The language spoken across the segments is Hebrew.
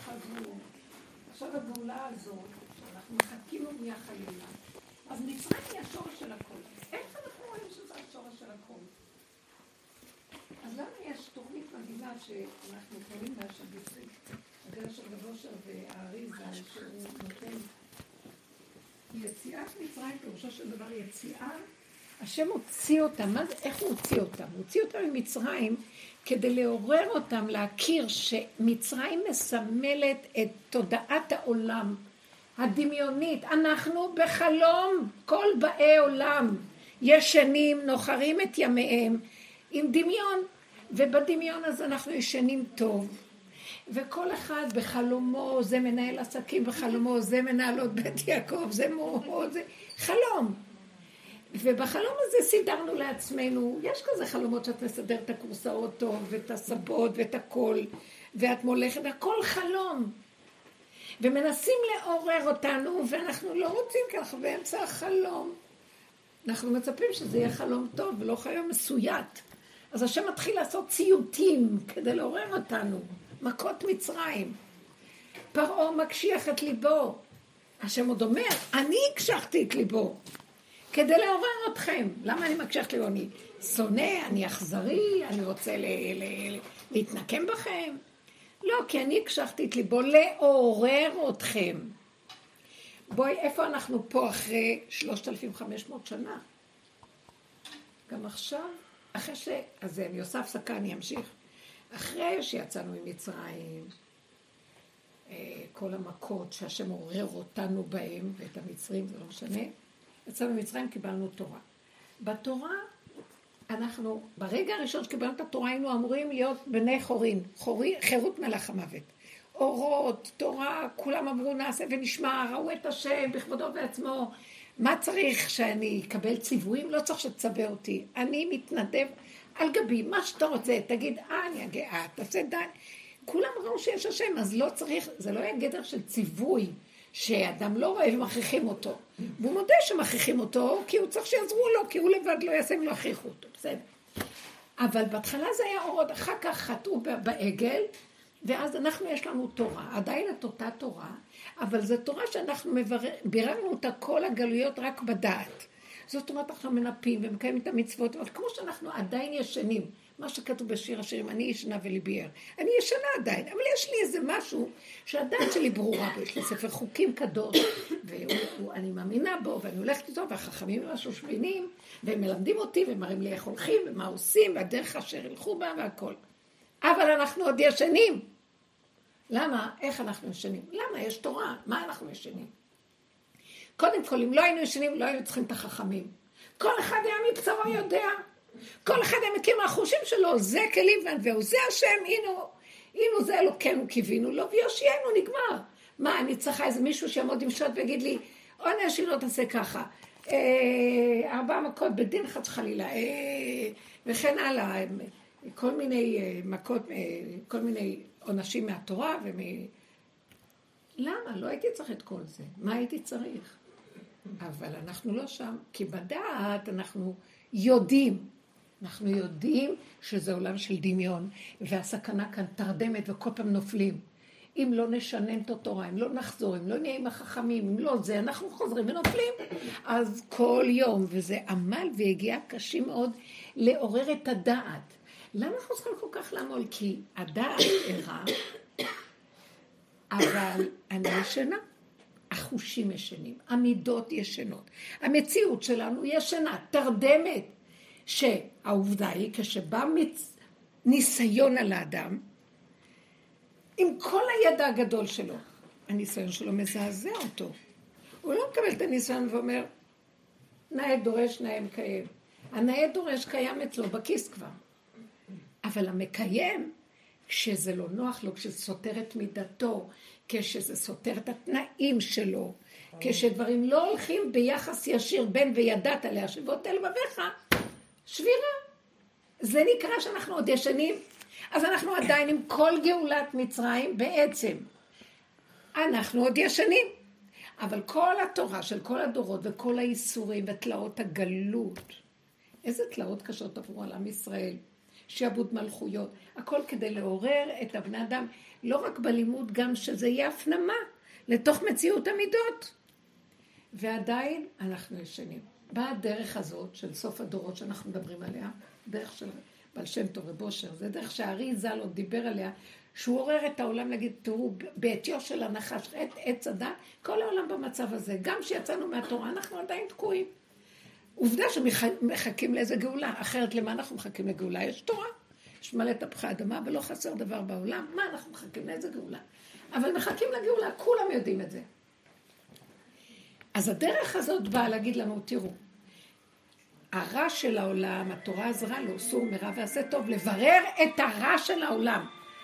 חזרו. עכשיו הגאולה הזאת, שאנחנו מחכים ובנייה חלילה, אז מצרים היא השורש של הכל. איך אנחנו רואים שזה השורש של הכל? אז למה יש תוכנית מדהימה שאנחנו קוראים לה שביסי, הדרך של רב אושר והאריזה, שהוא נותן יציאת מצרים, פירושו של דבר יציאה, השם הוציא אותם. איך הוא הוציא אותם? הוא הוציא אותם ממצרים כדי לעורר אותם, להכיר שמצרים מסמלת את תודעת העולם הדמיונית. אנחנו בחלום, כל באי עולם ישנים, נוחרים את ימיהם עם דמיון, ובדמיון הזה אנחנו ישנים טוב. וכל אחד בחלומו, זה מנהל עסקים בחלומו, זה מנהלות בית יעקב, זה מורות, זה חלום. ובחלום הזה סידרנו לעצמנו, יש כזה חלומות שאת מסדרת את הקורסאות טוב, ואת הסבות, ואת הכל, ואת מולכת, הכל חלום. ומנסים לעורר אותנו, ואנחנו לא רוצים ככה באמצע החלום. אנחנו מצפים שזה יהיה חלום טוב, ולא חלום מסוית. אז השם מתחיל לעשות ציוטים כדי לעורר אותנו. מכות מצרים. פרעה מקשיח את ליבו. השם עוד אומר, אני הקשחתי את ליבו. כדי לעורר אתכם. למה אני מקשיח את ליבו? אני שונא, אני אכזרי, אני רוצה להתנקם בכם. לא, כי אני הקשחתי את ליבו לעורר אתכם. בואי, איפה אנחנו פה אחרי 3,500 שנה? גם עכשיו, אחרי אז אני עושה הפסקה, אני אמשיך. אחרי שיצאנו ממצרים, כל המכות שהשם עורר אותנו בהם, ואת המצרים, זה לא משנה, יצאנו ממצרים, קיבלנו תורה. בתורה, אנחנו, ברגע הראשון שקיבלנו את התורה, היינו אמורים להיות בני חורין, חירות מלאך המוות. אורות, תורה, כולם אמרו נעשה ונשמע, ראו את השם בכבודו ועצמו. מה צריך שאני אקבל ציוויים? לא צריך שתצווה אותי. אני מתנדב על גבי, מה שאתה רוצה, תגיד, אני הגאה, תעשה די. כולם ראו שיש השם, אז לא צריך, זה לא יהיה גדר של ציווי, שאדם לא רואה ומכריחים אותו. והוא מודה שמכריחים אותו, כי הוא צריך שיעזרו לו, כי הוא לבד לא יעשה ולא הכריחו אותו, בסדר. אבל בהתחלה זה היה אורות, אחר כך חטאו בעגל, ואז יש לנו תורה, עדיין את אותה תורה, אבל זו תורה שאנחנו ביררנו אותה כל הגלויות רק בדעת. זאת אומרת, אנחנו מנפים ומקיימים את המצוות, אבל כמו שאנחנו עדיין ישנים, מה שכתוב בשיר השירים, אני ישנה וליבי ער. אני ישנה עדיין, אבל יש לי איזה משהו שהדעת שלי ברורה, ויש לי ספר חוקים קדוש, ואני מאמינה בו, ואני הולכת איתו, והחכמים משהו שבינים, והם מלמדים אותי, ומראים לי איך הולכים, ומה עושים, והדרך אשר ילכו בה, והכל. אבל אנחנו עוד ישנים. למה? איך אנחנו ישנים? למה? יש תורה. מה אנחנו ישנים? קודם כל, אם לא היינו ישנים, לא היינו צריכים את החכמים. כל אחד היה מבצרו יודע. כל אחד היה מכיר מהחושים שלו. זה כלים והוא זה השם, הנה זה אלוקינו קיווינו לו, ויושיינו נגמר. מה, אני צריכה איזה מישהו שיעמוד עם שוט ויגיד לי, עונש לא תעשה ככה. 4 מכות בדין חס חלילה. וכן הלאה. כל מיני מכות, כל מיני עונשים מהתורה למה? לא הייתי צריך את כל זה. מה הייתי צריך? אבל אנחנו לא שם, כי בדעת אנחנו יודעים. אנחנו יודעים שזה עולם של דמיון, והסכנה כאן תרדמת וכל פעם נופלים. אם לא נשנן את התורה, אם לא נחזור, אם לא נהיה עם החכמים, אם לא זה, אנחנו חוזרים ונופלים. אז כל יום, וזה עמל והגיעה קשים מאוד לעורר את הדעת. למה אנחנו צריכים כל כך לעמול? כי הדעת ערה, אבל אני ישנה. החושים ישנים, המידות ישנות. המציאות שלנו ישנה, תרדמת, שהעובדה היא כשבא ניסיון על האדם, עם כל הידע הגדול שלו, הניסיון שלו מזעזע אותו. הוא לא מקבל את הניסיון ואומר, נאה דורש, נאה מקיים. הנאה דורש קיים אצלו בכיס כבר. אבל המקיים, כשזה לא נוח לו, כשזה סותר את מידתו, כשזה סותר את התנאים שלו, כשדברים לא הולכים ביחס ישיר בין וידעת להשיבות אל לבביך, שבירה. זה נקרא שאנחנו עוד ישנים, אז אנחנו עדיין עם כל גאולת מצרים בעצם. אנחנו עוד ישנים. אבל כל התורה של כל הדורות וכל האיסורים ותלאות הגלות, איזה תלאות קשות עברו על עם ישראל, שעבוד מלכויות, הכל כדי לעורר את הבני אדם, לא רק בלימוד, גם שזה יהיה הפנמה לתוך מציאות המידות. ועדיין אנחנו ישנים. באה הדרך הזאת של סוף הדורות שאנחנו מדברים עליה, דרך של בעל שם טוב ובושר, זה דרך שהארי ז"ל עוד דיבר עליה, שהוא עורר את העולם להגיד, תראו, בעטיו של הנחש, עץ הדת, כל העולם במצב הזה, גם שיצאנו מהתורה, אנחנו עדיין תקועים. עובדה שמחכים לאיזה גאולה, אחרת למה אנחנו מחכים לגאולה? יש תורה, יש מלא תפוחי אדמה ולא חסר דבר בעולם, מה אנחנו מחכים לאיזה גאולה? אבל מחכים לגאולה, כולם יודעים את זה. אז הדרך הזאת באה להגיד לנו, תראו, הרע של העולם, התורה עזרה לו, סור מרע ועשה טוב, לברר את הרע של העולם,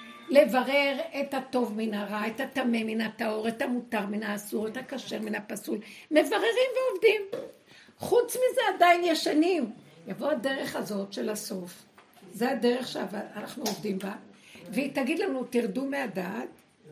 לברר את הטוב מן הרע, את הטמא מן הטהור, את המותר מן האסור, את הכשר מן הפסול, מבררים ועובדים. חוץ מזה עדיין ישנים. יבוא הדרך הזאת של הסוף, זה הדרך שאנחנו עובדים בה, והיא תגיד לנו, תרדו מהדעת,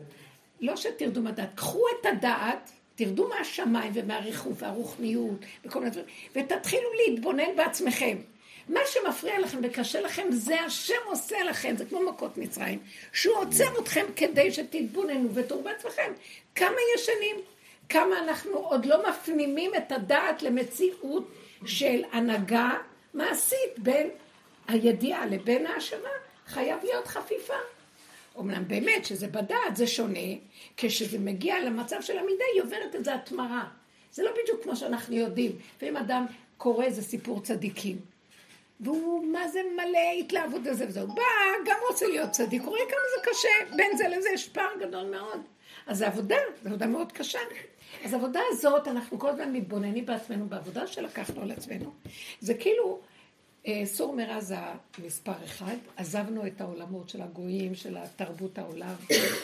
לא שתרדו מהדעת, קחו את הדעת, תרדו מהשמיים ומהריחוף והרוחניות וכל מיני דברים, ותתחילו להתבונן בעצמכם. מה שמפריע לכם וקשה לכם, זה השם עושה לכם, זה כמו מכות מצרים, שהוא עוצר אתכם כדי שתתבוננו ותראו בעצמכם. כמה ישנים, כמה אנחנו עוד לא מפנימים את הדעת למציאות של הנהגה מעשית בין הידיעה לבין האשמה, חייב להיות חפיפה. אומנם באמת שזה בדעת, זה שונה, כשזה מגיע למצב של המידה, היא עוברת את זה התמרה. זה לא בדיוק כמו שאנחנו יודעים. ואם אדם קורא איזה סיפור צדיקים, והוא מה זה מלא התלהבות הזה וזהו, בא, גם רוצה להיות צדיק, הוא רואה כמה זה קשה, בין זה לזה יש פער גדול מאוד. אז זה עבודה מאוד קשה. אז העבודה הזאת, אנחנו כל הזמן מתבוננים בעצמנו, בעבודה שלקחנו על עצמנו. זה כאילו, סור מרע זה מספר אחד, עזבנו את העולמות של הגויים, של התרבות העולם,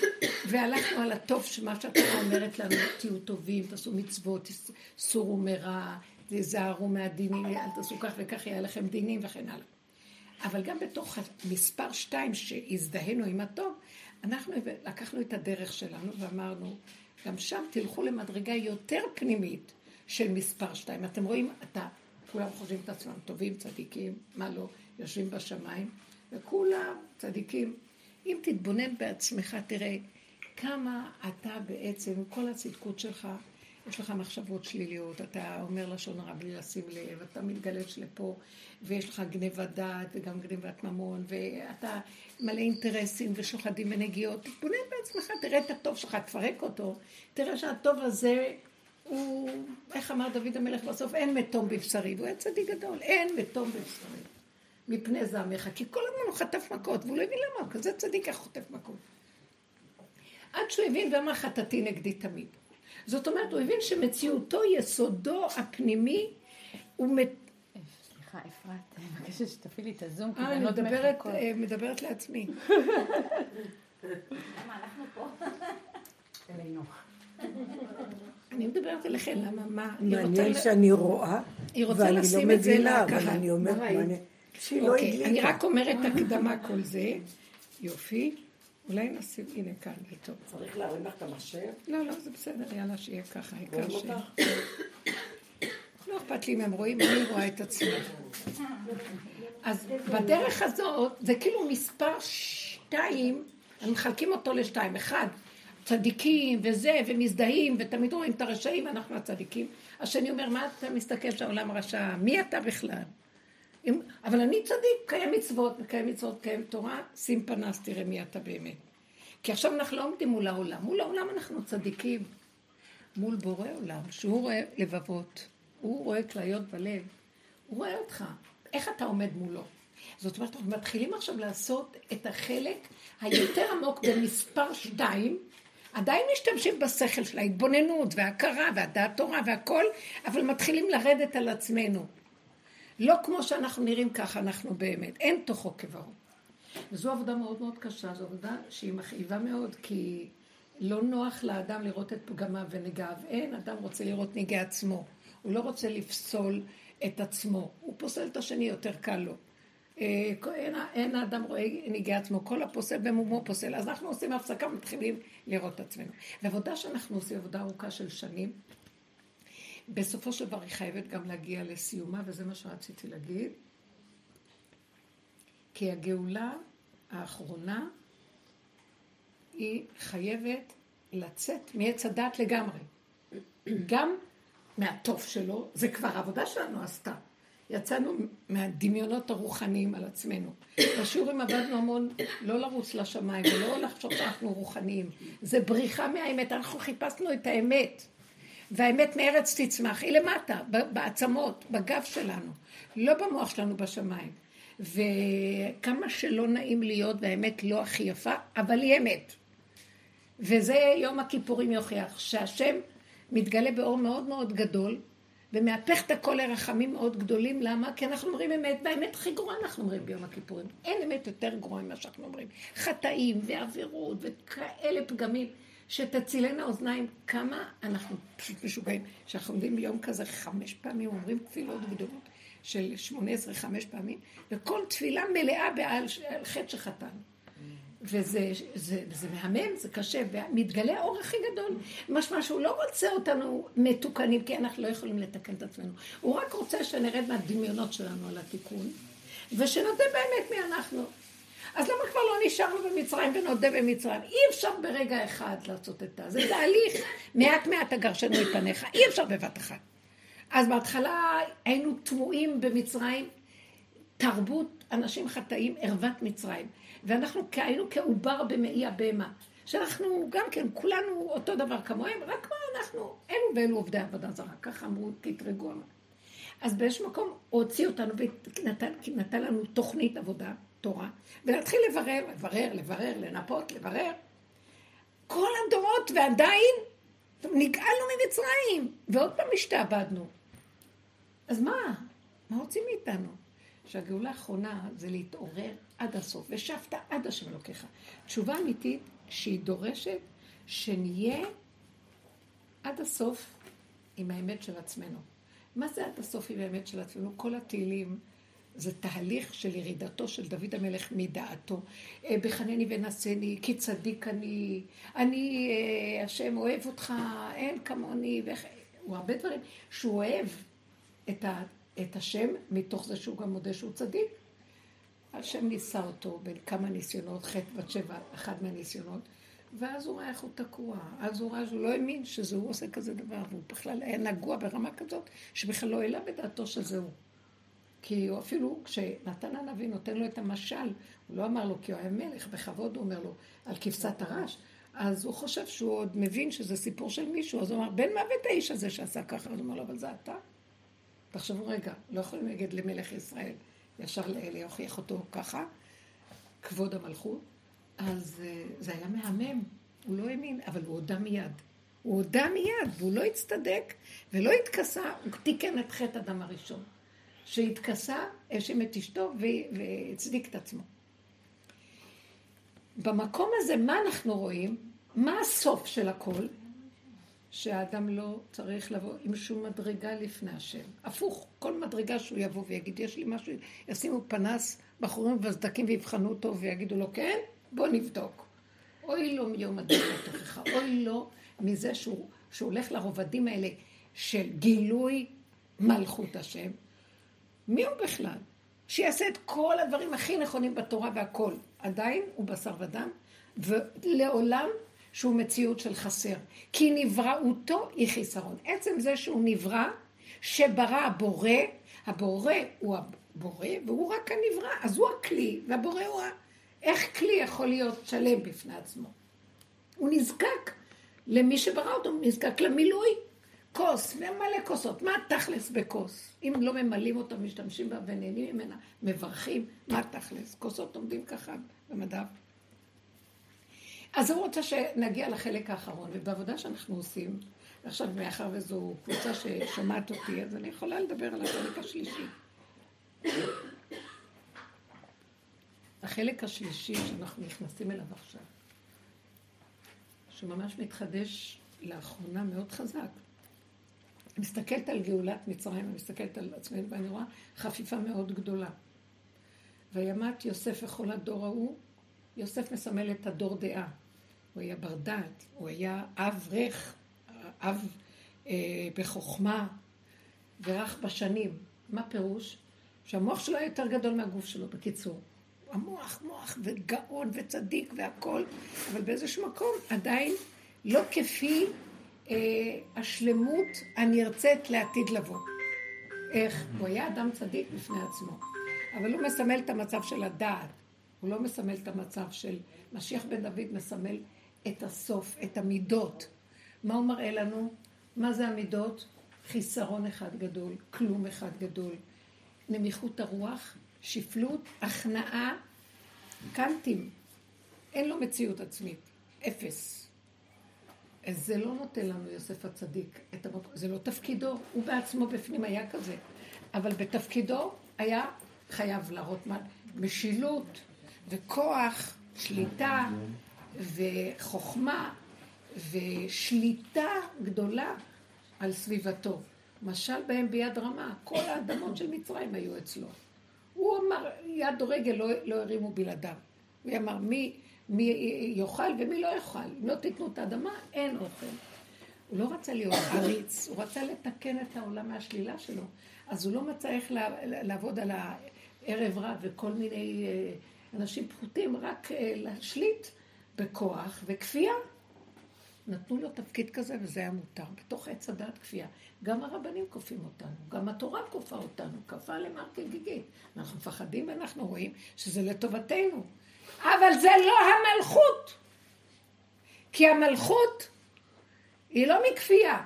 והלכנו על הטוב שמה שהתורה אומרת לנו, תהיו טובים, תעשו מצוות, סורו מרע, תזהרו מהדינים, אל תעשו כך וכך, יהיה לכם דינים וכן הלאה. אבל גם בתוך מספר 2 שהזדהינו עם הטוב, אנחנו לקחנו את הדרך שלנו ואמרנו, גם שם תלכו למדרגה יותר פנימית של מספר 2. אתם רואים, כולם חושבים את עצמם טובים, צדיקים, מה לא, יושבים בשמיים, וכולם צדיקים. אם תתבונן בעצמך, תראה כמה אתה בעצם, כל הצדקות שלך, יש לך מחשבות שליליות, אתה אומר לשון הרע בלי לשים לב, אתה מתגלש לפה, ויש לך גנבת דעת וגם גנבת ממון, ואתה מלא אינטרסים ושוחדים ונגיעות. תתבונן בעצמך, תראה את הטוב שלך, תפרק אותו, תראה שהטוב הזה הוא, איך אמר דוד המלך בסוף, אין מתום בבשרי, והוא היה צדיק גדול, אין מתום בבשרי, מפני זעמך, כי כל הזמן הוא חטף מכות, והוא לא הבין למה, הוא כזה צדיק איך חוטף מכות. עד שהוא הבין ואמר חטאתי נגדי תמיד. זאת אומרת, הוא הבין שמציאותו, יסודו הפנימי, הוא סליחה, אפרת, אני מבקשת שתפעילי את הזום, כי אני מדברת לעצמי. למה, אנחנו פה? אלינו. אני מדברת אליכם, למה, מה? מעניין שאני רואה, ואני לא מבינה, אבל אני אומרת, שהיא לא הגיעה. אני רק אומרת הקדמה כל זה, יופי. אולי נשים, הנה כאן, זה טוב. צריך להרים לך את המחשב? לא, זה בסדר, יאללה, שיהיה ככה, העיקר ש... לא אכפת לי אם הם רואים, אני רואה את עצמי. אז בדרך הזאת, זה כאילו מספר 2, אנחנו מחלקים אותו ל2, 1, צדיקים וזה, ומזדהים, ותמיד רואים את הרשעים, אנחנו הצדיקים. השני אומר, מה אתה מסתכל שהעולם רשע? מי אתה בכלל? אבל אני צדיק, קיים מצוות, קיים תורה, שים פנס, תראה מי אתה באמת. כי עכשיו אנחנו לא עומדים מול העולם. מול העולם אנחנו צדיקים. מול בורא עולם, שהוא רואה לבבות, הוא רואה כליות בלב, הוא רואה אותך. איך אתה עומד מולו? זאת אומרת, אנחנו מתחילים עכשיו לעשות את החלק היותר עמוק במספר 2, עדיין משתמשים בשכל של ההתבוננות וההכרה והדעת תורה והכל, אבל מתחילים לרדת על עצמנו. לא כמו שאנחנו נראים ככה, אנחנו באמת. אין תוכו כברו. וזו עבודה מאוד מאוד קשה, זו עבודה שהיא מכאיבה מאוד, כי לא נוח לאדם לראות את פגמיו ונגעיו. אין, אדם רוצה לראות נגעי עצמו. הוא לא רוצה לפסול את עצמו. הוא פוסל את השני, יותר קל לו. אין האדם רואה נגעי עצמו. כל הפוסל במומו פוסל. אז אנחנו עושים הפסקה ומתחילים לראות את עצמנו. ועבודה שאנחנו עושים, עבודה ארוכה של שנים, בסופו של דבר היא חייבת גם להגיע לסיומה, וזה מה שרציתי להגיד. כי הגאולה האחרונה היא חייבת לצאת מעץ הדת לגמרי. גם מהטוב שלו, זה כבר עבודה שלנו עשתה. יצאנו מהדמיונות הרוחניים על עצמנו. בשיעורים עבדנו המון לא לרוץ לשמיים ולא לחשוב שאנחנו רוחניים. זה בריחה מהאמת, אנחנו חיפשנו את האמת. והאמת מארץ תצמח, היא למטה, בעצמות, בגב שלנו, לא במוח שלנו בשמיים. וכמה שלא נעים להיות, והאמת לא הכי יפה, אבל היא אמת. וזה יום הכיפורים יוכיח, שהשם מתגלה באור מאוד מאוד גדול, ומהפך את הכל לרחמים מאוד גדולים. למה? כי אנחנו אומרים אמת, והאמת הכי גרועה אנחנו אומרים ביום הכיפורים. אין אמת יותר גרועה ממה שאנחנו אומרים. חטאים ועבירות וכאלה פגמים, שתצילנה אוזניים. כמה אנחנו פשוט משוגעים. שאנחנו עומדים ביום כזה 5 פעמים, אומרים תפילות גדולות של 18, 5 פעמים, וכל תפילה מלאה בעל חטא שחטאנו. וזה מהמם, זה קשה, ומתגלה האור הכי גדול. משמע שהוא לא רוצה אותנו מתוקנים, כי אנחנו לא יכולים לתקן את עצמנו. הוא רק רוצה שנרד מהדמיונות שלנו על התיקון, ושנודה באמת מי אנחנו. אז למה כבר לא נשארנו במצרים ונודה במצרים? אי אפשר ברגע אחד לעשות את זה. זה תהליך, מעט הגרשנו את פניך, אי אפשר בבת אחת. אז בהתחלה היינו תמוהים במצרים, תרבות אנשים חטאים, ערוות מצרים. ואנחנו היינו כעובר במאי הבהמה. שאנחנו גם כן, כולנו אותו דבר כמוהם, רק מה אנחנו, אלו ואלו עובדי עבודה זרה. ככה אמרו, תתרגו. אז באיזשהו מקום הוא הוציא אותנו ונתן לנו תוכנית עבודה, תורה, ולהתחיל לברר, לנפות, לברר. כל הדורות ועדיין נגאלנו ממצרים, ועוד פעם השתעבדנו. אז מה רוצים מאיתנו? שהגאולה האחרונה זה להתעורר עד הסוף, ושבת עד השם אלוקיך. תשובה אמיתית שהיא דורשת שנהיה עד הסוף עם האמת של עצמנו. מה זה עד הסוף עם האמת של עצמנו? כל התהילים זה תהליך של ירידתו של דוד המלך מדעתו. בחנני ונשני, כי צדיק אני השם אוהב אותך, אין כמוני. הוא הרבה דברים שהוא אוהב את השם מתוך זה שהוא גם מודה שהוא צדיק. השם ניסה אותו בין כמה ניסיונות, חטא בת 7, אחד מהניסיונות, ואז הוא ראה איך הוא תקוע. אז הוא ראה שהוא לא האמין שזה הוא עושה כזה דבר, והוא בכלל היה נגוע ברמה כזאת, שבכלל לא העלה בדעתו שזה הוא. כי הוא אפילו, כשנתן הנביא נותן לו את המשל, הוא לא אמר לו, כי הוא היה מלך, בכבוד הוא אומר לו, על כבשת הרש, אז הוא חושב שהוא עוד מבין שזה סיפור של מישהו, אז הוא אמר, בן מוות האיש הזה שעשה ככה, אז הוא אומר לו, אבל זה אתה? תחשבו רגע, לא יכולים להגיד למלך ישראל, ישר להוכיח אותו ככה, כבוד המלכות, אז זה היה מהמם, הוא לא האמין, אבל הוא הודע מיד. הוא הודע מיד, והוא לא הצטדק, ולא התכסה, הוא תיקן את חטא אדם הראשון. שהתכסה, האשים את אשתו והצדיק את עצמו. במקום הזה, מה אנחנו רואים? מה הסוף של הכל? שהאדם לא צריך לבוא עם שום מדרגה לפני השם. הפוך, כל מדרגה שהוא יבוא ויגיד, יש לי משהו, ישימו פנס בחורים וסדקים ויבחנו אותו ויגידו לו, כן, בוא נבדוק. אוי לו מיום הדין לתוכחה, אוי לו מזה שהוא הולך לרובדים האלה של גילוי מלכות השם. מי הוא בכלל? שיעשה את כל הדברים הכי נכונים בתורה והכל. עדיין הוא בשר ודם, ולעולם שהוא מציאות של חסר. כי נבראותו היא חיסרון. עצם זה שהוא נברא, שברא הבורא, הבורא הוא הבורא, והוא רק הנברא, אז הוא הכלי, והבורא הוא איך כלי יכול להיות שלם בפני עצמו? הוא נזקק למי שברא אותו, הוא נזקק למילוי. כוס, ומלא כוסות. מה תכלס בכוס? אם לא ממלאים אותה, משתמשים בה ונהנים ממנה, מברכים, מה תכלס? כוסות עומדים ככה במדף. אז הוא רוצה שנגיע לחלק האחרון, ובעבודה שאנחנו עושים, עכשיו מאחר וזו קבוצה ששומעת אותי, אז אני יכולה לדבר על החלק השלישי. החלק השלישי שאנחנו נכנסים אליו עכשיו, שממש מתחדש לאחרונה מאוד חזק. אני מסתכלת על גאולת מצרים, אני מסתכלת על עצמנו ואני רואה חפיפה מאוד גדולה. וימת יוסף וכל הדור ההוא, יוסף מסמל את הדור דעה. הוא היה בר דעת, הוא היה אב רך, אב בחוכמה ורך בשנים. מה פירוש? שהמוח שלו היה יותר גדול מהגוף שלו, בקיצור. המוח מוח וגאון וצדיק והכל, אבל באיזשהו מקום עדיין לא כפי השלמות הנרצית לעתיד לבוא. איך? הוא היה אדם צדיק בפני עצמו, אבל הוא מסמל את המצב של הדעת, הוא לא מסמל את המצב של משיח בן דוד, מסמל את הסוף, את המידות. מה הוא מראה לנו? מה זה המידות? חיסרון אחד גדול, כלום אחד גדול, נמיכות הרוח, שפלות, הכנעה, קנטים. אין לו מציאות עצמית, אפס. אז זה לא נותן לנו יוסף הצדיק, זה לא תפקידו, הוא בעצמו בפנים היה כזה, אבל בתפקידו היה חייב להראות משילות וכוח, שליטה וחוכמה ושליטה גדולה על סביבתו. משל בהם ביד רמה, כל האדמות של מצרים היו אצלו. הוא אמר, יד רגל לא הרימו בלעדיו. הוא אמר, מי יאכל ומי לא יאכל. אם לא תתנו את האדמה, אין אוכל. הוא לא רצה להיות עריץ, הוא רצה לתקן את העולם מהשלילה שלו. אז הוא לא מצא איך לעבוד על הערב רב וכל מיני אנשים פחותים, רק להשליט בכוח וכפייה. נתנו לו תפקיד כזה וזה היה מותר. בתוך עץ הדעת כפייה. גם הרבנים כופים אותנו, גם התורה כופה אותנו, כפה למר כגיגית. אנחנו מפחדים ואנחנו רואים שזה לטובתנו. אבל זה לא המלכות. כי המלכות היא לא מכפייה.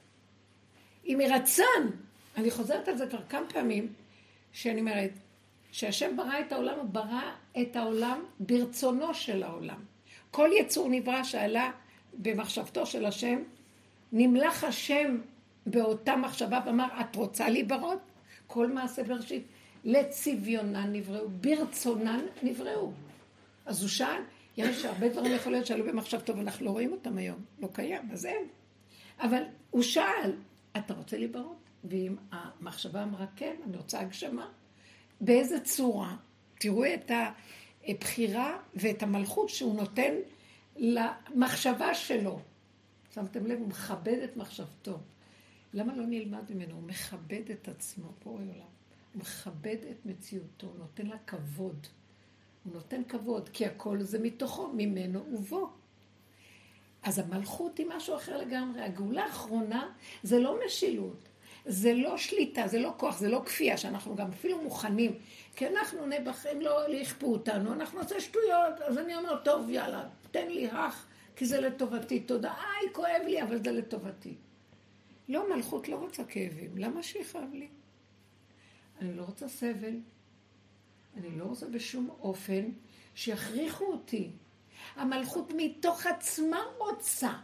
היא מרצון. אני חוזרת על זה כבר כמה פעמים, שאני אומרת, שהשם ברא את העולם, הוא ברא את העולם ברצונו של העולם. כל יצור נברא שעלה במחשבתו של השם, נמלך השם באותה מחשבה ואמר, את רוצה להיברות? כל מעשה בראשית, לצביונן נבראו, ברצונן נבראו. אז הוא שאל, יש שהרבה דברים יכול להיות שעלו במחשבתו ואנחנו לא רואים אותם היום, לא קיים, אז אין. אבל הוא שאל, אתה רוצה להיברות? ואם המחשבה אמרה כן, אני רוצה הגשמה. באיזה צורה? תראו את הבחירה ואת המלכות שהוא נותן למחשבה שלו. שמתם לב, הוא מכבד את מחשבתו. למה לא נלמד ממנו? הוא מכבד את עצמו, בורא עולם. הוא מכבד את מציאותו, הוא נותן לה כבוד. הוא נותן כבוד, כי הכל זה מתוכו, ממנו ובו. אז המלכות היא משהו אחר לגמרי. הגאולה האחרונה זה לא משילות, זה לא שליטה, זה לא כוח, זה לא כפייה, שאנחנו גם אפילו מוכנים, כי אנחנו נבחרים, לא יכפו אותנו, אנחנו נעשה שטויות, אז אני אומר, טוב, יאללה, תן לי רך, כי זה לטובתי, תודה, כואב לי, אבל זה לטובתי. לא, מלכות לא רוצה כאבים, למה שיכאב לי? אני לא רוצה סבל, אני לא רוצה בשום אופן שיכריחו אותי. המלכות מתוך עצמה רוצה.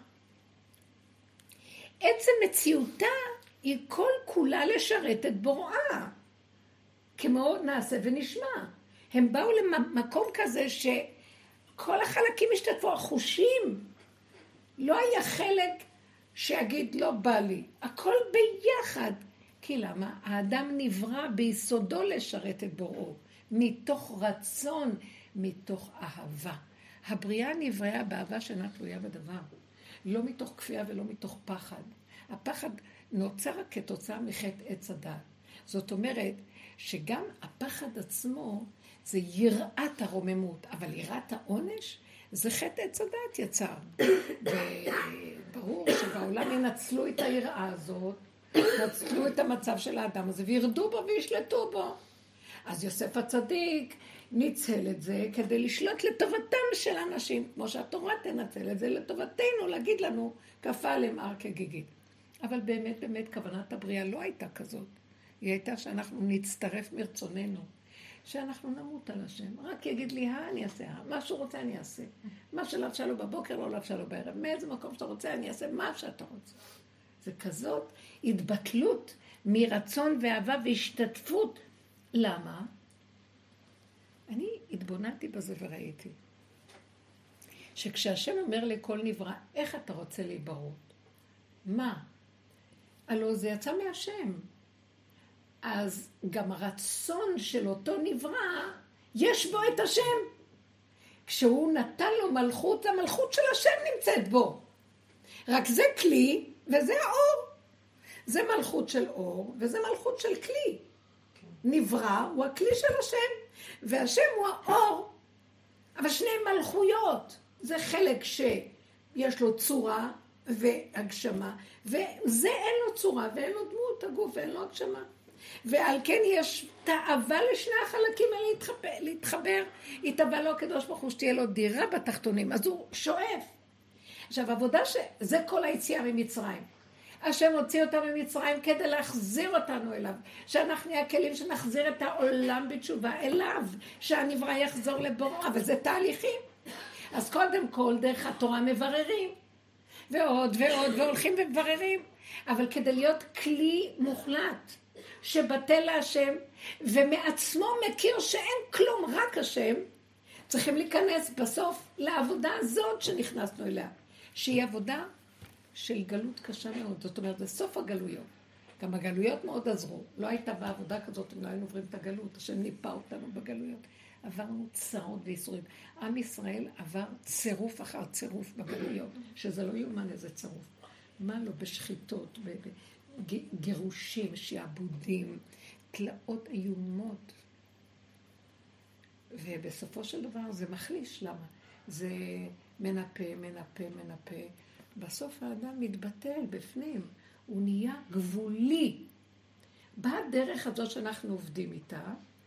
עצם מציאותה היא כל כולה לשרת את בוראה. כמו נעשה ונשמע. הם באו למקום כזה שכל החלקים השתתפו, החושים. לא היה חלק שיגיד לא בא לי. הכל ביחד. כי למה? האדם נברא ביסודו לשרת את בוראו. מתוך רצון, מתוך אהבה. הבריאה נבראה באהבה שאינה תלויה בדבר. לא מתוך כפייה ולא מתוך פחד. הפחד נוצר כתוצאה מחטא עץ הדעת. זאת אומרת שגם הפחד עצמו זה יראת הרוממות, אבל יראת העונש זה חטא עץ הדעת יצר. וברור שבעולם ינצלו את היראה הזאת, ינצלו את המצב של האדם הזה וירדו בו וישלטו בו. אז יוסף הצדיק ניצל את זה כדי לשלוט לטובתם של אנשים, כמו שהתורה תנצל את זה לטובתנו, להגיד לנו כפה עליהם הר כגיגית. אבל באמת, באמת, כוונת הבריאה לא הייתה כזאת. היא הייתה שאנחנו נצטרף מרצוננו, שאנחנו נמות על השם. רק יגיד לי, אני אעשה, מה שהוא רוצה אני אעשה. מה שלאפשר לו בבוקר, לא לאפשר לו בערב. מאיזה מקום שאתה רוצה, אני אעשה מה שאתה רוצה. זה כזאת התבטלות מרצון ואהבה והשתתפות. למה? אני התבוננתי בזה וראיתי. שכשהשם אומר לכל נברא, איך אתה רוצה להיברות? מה? הלא זה יצא מהשם. אז גם הרצון של אותו נברא, יש בו את השם. כשהוא נתן לו מלכות, המלכות של השם נמצאת בו. רק זה כלי וזה האור. זה מלכות של אור וזה מלכות של כלי. נברא הוא הכלי של השם. והשם הוא האור, אבל שניהם מלכויות. זה חלק שיש לו צורה והגשמה, וזה אין לו צורה ואין לו דמות הגוף ואין לו הגשמה. ועל כן יש תאווה לשני החלקים האלה להתחבר. התאווה לו הקדוש ברוך הוא שתהיה לו דירה בתחתונים, אז הוא שואף. עכשיו, עבודה זה כל היציאה ממצרים. השם הוציא אותנו ממצרים כדי להחזיר אותנו אליו. שאנחנו נהיה כלים שנחזיר את העולם בתשובה אליו. שהנברא יחזור לבוראו, אבל זה תהליכים. אז קודם כל, דרך התורה מבררים. ועוד ועוד, והולכים ומבררים. אבל כדי להיות כלי מוחלט, שבטל להשם, ומעצמו מכיר שאין כלום, רק השם, צריכים להיכנס בסוף לעבודה הזאת שנכנסנו אליה. שהיא עבודה של גלות קשה מאוד. זאת אומרת, זה סוף הגלויות. גם הגלויות מאוד עזרו. לא הייתה בעבודה כזאת, אם לא היינו עוברים את הגלות. השם ניפה אותנו בגלויות. עברנו צרות ויסורים. עם ישראל עבר צירוף אחר צירוף בגלויות, שזה לא יאומן איזה צירוף. מה לא? בשחיתות, בגירושים, שעבודים, תלאות איומות. ובסופו של דבר זה מחליש. למה? זה מנפה, מנפה, מנפה. בסוף האדם מתבטל בפנים. הוא נהיה גבולי. בדרך הזאת שאנחנו עובדים איתה,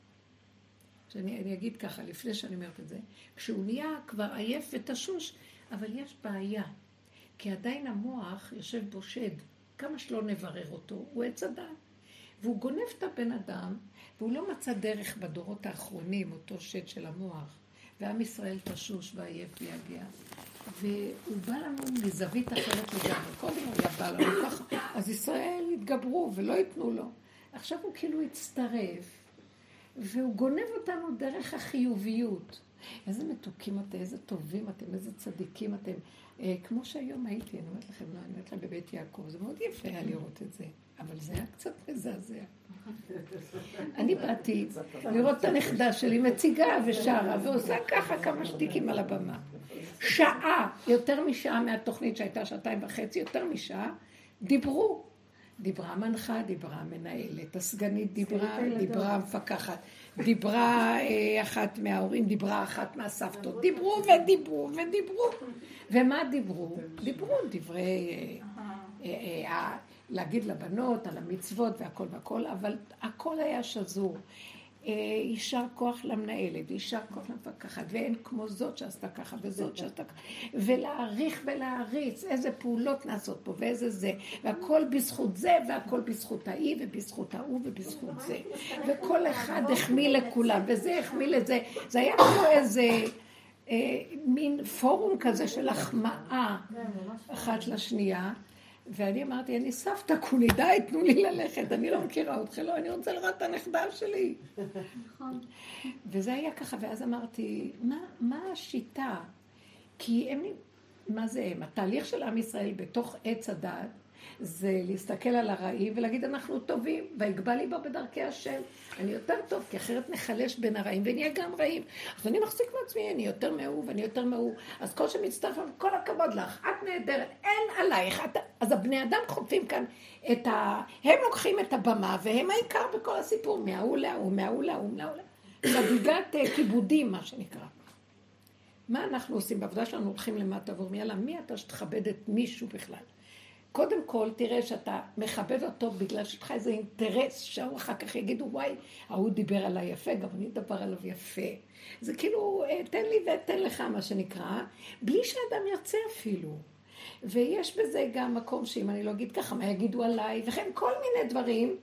שאני אגיד ככה, לפני שאני אומרת את זה, כשהוא נהיה כבר עייף ותשוש, אבל יש בעיה. כי עדיין המוח יושב בו שד. כמה שלא נברר אותו, הוא עץ אדם. והוא גונב את הבן אדם, והוא לא מצא דרך בדורות האחרונים, אותו שד של המוח. ועם ישראל תשוש ועייף ויגיע. והוא בא לנו מזווית אחרת לגמרי. קודם הוא היה בא לנו ככה. אז ישראל התגברו ולא ייתנו לו. עכשיו הוא כאילו הצטרף. והוא גונב אותנו דרך החיוביות. איזה מתוקים אתם, איזה טובים אתם, איזה צדיקים אתם. כמו שהיום הייתי, אני אומרת לכם, אני אומרת לכם בבית יעקב, זה מאוד יפה היה לראות את זה, אבל זה היה קצת מזעזע. אני באתי לראות את הנכדה שלי, מציגה ושרה, ועושה ככה כמה שטיקים על הבמה. שעה, יותר משעה מהתוכנית שהייתה 2.5, יותר משעה, דיברו. דיברה המנחה, דיברה המנהלת, הסגנית דיברה המפקחת, דיברה אחת מההורים, דיברה אחת מהסבתות, דיברו ודיברו ודיברו. ומה דיברו? דיברו דברי, להגיד לבנות על המצוות והכל והכל, אבל הכל היה שזור. יישר כוח למנהלת, יישר כוח למפקחת, ואין כמו זאת שעשתה ככה וזאת שעשתה ככה, ולהעריך ולהריץ איזה פעולות נעשות פה ואיזה זה, והכל בזכות זה והכל בזכות ההיא ובזכות ההוא ובזכות זה, וכל אחד החמיא לכולם וזה החמיא לזה. זה היה כמו איזה מין פורום כזה של החמאה אחת לשנייה. ואני אמרתי, אני סבתא כולי, די, תנו לי ללכת, אני לא מכירה אתכם, לא, אני רוצה לראות את הנכדה שלי. נכון. וזה היה ככה, ואז אמרתי, מה השיטה? כי הם, מה זה הם? התהליך של עם ישראל בתוך עץ הדת, זה להסתכל על הרעים ולהגיד, אנחנו טובים, ויגבה ליבו בדרכי השם. אני יותר טוב, כי אחרת נחלש בין הרעים, ונהיה גם רעים. אז אני מחזיק מעצמי, אני יותר מאהוב, אני יותר מאהוב. אז כל שמצטרף, כל הכבוד לך, את נהדרת, אין עלייך. אז הבני אדם חוטפים כאן הם לוקחים את הבמה, והם העיקר בכל הסיפור, מההוא להוא, מההוא להוא, מההוא להוא. חגיגת כיבודים, מה שנקרא. מה אנחנו עושים? בעבודה שלנו הולכים למטה, ואומרים, יאללה, מי אתה שתכבד את מישהו בכלל? קודם כל, תראה שאתה מכבד אותו בגלל שיש לך איזה אינטרס, שהוא אחר כך יגידו, וואי, ההוא דיבר עליי יפה, גם אני אדבר עליו יפה. זה כאילו, תן לי ותן לך, מה שנקרא, בלי שאדם ירצה אפילו. ויש בזה גם מקום שאם אני לא אגיד ככה, מה יגידו עליי, וכן כל מיני דברים.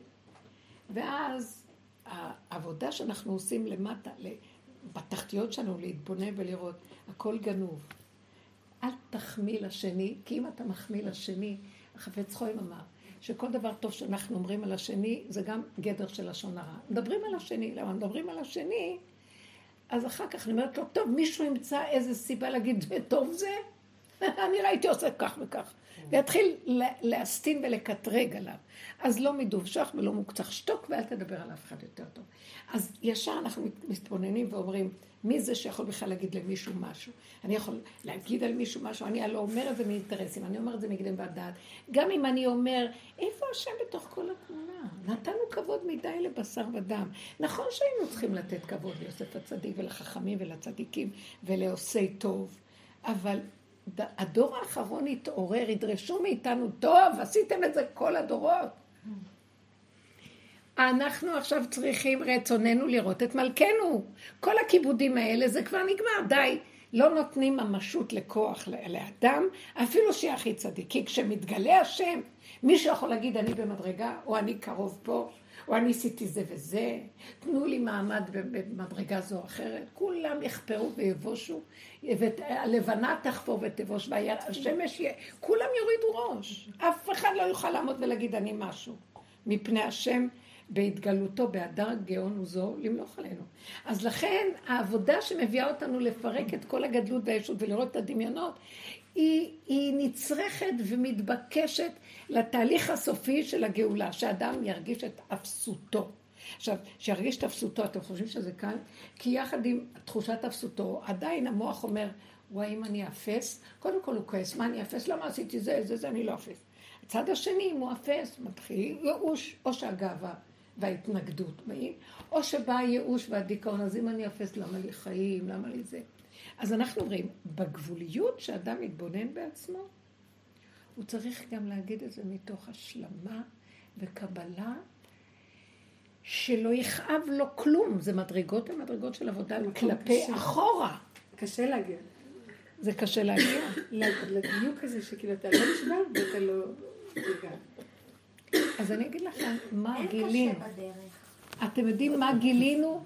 ואז, העבודה שאנחנו עושים למטה, בתחתיות שלנו, להתבונן ולראות, הכל גנוב. אל תחמיא לשני, כי אם אתה מחמיא לשני, החפץ חיים אמר, שכל דבר טוב שאנחנו אומרים על השני, זה גם גדר של לשון הרע. מדברים על השני, למה מדברים על השני, אז אחר כך אני אומרת לו, טוב, מישהו ימצא איזה סיבה להגיד, טוב זה? אני ראיתי עושה כך וכך. ויתחיל להסתין ולקטרג עליו. אז לא מדובשך ולא מוקצח, שתוק ואל תדבר על אף אחד יותר טוב. אז ישר אנחנו מתבוננים ואומרים, מי זה שיכול בכלל להגיד למישהו משהו? אני יכול להגיד על מישהו משהו, אני לא אומר את זה מאינטרסים, אני אומר את זה מגדם והדעת. גם אם אני אומר, איפה השם בתוך כל התמונה? נתנו כבוד מדי לבשר ודם. נכון שהיינו צריכים לתת כבוד ליוסף הצדיק ולחכמים ולצדיקים ולעושי טוב, אבל הדור האחרון התעורר, ידרשו מאיתנו טוב, עשיתם את זה כל הדורות. אנחנו עכשיו צריכים רצוננו לראות את מלכנו. כל הכיבודים האלה זה כבר נגמר, די. לא נותנים ממשות לכוח לאדם, אפילו שיהיה הכי צדיק. כי כשמתגלה השם, מישהו יכול להגיד אני במדרגה, או אני קרוב פה, או אני עשיתי זה וזה, תנו לי מעמד במדרגה זו או אחרת. כולם יחפרו ויבושו, והלבנה תחפור ותבוש, והשמש יהיה, כולם יורידו ראש. אף אחד לא יוכל לעמוד ולהגיד אני משהו. מפני השם בהתגלותו, בהדר גאון וזו, למלוך עלינו. אז לכן העבודה שמביאה אותנו לפרק את כל הגדלות והישות ולראות את הדמיונות, היא נצרכת ומתבקשת לתהליך הסופי של הגאולה, שאדם ירגיש את אפסותו. עכשיו, שירגיש את אפסותו, אתם חושבים שזה קל? כי יחד עם תחושת אפסותו, עדיין המוח אומר, וואי, אם אני אפס, קודם כל הוא כועס, מה אני אפס? למה עשיתי זה, אני לא אפס. הצד השני, אם הוא אפס, מתחיל ייאוש, או שהגאווה וההתנגדות באים, או שבא הייאוש והדיכאון, אז אם אני אפס, למה לי חיים, למה לי זה? אז אנחנו אומרים, בגבוליות שאדם מתבונן בעצמו, הוא צריך גם להגיד את זה מתוך השלמה וקבלה, שלא יכאב לו כלום. זה מדרגות ומדרגות של עבודה כלפי אחורה. קשה להגיע. זה קשה להגיע. לדיוק הזה שכאילו אתה לא נשמע ואתה לא תיגע. אז אני אגיד לכם מה גילינו. אתם יודעים מה גילינו?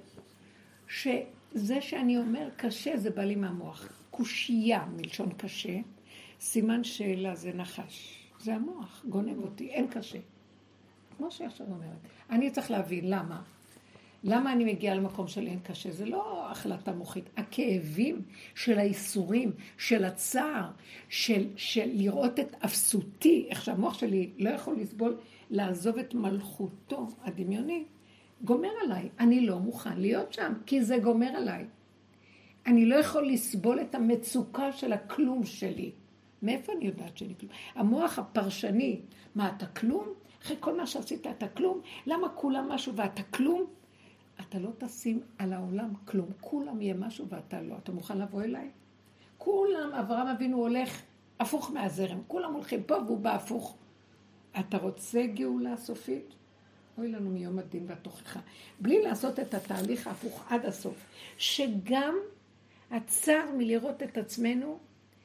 שזה שאני אומר קשה זה בא לי מהמוח. קושייה מלשון קשה, סימן שאלה זה נחש. זה המוח, גונב אותי, אין קשה. כמו שעכשיו אומרת. אני צריך להבין למה. למה אני מגיעה למקום של אין קשה? זה לא החלטה מוחית. הכאבים של האיסורים, של הצער, של לראות את אפסותי, איך שהמוח שלי לא יכול לסבול, לעזוב את מלכותו הדמיוני, גומר עליי. אני לא מוכן להיות שם, כי זה גומר עליי. אני לא יכול לסבול את המצוקה של הכלום שלי. מאיפה אני יודעת שאני כלום? המוח הפרשני, מה אתה כלום? אחרי כל מה שעשית אתה כלום? למה כולם משהו ואתה כלום? אתה לא תשים על העולם כלום. כולם יהיה משהו ואתה לא. אתה מוכן לבוא אליי? כולם, אברהם אבינו הולך הפוך מהזרם. כולם הולכים פה והוא בא הפוך. אתה רוצה גאולה סופית? אוי לנו מיום הדין והתוכחה. בלי לעשות את התהליך ההפוך עד הסוף. שגם הצער מלראות את עצמנו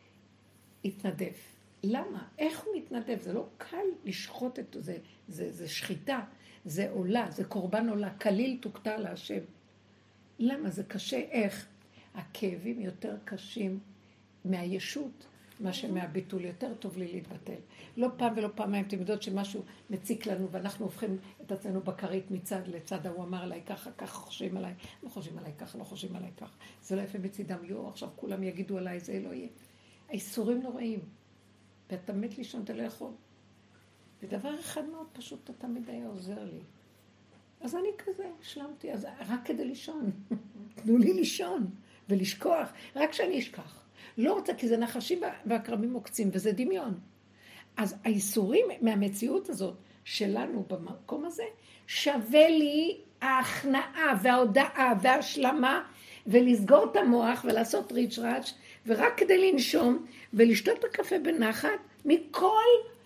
יתנדב. למה? איך הוא מתנדב? זה לא קל לשחוט את זה. זה שחיטה. זה עולה, זה קורבן עולה, כליל תוקטע להשם. למה? זה קשה. איך? הכאבים יותר קשים מהישות, מה שמהביטול יותר טוב לי להתבטל. לא פעם ולא פעמיים, אתם יודעות שמשהו מציק לנו, ואנחנו הופכים את עצמנו בקרית מצד לצד, הוא אמר עליי ככה, ככה חושבים עליי, לא חושבים עליי ככה, לא חושבים עליי ככה. זה לא יפה מצידם, עכשיו כולם יגידו עליי, זה לא יהיה. האיסורים נוראים, ואתה מת לישון, אתה לא יכול. ודבר אחד מאוד פשוט, אתה תמיד היה עוזר לי. אז אני כזה, השלמתי, אז רק כדי לישון. תנו לי לישון ולשכוח, רק שאני אשכח. לא רוצה, כי זה נחשים והקרבים מוקצים, וזה דמיון. אז האיסורים מהמציאות הזאת שלנו במקום הזה, שווה לי ההכנעה וההודעה וההשלמה, ולסגור את המוח ולעשות ריץ'-ראץ', ורק כדי לנשום ולשתות את הקפה בנחת, מכל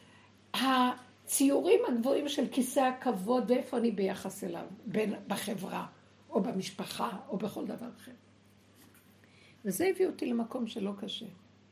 הציורים הגבוהים של כיסא הכבוד, ואיפה אני ביחס אליו, בחברה, או במשפחה, או בכל דבר אחר. וזה הביא אותי למקום שלא קשה.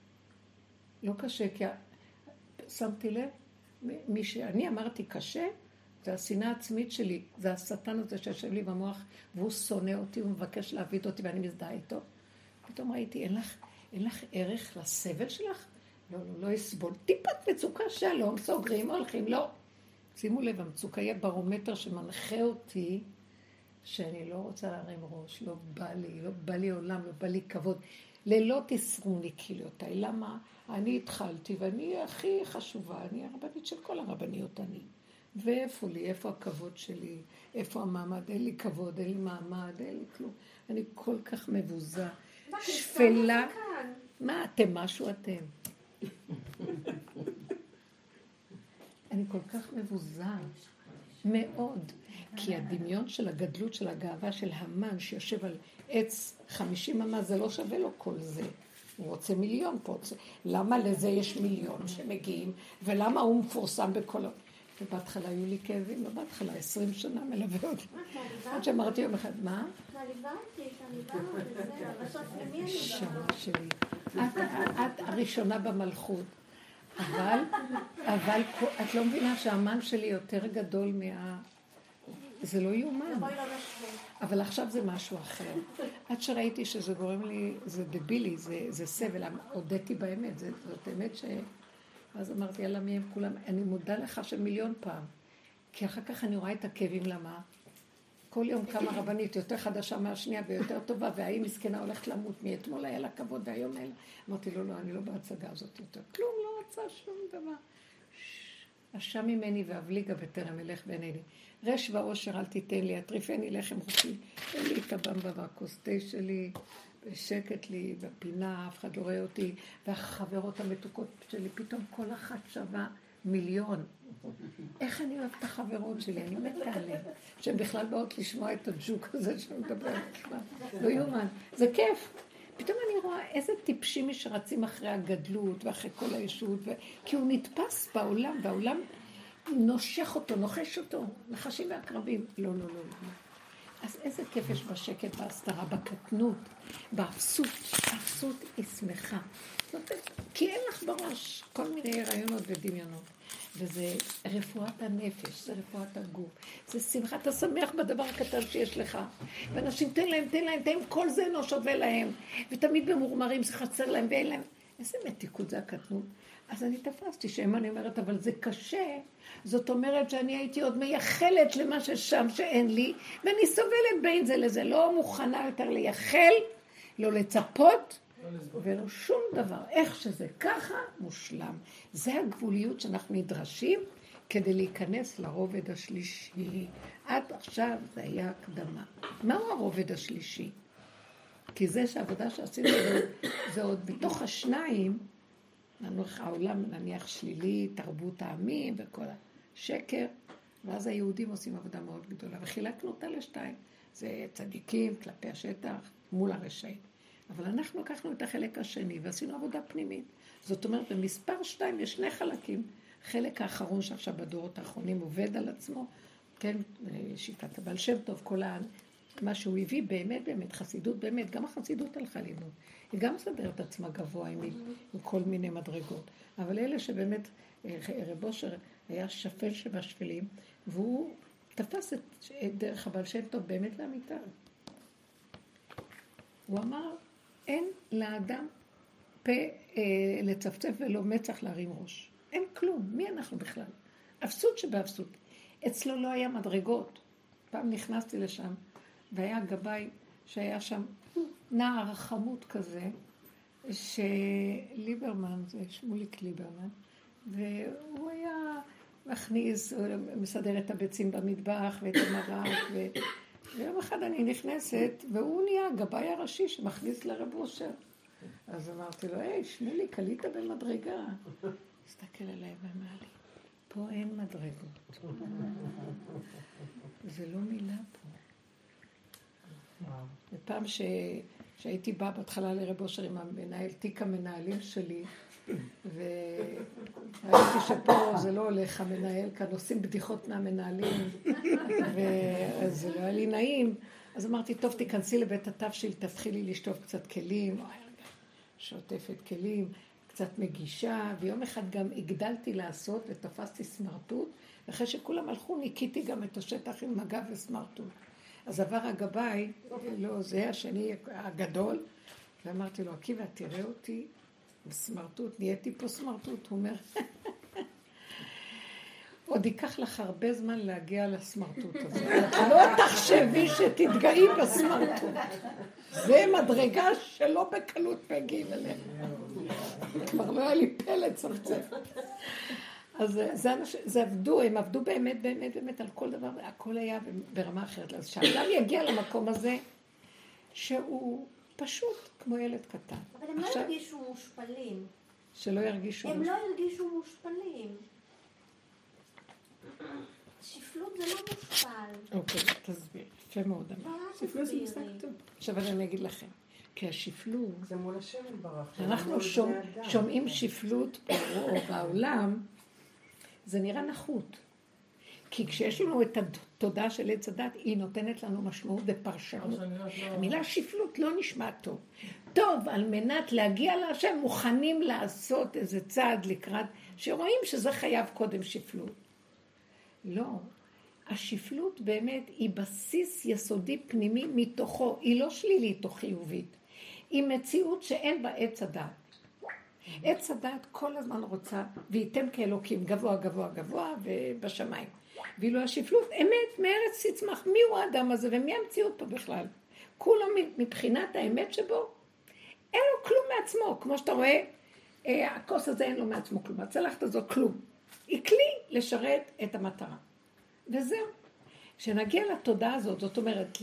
לא קשה, כי שמתי לב, אני אמרתי קשה, זה השנאה העצמית שלי, זה השטן הזה שיושב לי במוח, והוא שונא אותי, הוא מבקש להביט אותי, ואני מזדהה איתו. פתאום ראיתי, אין לך ערך לסבל שלך? לא יסבול. טיפת מצוקה שלום, סוגרים, הולכים, לא. שימו לב, המצוקה יהיה ברומטר שמנחה אותי, שאני לא רוצה להרים ראש, לא בא לי עולם, לא בא לי כבוד. ללא תסרוני כליותיי. למה? אני התחלתי ואני הכי חשובה, אני הרבנית של כל הרבניות אני. ואיפה לי, איפה הכבוד שלי, איפה המעמד, אין לי כבוד, אין לי מעמד, אין לי כלום. אני כל כך מבוזה, שפלה. מה, אתם משהו אתם? אני כל כך מבוזה, מאוד. כי הדמיון של הגדלות, של הגאווה של המן שיושב על עץ 50 אמה, זה לא שווה לו כל זה. הוא רוצה מיליון פה. למה לזה יש מיליון שמגיעים, ולמה הוא מפורסם בכל... ובהתחלה היו לי כאבים, ובהתחלה 20 שנה מלווה אותי. עד שאמרתי יום אחד, מה? מעליבה אותי, שאני באה וזה, אבל בסוף למי אני שמה שלי. את הראשונה במלכות. אבל את לא מבינה שהאמן שלי יותר גדול זה לא יאומן. אבל עכשיו זה משהו אחר. עד שראיתי שזה גורם לי, זה דבילי, זה סבל, הודיתי באמת, זאת אמת ש... אז אמרתי, יאללה, מי הם כולם? אני מודה לך של מיליון פעם. כי אחר כך אני רואה את הכאבים, למה? כל יום כמה רבנית יותר חדשה מהשנייה ויותר טובה, והאי מסכנה הולכת למות, מאתמול היה לה כבוד והיום היה לה. אמרתי לו, לא, אני לא בהצגה הזאת יותר. כלום, לא רצה שום דבר. אשם ממני ואבליגה בטרם אלך בעיניני. רש ואושר אל תיתן לי, הטריפני לחם חופשי. תן לי את הבמבה והכוס תה שלי, בשקט לי, בפינה, אף אחד לא רואה אותי, והחברות המתוקות שלי, פתאום כל אחת שווה מיליון. איך אני אוהבת את החברות שלי, אני מתה עליהן, שהן בכלל באות לשמוע את הג'וק הזה שמדבר, לא יומן, זה כיף. פתאום אני רואה איזה טיפשים שרצים אחרי הגדלות ואחרי כל הישות, כי הוא נתפס בעולם, והעולם נושך אותו, נוחש אותו, נחשים ועקרבים. לא, לא, לא, לא. אז איזה כיף יש בשקט, בהסתרה, בקטנות, באפסות. האפסות היא שמחה. כי אין לך בראש כל מיני רעיונות ודמיונות. וזה רפואת הנפש, זה רפואת הגוף. זה שמחה, אתה שמח בדבר הקטן שיש לך. ואנשים תן להם, כל זה לא שווה להם. ותמיד במורמרים זה חסר להם ואין להם. איזה מתיקות זה הקטנות. אז אני תפסתי שאם אני אומרת, אבל זה קשה, זאת אומרת שאני הייתי עוד מייחלת למה ששם שאין לי, ואני סובלת בין זה לזה, לא מוכנה יותר לייחל, לא לצפות, ולא שום דבר. איך שזה ככה, מושלם. זה הגבוליות שאנחנו נדרשים כדי להיכנס לרובד השלישי. עד עכשיו זה היה הקדמה. מהו הרובד השלישי? כי זה שהעבודה שעשינו זה עוד בתוך השניים, העולם נניח שלילי, תרבות העמים וכל השקר, ואז היהודים עושים עבודה מאוד גדולה, וחילקנו אותה לשתיים. זה צדיקים כלפי השטח מול הרשעים. אבל אנחנו לקחנו את החלק השני ועשינו עבודה פנימית. זאת אומרת, במספר 2 יש 2 חלקים. חלק האחרון שעכשיו בדורות האחרונים עובד על עצמו, כן, שיטת הבעל שם טוב, כל מה שהוא הביא באמת, חסידות באמת, גם החסידות הלכה לימוד. היא גם מסדרת עצמה גבוה עם כל מיני מדרגות. אבל אלה שבאמת, רב אושר היה שפל שבשפלים, והוא תפס את דרך הבעל שם טוב באמת לאמיתה. הוא אמר, אין לאדם פה לצפצף ולא מצח להרים ראש. אין כלום. מי אנחנו בכלל? אפסות שבאפסות. אצלו לא היה מדרגות. פעם נכנסתי לשם, והיה גבאי שהיה שם נער חמוד כזה, שליברמן, זה שמוליק ליברמן, והוא היה מכניס, מסדר את הביצים במטבח ואת המרק, ויום אחד אני נכנסת, והוא נהיה הגבאי הראשי שמכניס לרב אושר. אז אמרתי לו, היי, שמוליק, עלית במדרגה. הסתכל עליי ואמר לי, פה אין מדרגות. זה לא מילה פה. ופעם שהייתי באה בהתחלה לרב אושר עם המנהל, תיק המנהלים שלי, וראיתי שפה זה לא הולך המנהל, כאן עושים בדיחות מהמנהלים, ואז זה לא היה לי נעים. אז אמרתי, טוב, תיכנסי לבית התבשיל, תתחילי לשטוף קצת כלים, שוטפת כלים, קצת מגישה, ויום אחד גם הגדלתי לעשות ותפסתי סמרטוט, ואחרי שכולם הלכו, ניקיתי גם את השטח עם מגע וסמרטוט. אז עבר הגבאי, לא, זה השני הגדול, ואמרתי לו, עקיבא, תראה אותי בסמרטוט, נהייתי פה סמרטוט, הוא אומר, עוד ייקח לך הרבה זמן להגיע לסמרטוט הזה. לא תחשבי שתתגאי בסמרטוט. זה מדרגה שלא בקלות מגיעים אליהם. כבר לא היה לי פה לצפצף. אז זה עבדו, הם עבדו באמת, באמת, באמת על כל דבר, הכל היה ברמה אחרת. אז שאדם יגיע למקום הזה, שהוא פשוט כמו ילד קטן. אבל הם לא הרגישו מושפלים. שלא ירגישו הם לא הרגישו מושפלים. שפלות זה לא מושפל. אוקיי, תסביר. יפה מאוד. שפלות זה מושג טוב. עכשיו אני אגיד לכם, כי השפלות, זה מול השם יתברך. אנחנו שומעים שפלות פה בעולם, זה נראה נחות. כי כשיש לנו את התודעה של עץ הדת, היא נותנת לנו משמעות ופרשנות. המילה שפלות לא נשמע טוב. טוב, על מנת להגיע להשם, מוכנים לעשות איזה צעד לקראת, שרואים שזה חייב קודם שפלות. לא. השפלות באמת היא בסיס יסודי פנימי מתוכו. היא לא שלילית או חיובית. היא מציאות שאין בה עץ הדת. עץ הדת כל הזמן רוצה, וייתם כאלוקים, גבוה, גבוה, גבוה, ובשמיים. ואילו השפלות, אמת, מארץ תצמח, מי הוא האדם הזה ומי המציאות פה בכלל? כולו מבחינת האמת שבו, אין לו כלום מעצמו, כמו שאתה רואה, הכוס הזה אין לו מעצמו כלום, הצלחת הזו כלום. היא כלי לשרת את המטרה. וזהו. כשנגיע לתודעה הזאת, זאת אומרת,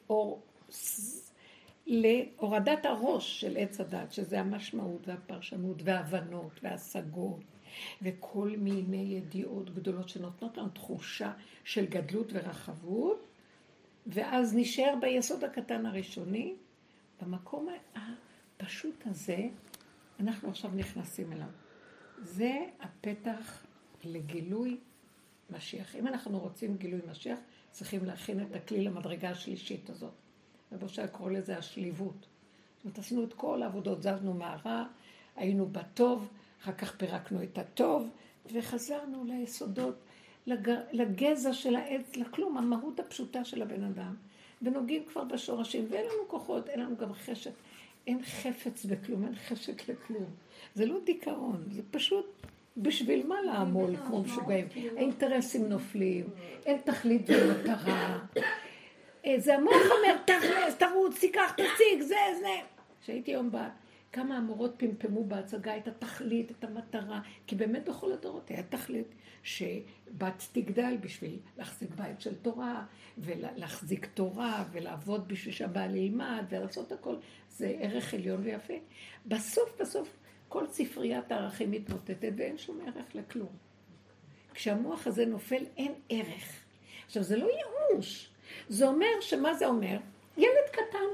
להורדת הראש של עץ הדת, שזה המשמעות והפרשנות וההבנות וההשגות, וכל מיני ידיעות גדולות שנותנות לנו תחושה של גדלות ורחבות, ואז נשאר ביסוד הקטן הראשוני, במקום הפשוט הזה, אנחנו עכשיו נכנסים אליו. זה הפתח לגילוי משיח. אם אנחנו רוצים גילוי משיח, צריכים להכין את הכלי למדרגה השלישית הזאת. ובושה קורא לזה השליבות. זאת אומרת, עשינו את כל העבודות, זזנו מהרע, היינו בטוב, אחר כך פירקנו את הטוב, וחזרנו ליסודות, לגזע של העץ, לכלום, המהות הפשוטה של הבן אדם. ונוגעים כבר בשורשים, ואין לנו כוחות, אין לנו גם חשק. אין חפץ בכלום, אין חשק לכלום. זה לא דיכאון, זה פשוט בשביל מה לעמול כמו משוגעים. האינטרסים נופלים, אין תכלית ומטרה. זה המוח אומר, תכלס, תרוץ, תיקח, תציג, זה. כשהייתי יום כמה המורות פמפמו בהצגה את התכלית, את המטרה, כי באמת בכל הדורות היה תכלית שבת תגדל בשביל להחזיק בית של תורה, ולהחזיק תורה, ולעבוד בשביל שהבעל ילמד, ולעשות הכל. זה ערך עליון ויפה. בסוף, כל ספריית הערכים מתמוטטת, ואין שום ערך לכלום. כשהמוח הזה נופל, אין ערך. עכשיו, זה לא ייאוש. זה אומר שמה זה אומר? ילד קטן.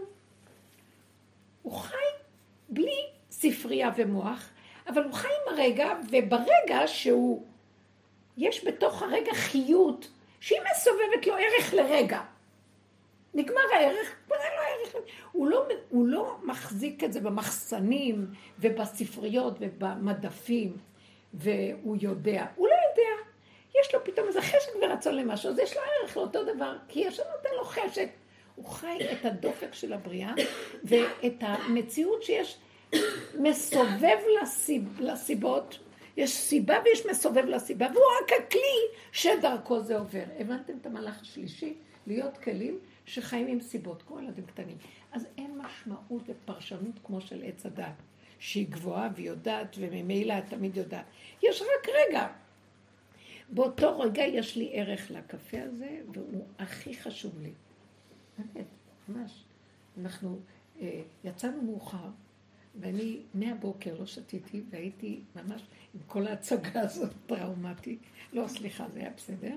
הוא חי בלי ספרייה ומוח, אבל הוא חי עם הרגע, וברגע שהוא, יש בתוך הרגע חיות, שהיא מסובבת לו ערך לרגע. נגמר הערך, כבר אין לו ערך. הוא לא מחזיק את זה במחסנים, ובספריות, ובמדפים, והוא יודע. הוא לא יודע. יש לו פתאום איזה חשק ורצון למשהו, אז יש לו ערך לאותו דבר, כי יש לו נותן לו חשק. הוא חי את הדופק של הבריאה, ואת המציאות שיש מסובב לסיבות, יש סיבה ויש מסובב לסיבה, והוא רק הכלי שדרכו זה עובר. הבנתם את המהלך השלישי? להיות כלים שחיים עם סיבות, כמו ילדים קטנים. אז אין משמעות ופרשנות כמו של עץ הדת, שהיא גבוהה ויודעת, וממילא תמיד יודעת. יש רק רגע. באותו רגע יש לי ערך לקפה הזה, והוא הכי חשוב לי. באמת, ממש. אנחנו יצאנו מאוחר, ואני מהבוקר לא שתיתי, והייתי ממש עם כל ההצגה הזאת טראומטית. לא, סליחה, זה היה בסדר.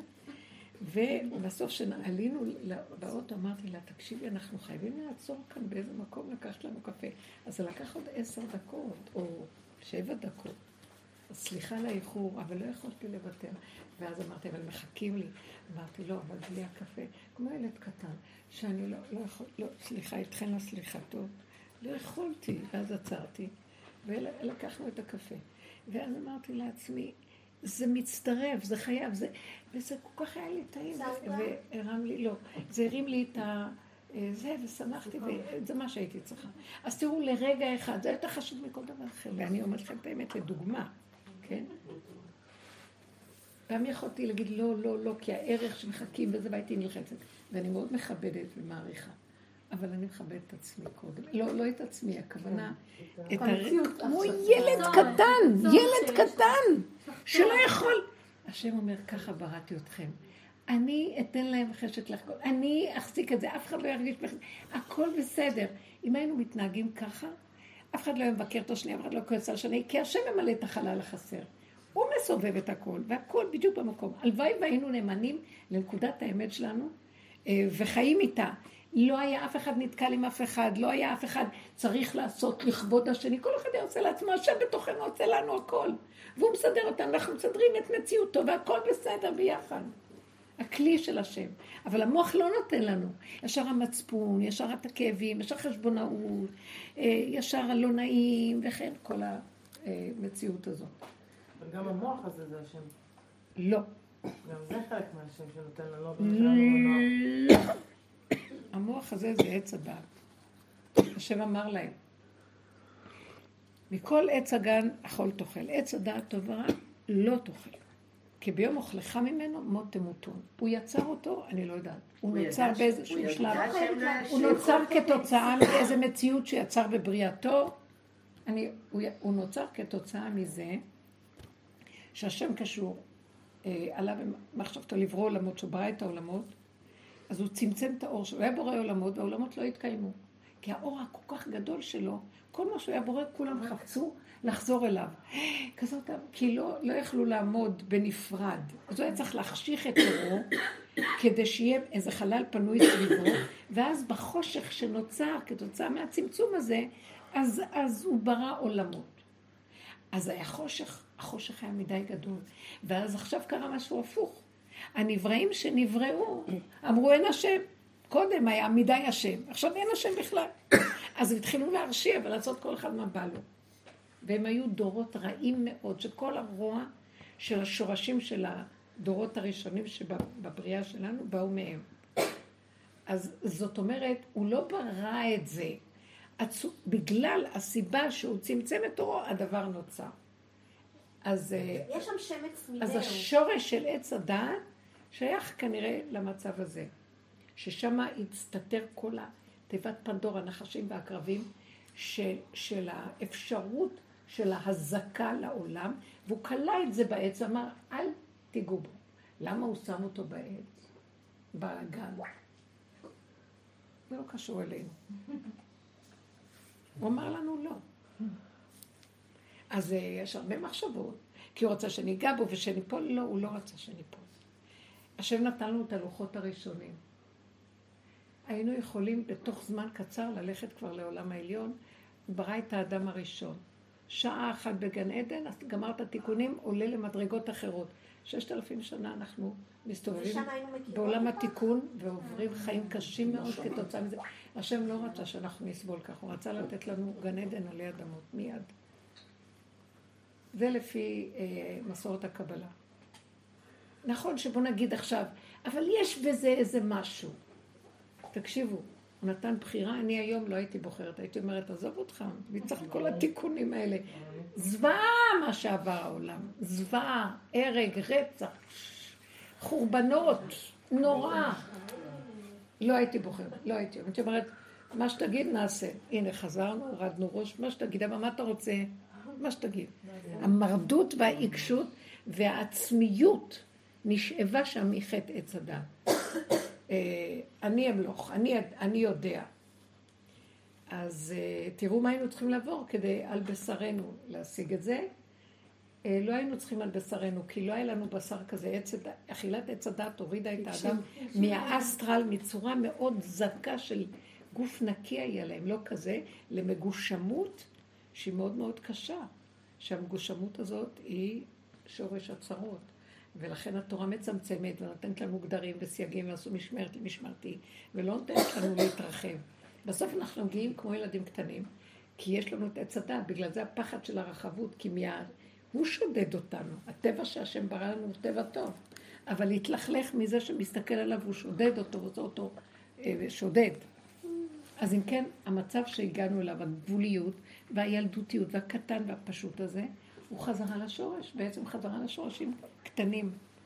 ובסוף שנעלינו באוטו, אמרתי לה, תקשיבי, אנחנו חייבים לעצור כאן באיזה מקום לקחת לנו קפה. אז זה לקח עוד 10 דקות, או 7 דקות. אז סליחה על האיחור, אבל לא יכולתי לוותר. ואז אמרתי, אבל מחכים לי. אמרתי, לא, אבל בלי הקפה. כמו ילד קטן, שאני לא יכול, לא, סליחה, איתכן לסליחתו. לא יכולתי, ואז עצרתי, ולקחנו את הקפה. ואז אמרתי לעצמי, זה מצטרף, זה חייב, וזה כל כך היה לי טעים, והרם לי, לא, זה הרים לי את זה, ושמחתי, וזה מה שהייתי צריכה. אז תראו, לרגע אחד, זה יותר חשוב מכל דבר אחר, ואני אומרת לכם באמת לדוגמה, כן? פעם יכולתי להגיד לא, לא, לא, כי הערך שמחכים וזה והייתי נלחצת. ואני מאוד מכבדת ומעריכה. אבל אני מכבדת את עצמי קודם. לא את עצמי, הכוונה. כמו ילד קטן, ילד קטן, שלא יכול. השם אומר, ככה בראתי אתכם. אני אתן להם חשת לחגול. אני אחזיק את זה, אף אחד לא ירגיש בחזק. הכל בסדר. אם היינו מתנהגים ככה, אף אחד לא מבקר את השני, אף אחד לא כועס על השני, כי השם ממלא את החלל החסר. הוא מסובב את הכל, והכל בדיוק במקום. הלוואי והיינו נאמנים לנקודת האמת שלנו, וחיים איתה. לא היה אף אחד נתקל עם אף אחד, לא היה אף אחד צריך לעשות לכבוד השני. כל אחד עושה לעצמו, השם בתוכנו עושה לנו הכל. והוא מסדר אותנו, אנחנו מסדרים את מציאותו, והכל בסדר ביחד. הכלי של השם. אבל המוח לא נותן לנו. ישר המצפון, ישר הכאבים, ישר חשבונאות, ישר הלא נעים, וכן כל המציאות הזאת. אבל גם המוח הזה זה השם. לא. גם זה חלק מהשם שנותן לנו. לא. המוח הזה זה עץ הדעת. השם אמר להם, מכל עץ הגן אכול תאכל. עץ הדעת טובה לא תאכל. כי ביום אוכלך ממנו מות תמותון. הוא יצר אותו, אני לא יודעת. הוא נוצר באיזשהו שלב. הוא נוצר כתוצאה מאיזו מציאות שיצר בבריאתו. הוא נוצר כתוצאה מזה שהשם קשור עליו במחשבתו לברוא עולמות, שהוא ברא את העולמות, אז הוא צמצם את האור שלו. הוא היה בורא עולמות, והעולמות לא התקיימו. כי האור הכל כך גדול שלו, כל מה שהוא היה בורא, כולם חפצו לחזור אליו. כזאת, כי לא יכלו לעמוד בנפרד. אז הוא היה צריך להחשיך את אורו, כדי שיהיה איזה חלל פנוי סביבו, ואז בחושך שנוצר כתוצאה מהצמצום הזה, אז הוא ברא עולמות. אז היה חושך, החושך היה מדי גדול. ואז עכשיו קרה משהו הפוך. הנבראים שנבראו, אמרו אין השם. קודם היה מדי השם, עכשיו אין השם בכלל. אז התחילו להרשיע ולעשות כל אחד מה בא לו. והם היו דורות רעים מאוד, שכל הרוע של השורשים של הדורות הראשונים שבבריאה שלנו באו מהם. אז זאת אומרת, הוא לא ברא את זה. בגלל הסיבה שהוא צמצם את אורו, הדבר נוצר. אז, יש שם שמץ מדהו. אז השורש של עץ הדעת שייך כנראה למצב הזה. ששם הצטטר כל תיבת פנדורה, הנחשים והקרבים, של האפשרות של ההזקה לעולם, והוא קלה את זה בעץ, אמר, אל תיגעו בו. למה הוא שם אותו בעץ? בגן. זה לא קשור אלינו. הוא אמר לנו לא. אז יש הרבה מחשבות, כי הוא רצה שניגע בו ושניפול, לא, הוא לא רצה שניפול. השם נתן לנו את הלוחות הראשונים. היינו יכולים בתוך זמן קצר ללכת כבר לעולם העליון, הוא ברא את האדם הראשון. שעה אחת בגן עדן, אז גמרת תיקונים, עולה למדרגות אחרות. 6,000 שנה אנחנו מסתובבים בעולם התיקון, ועוברים חיים קשים מאוד כתוצאה מזה. השם לא רצה שאנחנו נסבול כך, הוא רצה לתת לנו גן עדן עלי אדמות, מיד. זה לפי מסורת הקבלה. נכון שבוא נגיד עכשיו, אבל יש בזה איזה משהו. תקשיבו, הוא נתן בחירה, אני היום לא הייתי בוחרת, הייתי אומרת, עזוב אותך, מצריך כל התיקונים האלה. זוועה מה שעבר העולם, זוועה, הרג, רצח, חורבנות, נורא. לא הייתי בוחרת, לא הייתי. הייתי אומרת, מה שתגיד נעשה. הנה, חזרנו, הורדנו ראש, מה שתגיד, אבל מה אתה רוצה? מה שתגיד. המרדות והעיקשות והעצמיות נשאבה שם מחטא עץ הדת. אני אמלוך, אני יודע. אז תראו מה היינו צריכים לעבור כדי על בשרנו להשיג את זה. לא היינו צריכים על בשרנו, כי לא היה לנו בשר כזה. אכילת עץ הדת הורידה את האדם מהאסטרל, מצורה מאוד זקה של גוף נקי היה להם, לא כזה, למגושמות שהיא מאוד מאוד קשה. שהמגושמות הזאת היא שורש הצרות. ולכן התורה מצמצמת ונותנת לנו גדרים וסייגים ועשו משמרת למשמרתי, ולא נותנת לנו להתרחב. בסוף אנחנו מגיעים כמו ילדים קטנים, כי יש לנו את עץ הדת, בגלל זה הפחד של הרחבות, כי מיד הוא שודד אותנו. הטבע שהשם ברא לנו הוא טבע טוב, אבל להתלכלך מזה שמסתכל עליו הוא שודד אותו, וזה אותו שודד. אז אם כן, המצב שהגענו אליו, הגבוליות והילדותיות והקטן והפשוט הזה, הוא חזרה לשורש, בעצם חזרה לשורשים קטנים.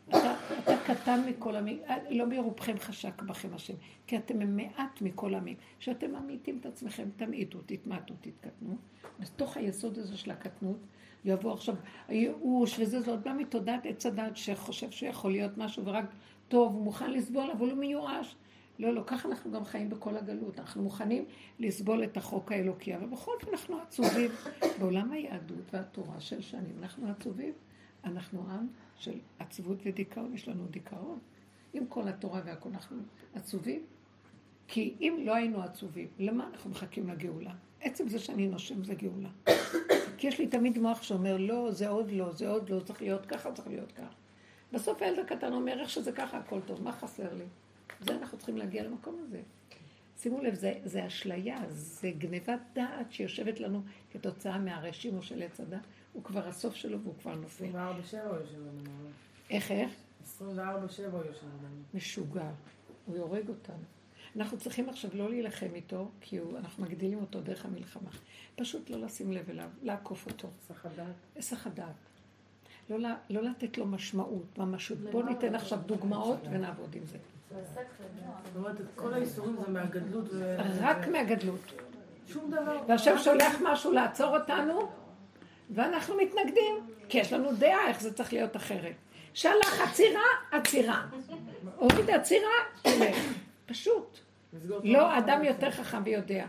אתה קטן מכל עמים, לא ברובכם חשק בכם השם, כי אתם מעט מכל עמים. כשאתם מעמיתים את עצמכם, תמעיטו, תתמעטו, תתקטנו. בתוך היסוד הזה של הקטנות, יבוא עכשיו הייאוש וזה, זאת בא מתודעת עץ הדת שחושב שיכול להיות משהו ורק טוב, הוא מוכן לסבול, אבל הוא מיואש. לא, ככה אנחנו גם חיים בכל הגלות. אנחנו מוכנים לסבול את החוק האלוקי, אבל בכל זאת אנחנו עצובים. בעולם היהדות והתורה של שנים, אנחנו עצובים. אנחנו עם של עצבות ודיכאון, יש לנו דיכאון. עם כל התורה והכל אנחנו עצובים. כי אם לא היינו עצובים, למה אנחנו מחכים לגאולה? עצם זה שאני נושם זה גאולה. כי יש לי תמיד מוח שאומר, לא, זה עוד לא, זה עוד לא, צריך להיות ככה, צריך להיות ככה. בסוף הילד הקטן אומר, איך שזה ככה, הכל טוב, מה חסר לי? זה אנחנו צריכים להגיע למקום הזה. שימו לב, זה אשליה, זה גניבת דעת שיושבת לנו כתוצאה מהרשימו של עץ הדת. הוא כבר הסוף שלו והוא כבר נופל. 24/7 יושב לנו. איך? 24/7 יושב לנו. משוגע. הוא יורג אותנו. אנחנו צריכים עכשיו לא להילחם איתו, כי אנחנו מגדילים אותו דרך המלחמה. פשוט לא לשים לב אליו, לעקוף אותו. היסח הדעת. היסח הדעת. לא לתת לו משמעות, ממשות. בוא ניתן עכשיו דוגמאות ונעבוד עם זה. זאת אומרת, כל האיסורים זה מהגדלות. רק מהגדלות. שום דבר. והשם שולח משהו לעצור אותנו, ואנחנו מתנגדים, כי יש לנו דעה איך זה צריך להיות אחרת. שלח עצירה. הוריד עצירה, הולך. פשוט. לא, אדם יותר חכם ויודע.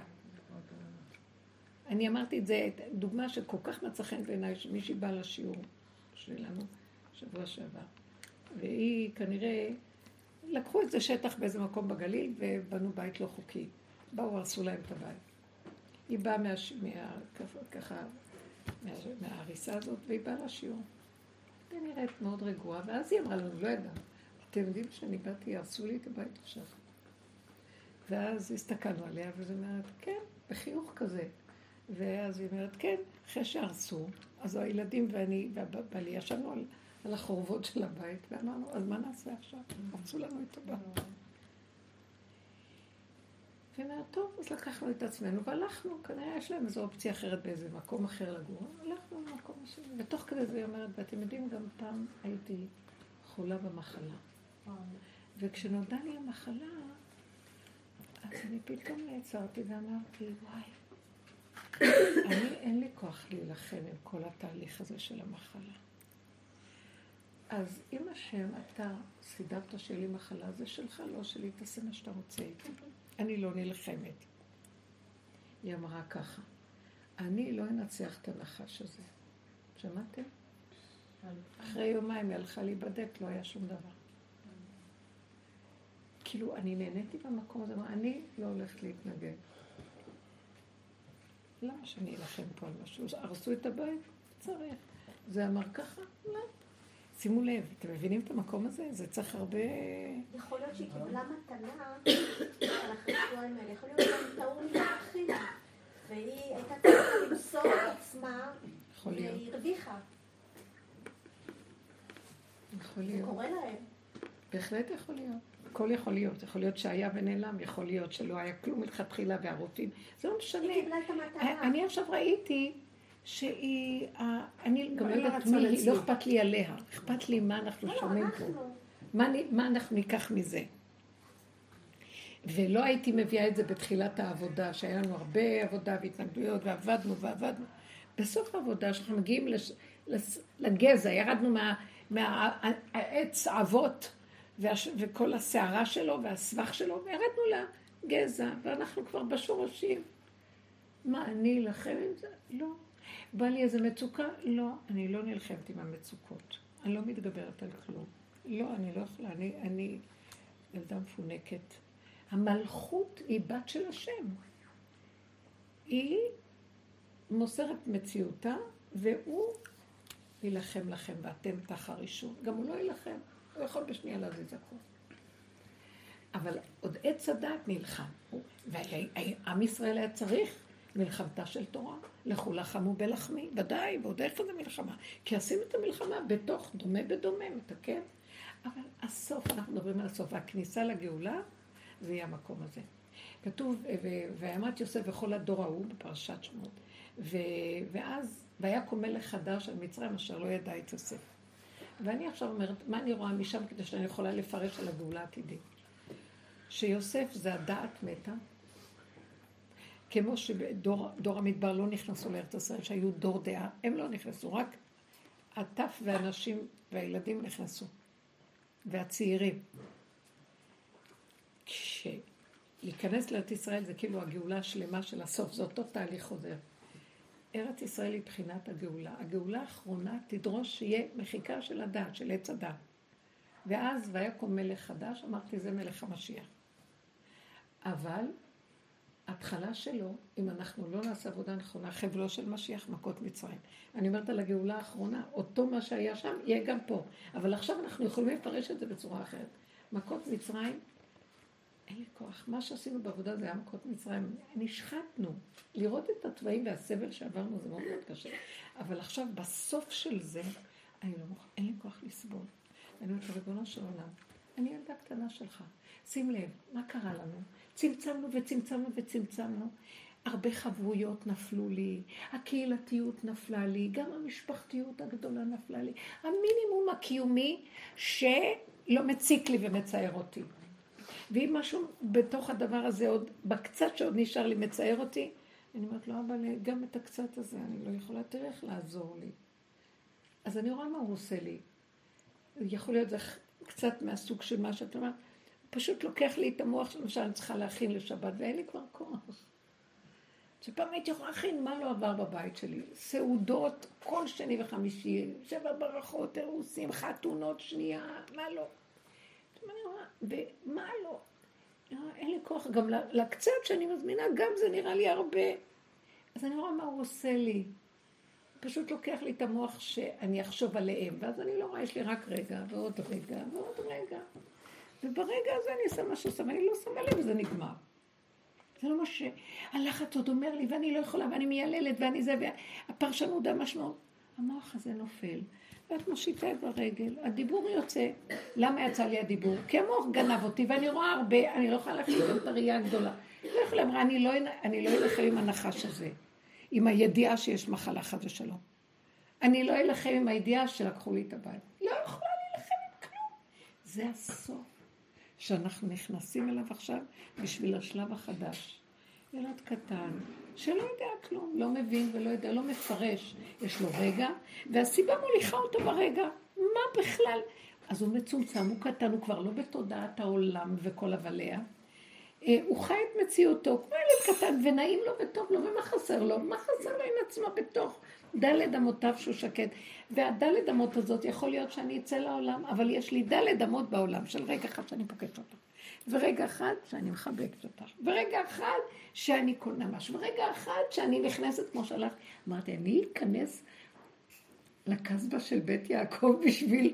אני אמרתי את זה, דוגמה שכל כך מצא חן בעיניי, שמישהי באה לשיעור שלנו, שבוע שעבר. והיא כנראה, לקחו את זה שטח באיזה מקום בגליל, ובנו בית לא חוקי. באו, הרסו להם את הבית. היא באה מההריסה הזאת, והיא באה לשיעור. היא נראית מאוד רגועה, ואז היא אמרה לנו, לא ידע. אתם יודעים שאני באתי, הרסו לי את הבית עכשיו. ואז הסתכלנו עליה, וזה אומרת, כן, בחיוך כזה. ואז היא אומרת, כן, אחרי שהרסו, אז הילדים ואני והבעלי ישבנו על החורבות של הבית, ואמרנו, אז מה נעשה עכשיו? הרסו לנו את הבית. ואומרת, טוב, אז לקחנו את עצמנו והלכנו, כנראה יש להם איזו אופציה אחרת באיזה מקום אחר לגור, הלכנו למקום השני. ותוך כדי זה היא אומרת, ואתם יודעים, גם פעם הייתי חולה במחלה. וכשנודע לי המחלה, אז אני פתאום נעצרתי ואמרתי, וואי, אין לי כוח להילחם עם כל התהליך הזה של המחלה. אז אם השם, אתה סידרת שלי מחלה, זה שלך, לא שלי, תעשה מה שאתה רוצה איתי. אני לא נלחמת. היא אמרה ככה, אני לא אנצח את הנחש הזה. שמעתם? אחרי יומיים היא הלכה להיבדק, לא היה שום דבר. כאילו, אני נהניתי במקום הזה, אני לא הולכת להתנגד. למה שאני אלחם פה על משהו? הרסו את הבית? צריך. זה אמר ככה? לא. שימו לב, אתם מבינים את המקום הזה? זה צריך הרבה... יכול להיות שהיא קיבלה מתנה על החשבועים האלה. יכול להיות שהיא טעו מלכתחילה. והיא הייתה צריכה למסור את עצמה והיא הרוויחה. יכול להיות. זה קורה להם. בהחלט יכול להיות. הכל יכול להיות. יכול להיות שהיה ונעלם, יכול להיות שלא היה כלום מלכתחילה והרופאים. זה לא משנה. היא קיבלה את המתנה. אני עכשיו ראיתי שהיא... אני גם לא יודעת מי, לא אכפת לי עליה. אכפת לי מה אנחנו שומעים פה. מה אנחנו ניקח מזה. ולא הייתי מביאה את זה בתחילת העבודה, שהיה לנו הרבה עבודה והתנגדויות ועבדנו. בסוף העבודה שאנחנו מגיעים לגזע, ירדנו מהעץ אבות וכל השערה שלו והסבך שלו, וירדנו לגזע, ואנחנו כבר בשורשים. מה, אני אלחם עם זה? לא. בא לי איזה מצוקה? לא. אני לא נלחמת עם המצוקות. אני לא מתגברת על כלום. לא, אני לא יכולה. אני ילדה מפונקת. המלכות היא בת של השם. היא מוסרת מציאותה, והוא ילחם לכם, ואתם תחרישו. גם הוא לא ילחם. הוא יכול בשנייה להזיז הכל. אבל עוד עץ הדת נלחם. ועם ישראל היה צריך מלחמתה של תורה. לכו לחמו בלחמי, ודאי, ועוד איפה זה מלחמה? כי עשינו את המלחמה בתוך דומה בדומה, מתקן. אבל הסוף, אנחנו מדברים על הסוף, הכניסה לגאולה, זה יהיה המקום הזה. כתוב, וימת יוסף וכל הדור ההוא בפרשת שמות, ואז והיה מלך חדש על מצרים אשר לא ידע את יוסף. ואני עכשיו אומרת, מה אני רואה משם כדי שאני יכולה לפרש על הגאולה העתידית? שיוסף זה הדעת מתה, כמו שדור המדבר לא נכנסו לארץ ישראל, שהיו דור דעה, הם לא נכנסו, רק הטף והאנשים והילדים נכנסו, והצעירים. כשלהיכנס לארץ ישראל זה כאילו הגאולה השלמה של הסוף, זה אותו תהליך חוזר. ארץ ישראל היא בחינת הגאולה. הגאולה האחרונה תדרוש שיהיה מחיקה של הדעת, של עץ הדעת. ואז ויקום מלך חדש, אמרתי זה מלך המשיח. אבל התחלה שלו, אם אנחנו לא נעשה עבודה נכונה, חבלו של משיח, מכות מצרים. אני אומרת על הגאולה האחרונה, אותו מה שהיה שם יהיה גם פה. אבל עכשיו אנחנו יכולים לפרש את זה בצורה אחרת. מכות מצרים, אין לי כוח. מה שעשינו בעבודה זה היה מכות מצרים. נשחטנו. לראות את התוואים והסבל שעברנו זה מאוד מאוד קשה. אבל עכשיו בסוף של זה, אין לי כוח לסבול. אני אומרת, ריבונו של עולם, אני ילדה קטנה שלך. שים לב, מה קרה לנו? צמצמנו וצמצמנו וצמצמנו. הרבה חברויות נפלו לי, הקהילתיות נפלה לי, גם המשפחתיות הגדולה נפלה לי. המינימום הקיומי שלא מציק לי ומצער אותי. ואם משהו בתוך הדבר הזה, עוד בקצת שעוד נשאר לי מצער אותי, אני אומרת לו, אבל גם את הקצת הזה, אני לא יכולה תראה לעזור לי. אז אני רואה מה הוא עושה לי. יכול להיות זה קצת מהסוג של מה שאת אומרת, פשוט לוקח לי את המוח שלמשל אני צריכה להכין לשבת, ואין לי כבר כוח. שפעם הייתי יכולה להכין מה לא עבר בבית שלי. סעודות כל שני וחמישי, 7 ברכות, אירוסים, חתונות שנייה, מה לא. ומה לא? אין לי כוח, גם לקצת שאני מזמינה, גם זה נראה לי הרבה. אז אני רואה מה הוא עושה לי. פשוט לוקח לי את המוח שאני אחשוב עליהם, ואז אני לא רואה, יש לי רק רגע, ועוד רגע, ועוד רגע. וברגע הזה אני עושה מה שעושה, ואני לא שמה לב, וזה נגמר. זה לא מה שהלחץ עוד אומר לי, ואני לא יכולה, ואני מייללת, ואני זה, והפרשנות המשמעות. המוח הזה נופל, ואת מושיטה את ברגל, הדיבור יוצא. למה יצא לי הדיבור? כי המוח גנב אותי, ואני רואה הרבה, אני לא יכולה להכניס את הראייה הגדולה. לא יכולה, אמרה, אני לא אלחם עם הנחש הזה, עם הידיעה שיש מחלה חד ושלום. אני לא אלחם עם הידיעה שלקחו לי את הבית. לא יכולה להילחם עם כלום. זה הסוף שאנחנו נכנסים אליו עכשיו בשביל השלב החדש. ילד קטן, שלא יודע כלום, לא מבין ולא יודע, לא מפרש. יש לו רגע, והסיבה מוליכה אותו ברגע. מה בכלל? אז הוא מצומצם, הוא קטן, הוא כבר לא בתודעת העולם וכל הבליה. הוא חי את מציאותו, כמו ילד קטן, ונעים לו וטוב לו, ומה חסר לו? מה חסר לו עם עצמו בתוך דלת אמותיו שהוא שקט? והדלת אמות הזאת יכול להיות שאני אצא לעולם, אבל יש לי דלת אמות בעולם של רגע אחד שאני פוגשת אותך, ורגע אחד שאני מחבקת אותך, ורגע אחד שאני קונה משהו, ורגע אחד שאני נכנסת כמו שלך. אמרתי, אני אכנס לקסבה של בית יעקב בשביל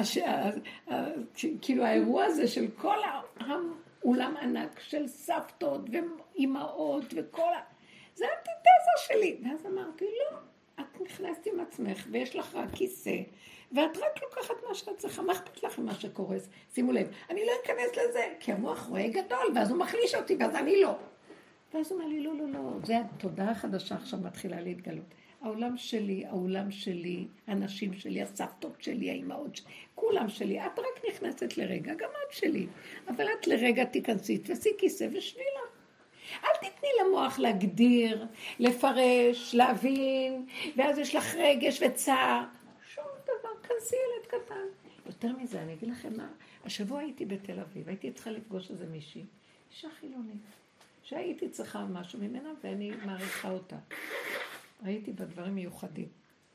כאילו האירוע הזה של כל אולם ענק של סבתות ואימהות וכל זה האנטיתזה שלי. ואז אמרתי, לא, את נכנסת עם עצמך ויש לך רק כיסא, ואת רק לוקחת מה שאת צריכה, מה אכפת לך עם מה שקורס? שימו לב, אני לא אכנס לזה, כי המוח רואה גדול, ואז הוא מחליש אותי, ואז אני לא. ואז הוא אומר לי, לא, לא, לא, זה התודעה החדשה עכשיו מתחילה להתגלות. העולם שלי, האולם שלי, הנשים שלי, הסבתות שלי, האימהות שלי, כולם שלי. את רק נכנסת לרגע, גם את שלי. אבל את לרגע תיכנסי, תעשי כיסא ושבילה. אל תתני למוח להגדיר, לפרש, להבין, ואז יש לך רגש וצער. שום דבר, כנסי ילד קטן. יותר מזה, אני אגיד לכם מה, השבוע הייתי בתל אביב, הייתי צריכה לפגוש איזה מישהי, אישה חילונית, שהייתי צריכה משהו ממנה ואני מעריכה אותה. ראיתי בדברים מיוחדים.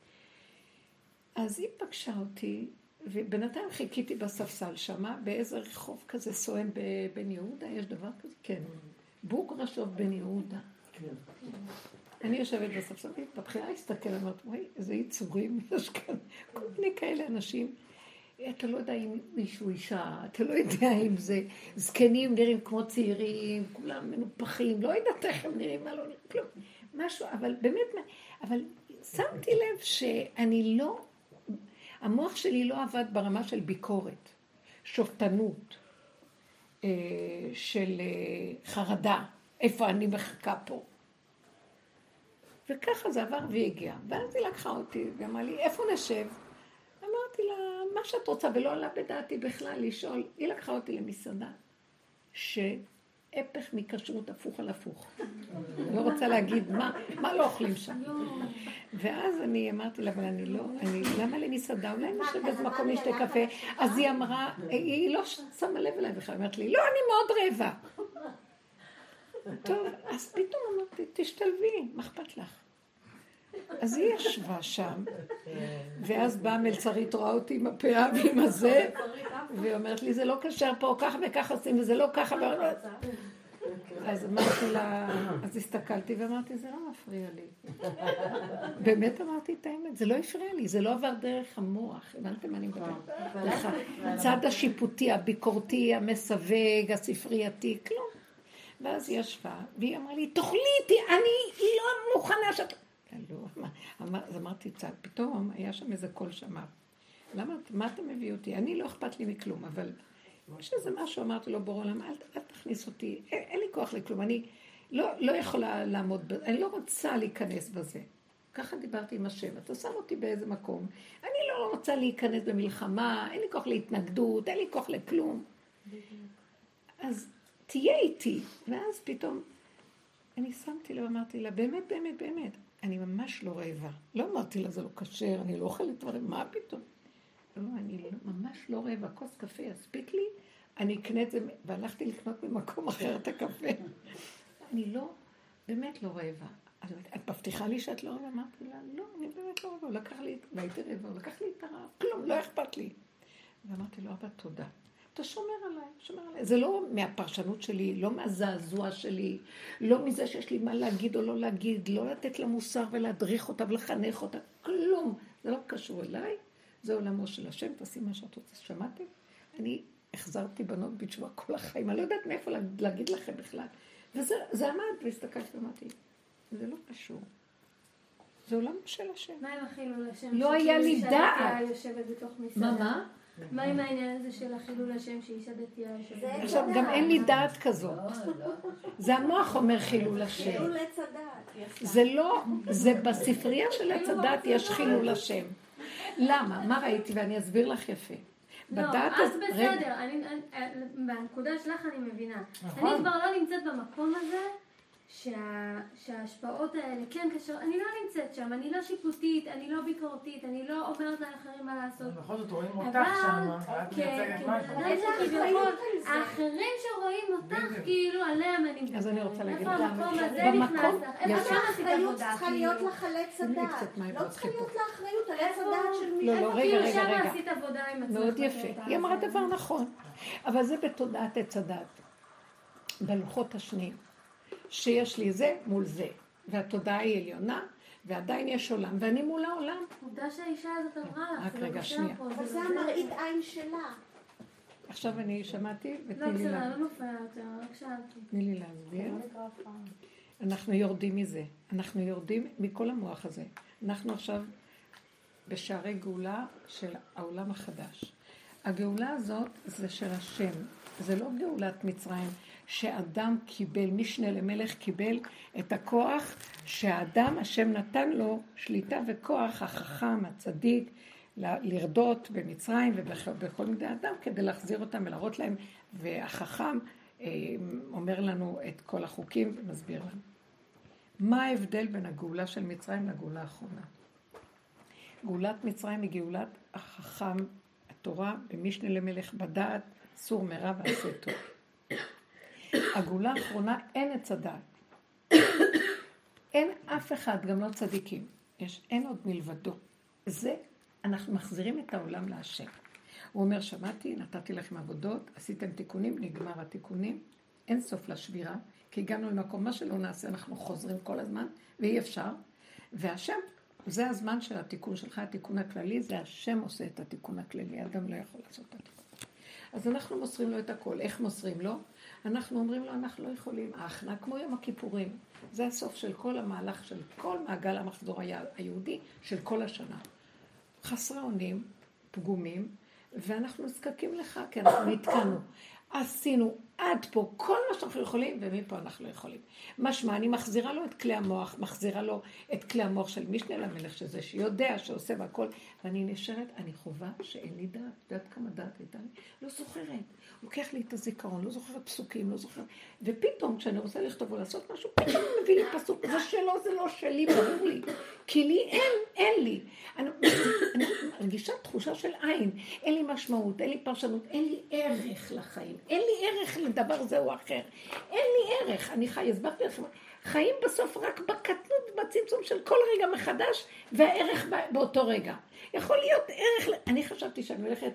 אז היא פגשה אותי, ובינתיים חיכיתי בספסל שמה, באיזה רחוב כזה סואן בבן יהודה, יש דבר כזה? כן. בוגרשוב בן יהודה. כן. אני יושבת בספסל, בתחילה הסתכל, אמרת, וואי, איזה יצורים יש כאן. כל מיני כאלה אנשים. אתה לא יודע אם מישהו אישה, אתה לא יודע אם זה זקנים נראים כמו צעירים, כולם מנופחים, לא יודעת איך הם נראים, מה לא נראים, כלום. משהו, אבל באמת, אבל שמתי לב שאני לא, המוח שלי לא עבד ברמה של ביקורת, שופטנות, של חרדה, איפה אני מחכה פה. וככה זה עבר והגיע. ואז היא לקחה אותי ואמרה לי, איפה נשב? אמרתי לה, מה מה שאת רוצה, ולא עלה בדעתי בכלל לשאול, היא לקחה אותי למסעדה, שהפך מכשרות הפוך על הפוך. אני לא רוצה להגיד מה לא אוכלים שם. ואז אני אמרתי לה, אבל למה למסעדה? אולי נשב באיזה מקום נשתה קפה. אז היא אמרה, היא לא שמה לב אליי בכלל, אמרת לי, לא, אני מאוד רעבה. טוב, אז פתאום אמרתי, תשתלבי, מה אכפת לך? אז היא ישבה שם, ואז באה מלצרית, רואה אותי עם הפאה ועם הזה, והיא אומרת לי, זה לא קשר פה, ככה וככה עושים, וזה לא ככה. אז אמרתי לה, אז הסתכלתי ואמרתי, זה לא מפריע לי. באמת אמרתי את האמת, זה לא הפריע לי, זה לא עבר דרך המוח, הבנתם מה אני מדברת? הצד השיפוטי, הביקורתי, המסווג, הספרייתי, כלום. ואז היא ישבה, והיא אמרה לי, תאכלי איתי, אני לא מוכנה שאת... אז אמרתי צד, פתאום היה שם איזה קול שאמר, מה אתה מביא אותי? אני לא אכפת לי מכלום, אבל יש איזה משהו, אמרתי לו, בורא עולם, אל תכניס אותי, אין לי כוח לכלום, אני לא יכולה לעמוד, אני לא רוצה להיכנס בזה. ככה דיברתי עם השם, אתה שם אותי באיזה מקום, אני לא רוצה להיכנס במלחמה, אין לי כוח להתנגדות, אין לי כוח לכלום. אז תהיה איתי. ואז פתאום אני שמתי לה ואמרתי לה, באמת, באמת, באמת, אני ממש לא רעבה. לא אמרתי לה, זה לא קשר, אני לא אוכלת דברים, מה פתאום? לא, אני ממש לא רעבה, כוס קפה יספיק לי, אני אקנה את זה, והלכתי לקנות במקום אחר את הקפה. אני לא, באמת לא רעבה. אז את מבטיחה לי שאת לא רעבה? אמרתי לה, לא, אני באמת לא רעבה. הוא לקח לי, והייתי רעבה, הוא לקח לי את הרעב, כלום, לא אכפת לי. ואמרתי לו, אבא, תודה. אתה שומר עליי. זה לא מהפרשנות שלי, לא מהזעזוע שלי, לא מזה שיש לי מה להגיד או לא להגיד, לא לתת לה מוסר ולהדריך אותה ולחנך אותה, כלום. זה לא קשור אליי, זה עולמו של השם, תעשי מה שאת רוצה. שמעתם? אני החזרתי בנות בתשובה כל החיים, אני לא יודעת מאיפה להגיד לכם בכלל. וזה עמד, והסתכלתי ואמרתי, זה לא קשור. זה עולם של השם. מה עם החילול השם? לא היה לי דעת. יושבת בתוך מסעדה. מה? מה עם העניין הזה של החילול השם שאישה דתייה יושבת? עכשיו, גם אין לי דעת כזאת. זה המוח אומר חילול השם. חילול עץ הדעת. זה לא, זה בספרייה של עץ הדעת יש חילול השם. למה? מה ראיתי? ואני אסביר לך יפה. לא, אז בסדר. בנקודה שלך אני מבינה. אני כבר לא נמצאת במקום הזה שההשפעות האלה, כן קשר, אני לא נמצאת שם, אני לא שיפוטית, אני לא ביקורתית, אני לא אומרת לאחרים מה לעשות. בכל זאת רואים אותך שם, את מייצגת משהו. האחרים שרואים אותך, כאילו עליהם אני... אז אני רוצה להגיד, איפה המקום הזה נכנס לך? איפה האחריות צריכה להיות לחלץ הדעת? לא צריכה להיות לאחריות על עץ הדעת של מי? לא, רגע. שם עשית עבודה עם עצמך. מאוד יפה, היא אמרה דבר נכון, אבל זה בתודעת עץ הדעת, בלוחות השניים. שיש לי זה מול זה, והתודעה היא עליונה, ועדיין יש עולם, ואני מול העולם. עובדה שהאישה הזאת אמרה לך, רק רגע, שנייה. אבל זה המראית עין שלה. עכשיו אני שמעתי, ותני לא, לי בסדר, להסביר. לא נופע יותר, רק שאלתי. תני לי להסביר. אנחנו יורדים מזה, אנחנו יורדים מכל המוח הזה. אנחנו עכשיו בשערי גאולה של העולם החדש. הגאולה הזאת זה של השם, זה לא גאולת מצרים. שאדם קיבל, משנה למלך קיבל את הכוח שהאדם, השם נתן לו שליטה וכוח, החכם, הצדיק, לרדות במצרים ובכל מיני אדם כדי להחזיר אותם ולהראות להם, והחכם אומר לנו את כל החוקים ומסביר לנו. מה ההבדל בין הגאולה של מצרים לגאולה האחרונה? גאולת מצרים היא גאולת החכם, התורה, במשנה למלך בדעת, סור מרע ועשה טוב. הגאולה האחרונה אין עץ הדעת. אין אף אחד, גם לא צדיקים. אין עוד מלבדו. זה, אנחנו מחזירים את העולם להשם. הוא אומר, שמעתי, נתתי לכם עבודות, עשיתם תיקונים, נגמר התיקונים, אין סוף לשבירה, כי הגענו למקום מה שלא נעשה, אנחנו חוזרים כל הזמן, ואי אפשר. והשם, זה הזמן של התיקון שלך, התיקון הכללי, זה השם עושה את התיקון הכללי, אדם לא יכול לעשות את התיקון. אז אנחנו מוסרים לו את הכל. איך מוסרים לו? אנחנו אומרים לו, אנחנו לא יכולים. ההכנעה כמו יום הכיפורים. זה הסוף של כל המהלך, של כל מעגל המחזור היהודי, של כל השנה. חסרי אונים, פגומים, ואנחנו נזקקים לך, כי אנחנו נתקענו. עשינו עד פה כל מה שאנחנו יכולים, ומפה אנחנו לא יכולים. משמע, אני מחזירה לו את כלי המוח, מחזירה לו את כלי המוח של משנה למלך, שזה שיודע, שעושה והכל, ואני נשארת, אני חובה שאין לי דעת. יודעת כמה דעת הייתה לי? לא זוכרת. לוקח לי את הזיכרון, לא זוכרת פסוקים, לא זוכרת. ופתאום, כשאני רוצה לכתוב או לעשות משהו, פתאום הוא מביא לי פסוק, זה שלו, זה לא שלי, ברור לי. כי לי אין לי. אני מרגישה תחושה של עין. אין לי משמעות, אין לי פרשנות, אין לי ערך לחיים. אין לי ערך לדבר זה או אחר. אין לי ערך. אני חי, הסברתי לכם. חיים בסוף רק בקטנות, בצמצום של כל רגע מחדש, והערך באותו רגע. יכול להיות ערך, אני חשבתי שאני הולכת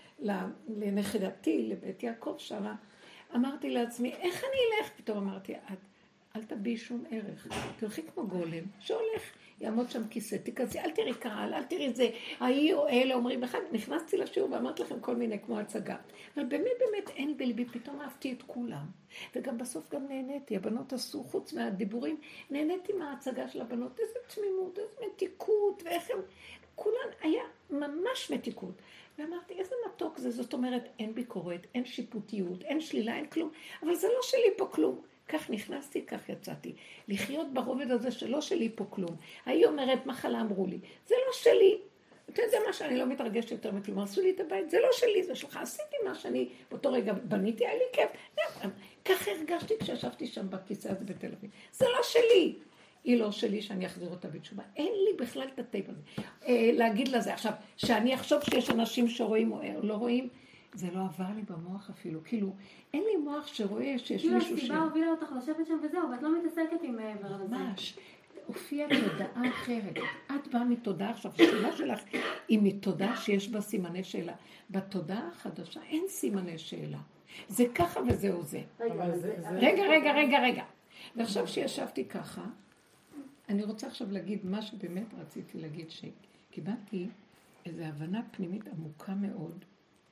לנכדתי, לבית יעקב שמה, אמרתי לעצמי, איך אני אלך? פתאום אמרתי, אל תביאי שום ערך, תלכי כמו גולם, שהולך, יעמוד שם כיסא, תיכנסי, אל תראי קהל, אל תראי זה, ההיא או אלה אומרים לך, נכנסתי לשיעור ואמרתי לכם כל מיני כמו הצגה, אבל באמת אין בלבי, פתאום אהבתי את כולם, וגם בסוף גם נהניתי, הבנות עשו, חוץ מהדיבורים, נהניתי מההצגה של הבנות, איזה תמימות, איזה מתיקות, ואיך הם, כולן היה ממש מתיקות, ואמרתי, איזה מתוק זה, זאת אומרת, אין ביקורת, אין שיפוטיות, אין שלילה, אין כלום, אבל זה לא שלי פה כלום. כך נכנסתי, כך יצאתי. לחיות ברובד הזה שלא שלי פה כלום. היא אומרת, מחלה אמרו לי, זה לא שלי. אתה יודע מה שאני לא מתרגשת יותר מכלום, עשו לי את הבית, זה לא שלי, זה שלך. עשיתי מה שאני באותו רגע בניתי, היה לי כיף. כך הרגשתי כשישבתי שם בכיסא הזה בתל אביב. זה לא שלי. היא לא שלי שאני אחזיר אותה בתשובה. אין לי בכלל את הטייפ הזה. להגיד לזה עכשיו, שאני אחשוב שיש אנשים שרואים או לא רואים, זה לא עבר לי במוח אפילו. כאילו, אין לי מוח שרואה שיש מישהו כאילו הסיבה הובילה אותך לשבת שם וזהו, ואת לא מתעסקת עם מעבר לזה. ממש. הופיעה תודעה אחרת. את באה מתודעה עכשיו, השאלה שלך היא מתודעה שיש בה סימני שאלה. בתודעה החדשה אין סימני שאלה. זה ככה וזהו זה. רגע. ועכשיו שישבתי ככה, אני רוצה עכשיו להגיד מה שבאמת רציתי להגיד, שקיבלתי איזו הבנה פנימית עמוקה מאוד,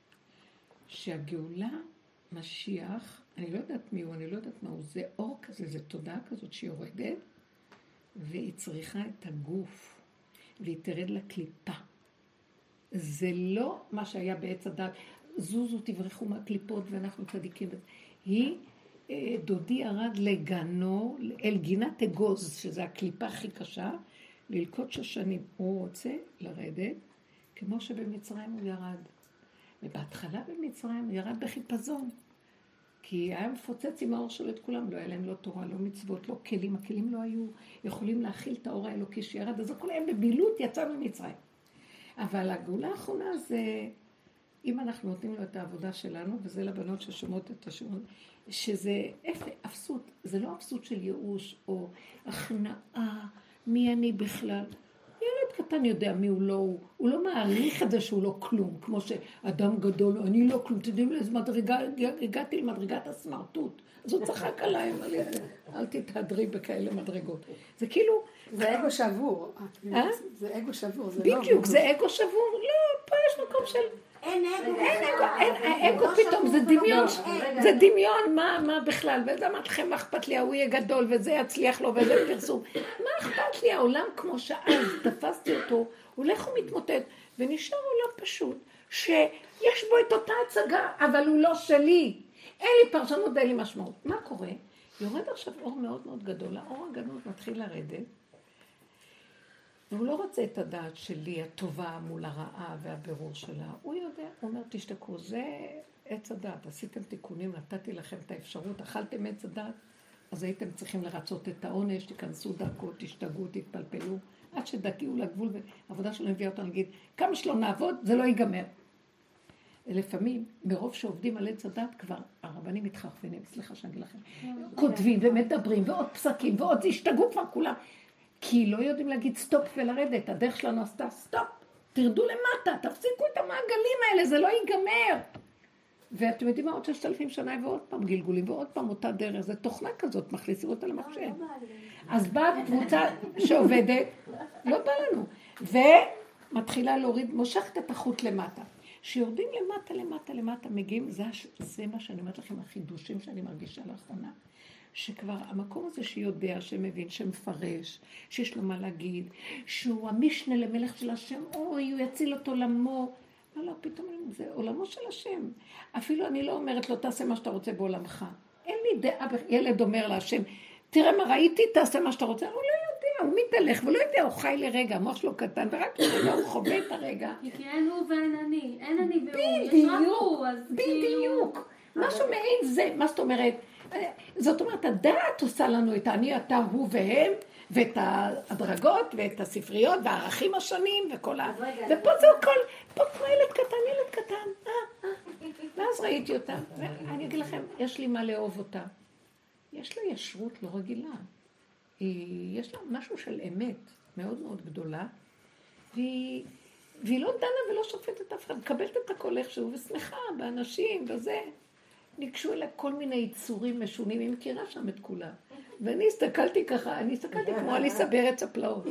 שהגאולה משיח, אני לא יודעת מי הוא, אני לא יודעת מה הוא, זה אור כזה, זה תודעה כזאת שיורדת, והיא צריכה את הגוף, והיא תרד לקליפה. זה לא מה שהיה בעץ הדת, זוזו תברחו מהקליפות ואנחנו צדיקים. היא, דודי ירד לגנו, אל גינת אגוז, שזה הקליפה הכי קשה, ללקוט שושנים. הוא רוצה לרדת, כמו שבמצרים הוא ירד. ובהתחלה במצרים הוא ירד בחיפזון, כי היה מפוצץ עם האור שלו את כולם, לא היה להם לא תורה, לא מצוות, לא כלים, הכלים לא היו יכולים להכיל את האור האלוקי שירד, אז הכל היה בבילות, יצא ממצרים. אבל הגאולה האחרונה זה, אם אנחנו נותנים לו את העבודה שלנו, וזה לבנות ששומעות את השמות, שזה אפסות, זה לא אפסות של ייאוש או הכנעה, מי אני בכלל. ילד קטן יודע מי הוא לא, הוא לא מעריך את זה שהוא לא כלום, כמו שאדם גדול, אני לא כלום, תדעים לאיזה מדרגה, הגעתי למדרגת הסמרטוט, אז הוא צחק עליי, אל תתהדרי בכאלה מדרגות. זה כאילו... זה אגו שבור. זה אגו שבור, זה לא... בדיוק, זה אגו שבור, לא, פה יש מקום של... אין אגו. האגו פתאום, זה דמיון, זה דמיון, מה בכלל, וזה אמרת לכם, מה אכפת לי, הוא יהיה גדול, וזה יצליח לו, וזה פרסום. מה אכפת לי, העולם כמו שאז, תפסתי אותו, הוא הולך ומתמוטט, ונשאר עולם פשוט, שיש בו את אותה הצגה, אבל הוא לא שלי. אין לי פרשנות, אין לי משמעות. מה קורה? יורד עכשיו אור מאוד מאוד גדול, האור הגדול מתחיל לרדת, והוא לא רוצה את הדעת שלי, הטובה מול הרעה והבירור שלה. הוא יודע, הוא אומר, תשתקו, זה עץ הדעת. עשיתם תיקונים, נתתי לכם את האפשרות, אכלתם עץ הדעת, אז הייתם צריכים לרצות את העונש, תיכנסו דקות, תשתגעו, תתפלפלו, עד שדקיעו לגבול, והעבודה שלנו הביאה אותנו להגיד, כמה שלא נעבוד, זה לא ייגמר. לפעמים, מרוב שעובדים על עץ הדעת, כבר הרבנים מתחרפנים, סליחה שאני אגיד לכם, כותבים ומדברים, ועוד פסקים, ועוד השתגעו כבר כולם. כי לא יודעים להגיד סטופ ולרדת, הדרך שלנו עשתה סטופ, תרדו למטה, תפסיקו את המעגלים האלה, זה לא ייגמר. ואתם יודעים מה, עוד 6,000 שנה ועוד פעם גלגולים, ועוד פעם אותה דרך, זה תוכנה כזאת, מכניסים אותה למחשב. אז באה קבוצה שעובדת, לא בא לנו, ומתחילה להוריד, מושכת את החוט למטה. שיורדים למטה, מגיעים, זה מה שאני אומרת לכם, החידושים שאני מרגישה לאחרונה. שכבר המקום הזה שיודע, שמבין, שמפרש, שיש לו מה להגיד, שהוא המשנה למלך של השם, אוי, הוא יציל אותו למו, לא, פתאום זה עולמו של השם. אפילו אני לא אומרת לו, תעשה מה שאתה רוצה בעולמך. אין לי דעה, ילד אומר להשם, תראה מה ראיתי, תעשה מה שאתה רוצה. הוא לא יודע, הוא מתהלך, והוא לא יודע, הוא חי לרגע, המוח שלו קטן, ורק לרגע הוא חווה את הרגע. כי אין הוא ואין אני, אין אני והוא, יש רק הוא, אז בדיוק. משהו מעין זה, מה זאת אומרת? זאת אומרת, הדעת עושה לנו את אני, אתה, הוא והם, ואת הדרגות, ואת הספריות, והערכים השונים, וכל ה... ופה זה הכל, פה כמו ילד קטן, ואז ראיתי אותה, ואני אגיד לכם, יש לי מה לאהוב אותה. יש לה ישרות לא רגילה. יש לה משהו של אמת מאוד מאוד גדולה, והיא לא דנה ולא שופטת אף אחד, מקבלת את הכל איכשהו, ושמחה באנשים וזה. ניגשו אליה כל מיני יצורים משונים, היא מכירה שם את כולם. ואני הסתכלתי ככה, כמו אליסה בארץ הפלאות.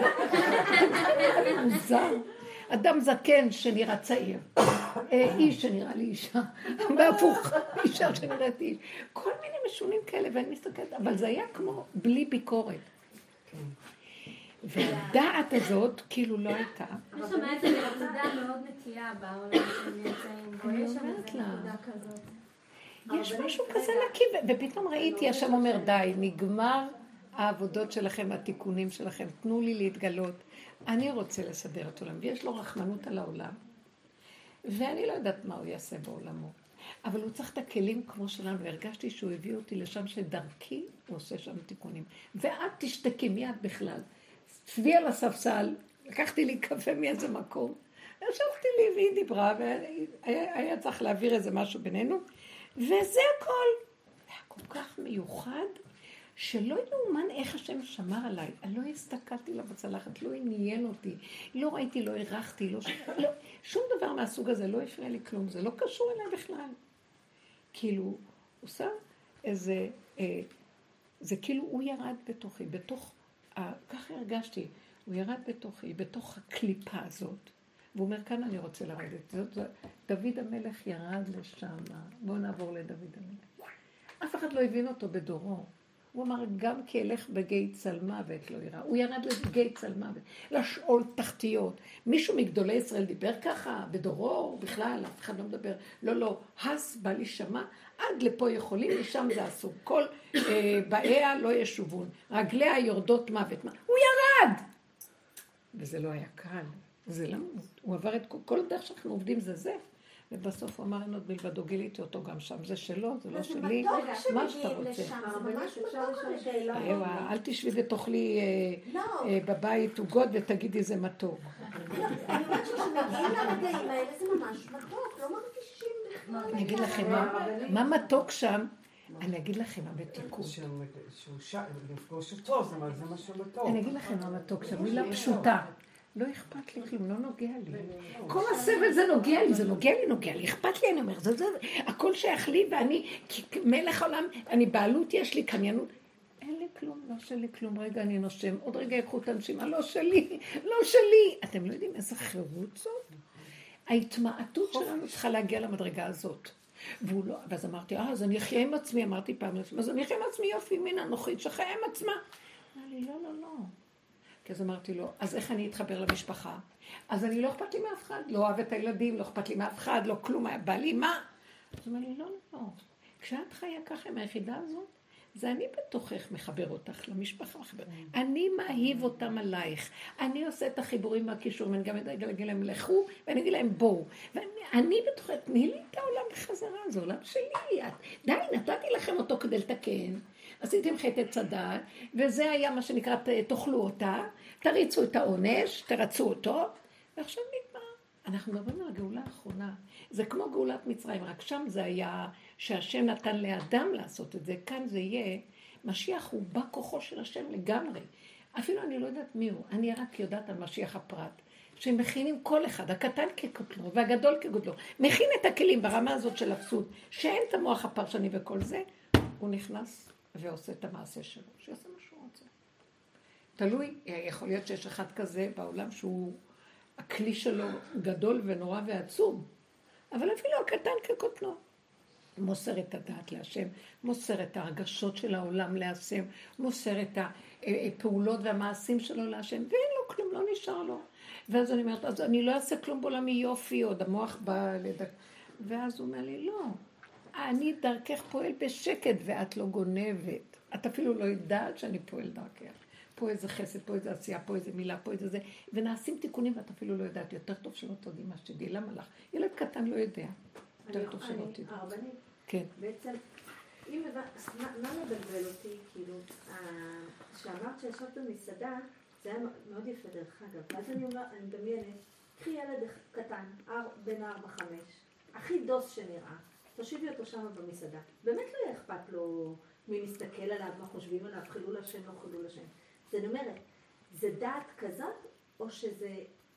מוזר. אדם זקן שנראה צעיר, איש שנראה לי אישה, בהפוך, אישה שנראית איש. כל מיני משונים כאלה, ואני מסתכלת, אבל זה היה כמו בלי ביקורת. והדעת הזאת כאילו לא הייתה. יש שם איזו נקודה מאוד נקייה בעולם שנמצאים בו, יש שם איזו נקודה כזאת. יש משהו כזה נקי, ופתאום ראיתי, השם אומר, די, נגמר העבודות שלכם, התיקונים שלכם, תנו לי להתגלות. אני רוצה לסדר את עולם, ויש לו רחמנות על העולם. ואני לא יודעת מה הוא יעשה בעולמו. אבל הוא צריך את הכלים כמו שלנו, והרגשתי שהוא הביא אותי לשם שדרכי הוא עושה שם תיקונים. ואת תשתקי מיד בכלל. צבי על הספסל, לקחתי לי קפה מאיזה מקום, ישבתי לי והיא דיברה, והיה צריך להעביר איזה משהו בינינו, וזה הכל. זה היה כל כך מיוחד, שלא יאומן איך השם שמר עליי. אני לא הסתכלתי לה בצלחת, לא עניין אותי, לא ראיתי, לא ערכתי, שום דבר מהסוג הזה, לא הפריע לי כלום, זה לא קשור אליי בכלל. כאילו, עושה איזה, זה כאילו הוא ירד בתוכי, ככה הרגשתי, הוא ירד בתוכי, בתוך הקליפה הזאת, והוא אומר, כאן אני רוצה לרדת. דוד המלך ירד לשם, בואו נעבור לדוד המלך. אף אחד לא הבין אותו בדורו. הוא אמר, גם כי אלך בגיא צלמוות לא יראה. הוא ירד לגיא צלמוות, לשאול תחתיות. מישהו מגדולי ישראל דיבר ככה, בדורו, בכלל, אף אחד לא מדבר. לא, הס בא לי שמה, עד לפה יכולים, משם זה אסור. כל באיה לא ישובון, רגליה יורדות מוות. הוא ירד! וזה לא היה קל, זה למות. הוא עבר את כל הדרך שאנחנו עובדים, זה. ובסוף הוא אמר, אין עוד בלבדו, גיליתי אותו גם שם, זה שלו, זה לא שלי, מה שאתה רוצה. זה ממש מתוק לשם. אל תשבי ותאכלי בבית עוגות ותגידי זה מתוק. אני אומרת שכשמגיעים לרגעים האלה זה ממש מתוק, לא מרגישים בכלל. אני אגיד לכם מה מתוק שם, אני אגיד לכם מה מתיקות. לפגוש אותו, זה מה שמתוק. אני אגיד לכם מה מתוק שם, מילה פשוטה. לא אכפת לי כלום, לא נוגע לי. כל הסבל זה נוגע לי, אכפת לי, אני אומר, זה, הכל שייך לי, ואני, מלך העולם, אני בעלות, יש לי קניינות. אין לי כלום, לא שלי כלום, רגע אני נושם, עוד רגע יקחו את הנשימה, לא שלי. אתם לא יודעים איזה חירות זאת? ההתמעטות שלנו צריכה להגיע למדרגה הזאת. ואז אמרתי, אז אני אחיה עם עצמי, אמרתי פעם, אז אני אחיה עם עצמי, יופי, מין אנוכית, שחיה עם עצמה. אמר לי, לא. כי אז אמרתי לו, אז איך אני אתחבר למשפחה? אז אני לא אכפת לי מאף אחד, לא אוהב את הילדים, לא אכפת לי מאף אחד, לא כלום, היה בא לי, מה? אז אמר לי, לא. כשאת חיה ככה עם היחידה הזאת, זה אני בתוכך מחבר אותך למשפחה, אני מאהיב אותם עלייך, אני עושה את החיבורים והקישורים, אני גם אגיד להם לכו, ואני אגיד להם בואו, ואני בתוכך, תני לי את העולם בחזרה, זה עולם שלי, די, נתתי לכם אותו כדי לתקן, עשיתם חטא צדד, וזה היה מה שנקרא, תאכלו אותה, תריצו את העונש, תרצו אותו, ועכשיו נגמר. אנחנו מדברים על הגאולה האחרונה. זה כמו גאולת מצרים, רק שם זה היה שהשם נתן לאדם לעשות את זה. כאן זה יהיה, משיח הוא בא כוחו של השם לגמרי. אפילו אני לא יודעת מי הוא, אני רק יודעת על משיח הפרט. שהם מכינים כל אחד, הקטן כגודלו והגדול כגודלו. מכין את הכלים ברמה הזאת של אפסות, שאין את המוח הפרשני וכל זה, הוא נכנס ועושה את המעשה שלו, שיעשה מה שהוא רוצה. תלוי, יכול להיות שיש אחד כזה בעולם שהוא, הכלי שלו גדול ונורא ועצום, אבל אפילו הקטן כקוטנו. מוסר את הדעת להשם, מוסר את ההרגשות של העולם להשם, מוסר את הפעולות והמעשים שלו להשם, ואין לו כלום, לא נשאר לו. ואז אני אומרת, אז אני לא אעשה כלום בעולמי יופי, עוד המוח בא ואז הוא אומר לי, לא, אני דרכך פועל בשקט ואת לא גונבת. את אפילו לא יודעת שאני פועל דרכך. פה איזה חסד, פה איזה עשייה, פה איזה מילה, פה איזה זה, ונעשים תיקונים ואת אפילו לא יודעת. יותר טוב שלא תודי מה שתדעי, למה לך? ילד קטן לא יודע. יותר טוב שלא תדעי. הרבנית, כן. בעצם, מה מבלבל אותי, כאילו, שאמרת שישבת במסעדה, זה היה מאוד יפה דרך אגב, ואז אני מדמיינת, קחי ילד קטן, בן 4-5, הכי דוס שנראה, תושיבי אותו שם במסעדה. באמת לא יהיה אכפת לו מי מסתכל עליו, מה חושבים עליו, חילול השם, לא חילול השם. אז אני אומרת, זה דעת כזאת, או שזה,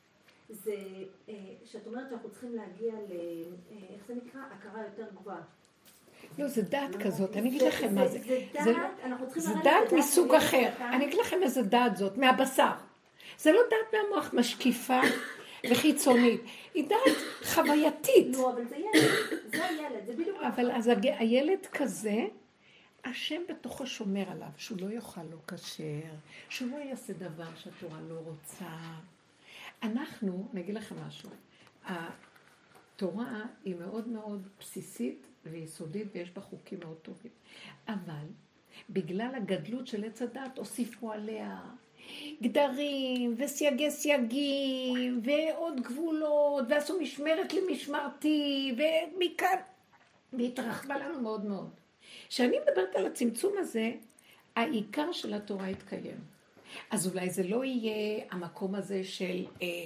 שאת אומרת שאנחנו צריכים להגיע איך זה נקרא? הכרה יותר גבוהה. לא, זה דעת כזאת, אני אגיד לכם מה זה. זה דעת מסוג אחר. אני אגיד לכם איזה דעת זאת, מהבשר. זה לא דעת מהמוח משקיפה וחיצונית, היא דעת חווייתית. לא, אבל זה ילד, זה בדיוק. אבל אז הילד כזה, השם בתוכו שומר עליו, שהוא לא יאכל לו כשר, שהוא לא יעשה דבר שהתורה לא רוצה. אנחנו, אני אגיד לכם משהו, התורה היא מאוד מאוד בסיסית ויסודית ויש בה חוקים מאוד טובים. אבל בגלל הגדלות של עץ הדת הוסיפו עליה גדרים וסייגי סייגים ועוד גבולות ועשו משמרת למשמרתי ומכאן והתרחבה לנו מאוד מאוד. כשאני מדברת על הצמצום הזה, העיקר של התורה יתקיים. אז אולי זה לא יהיה המקום הזה של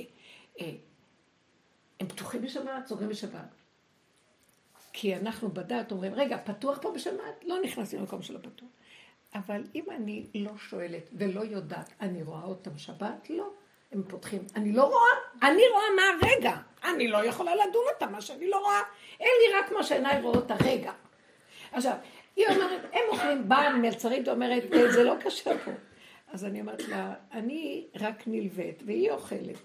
הם פתוחים בשבת, סוגרים בשבת. כי אנחנו בדעת אומרים, רגע, פתוח פה בשבת? לא נכנסים למקום של הפתוח. אבל אם אני לא שואלת ולא יודעת, אני רואה אותם שבת? לא. הם פותחים. אני לא רואה, אני רואה מה הרגע. אני לא יכולה לדון אותם, מה שאני לא רואה. אין לי רק מה שעיניי רואות הרגע. עכשיו, היא אומרת, הם אוכלים בן, מלצרית, אומרת, זה לא קשה פה. אז אני אומרת לה, אני רק נלווית, והיא אוכלת.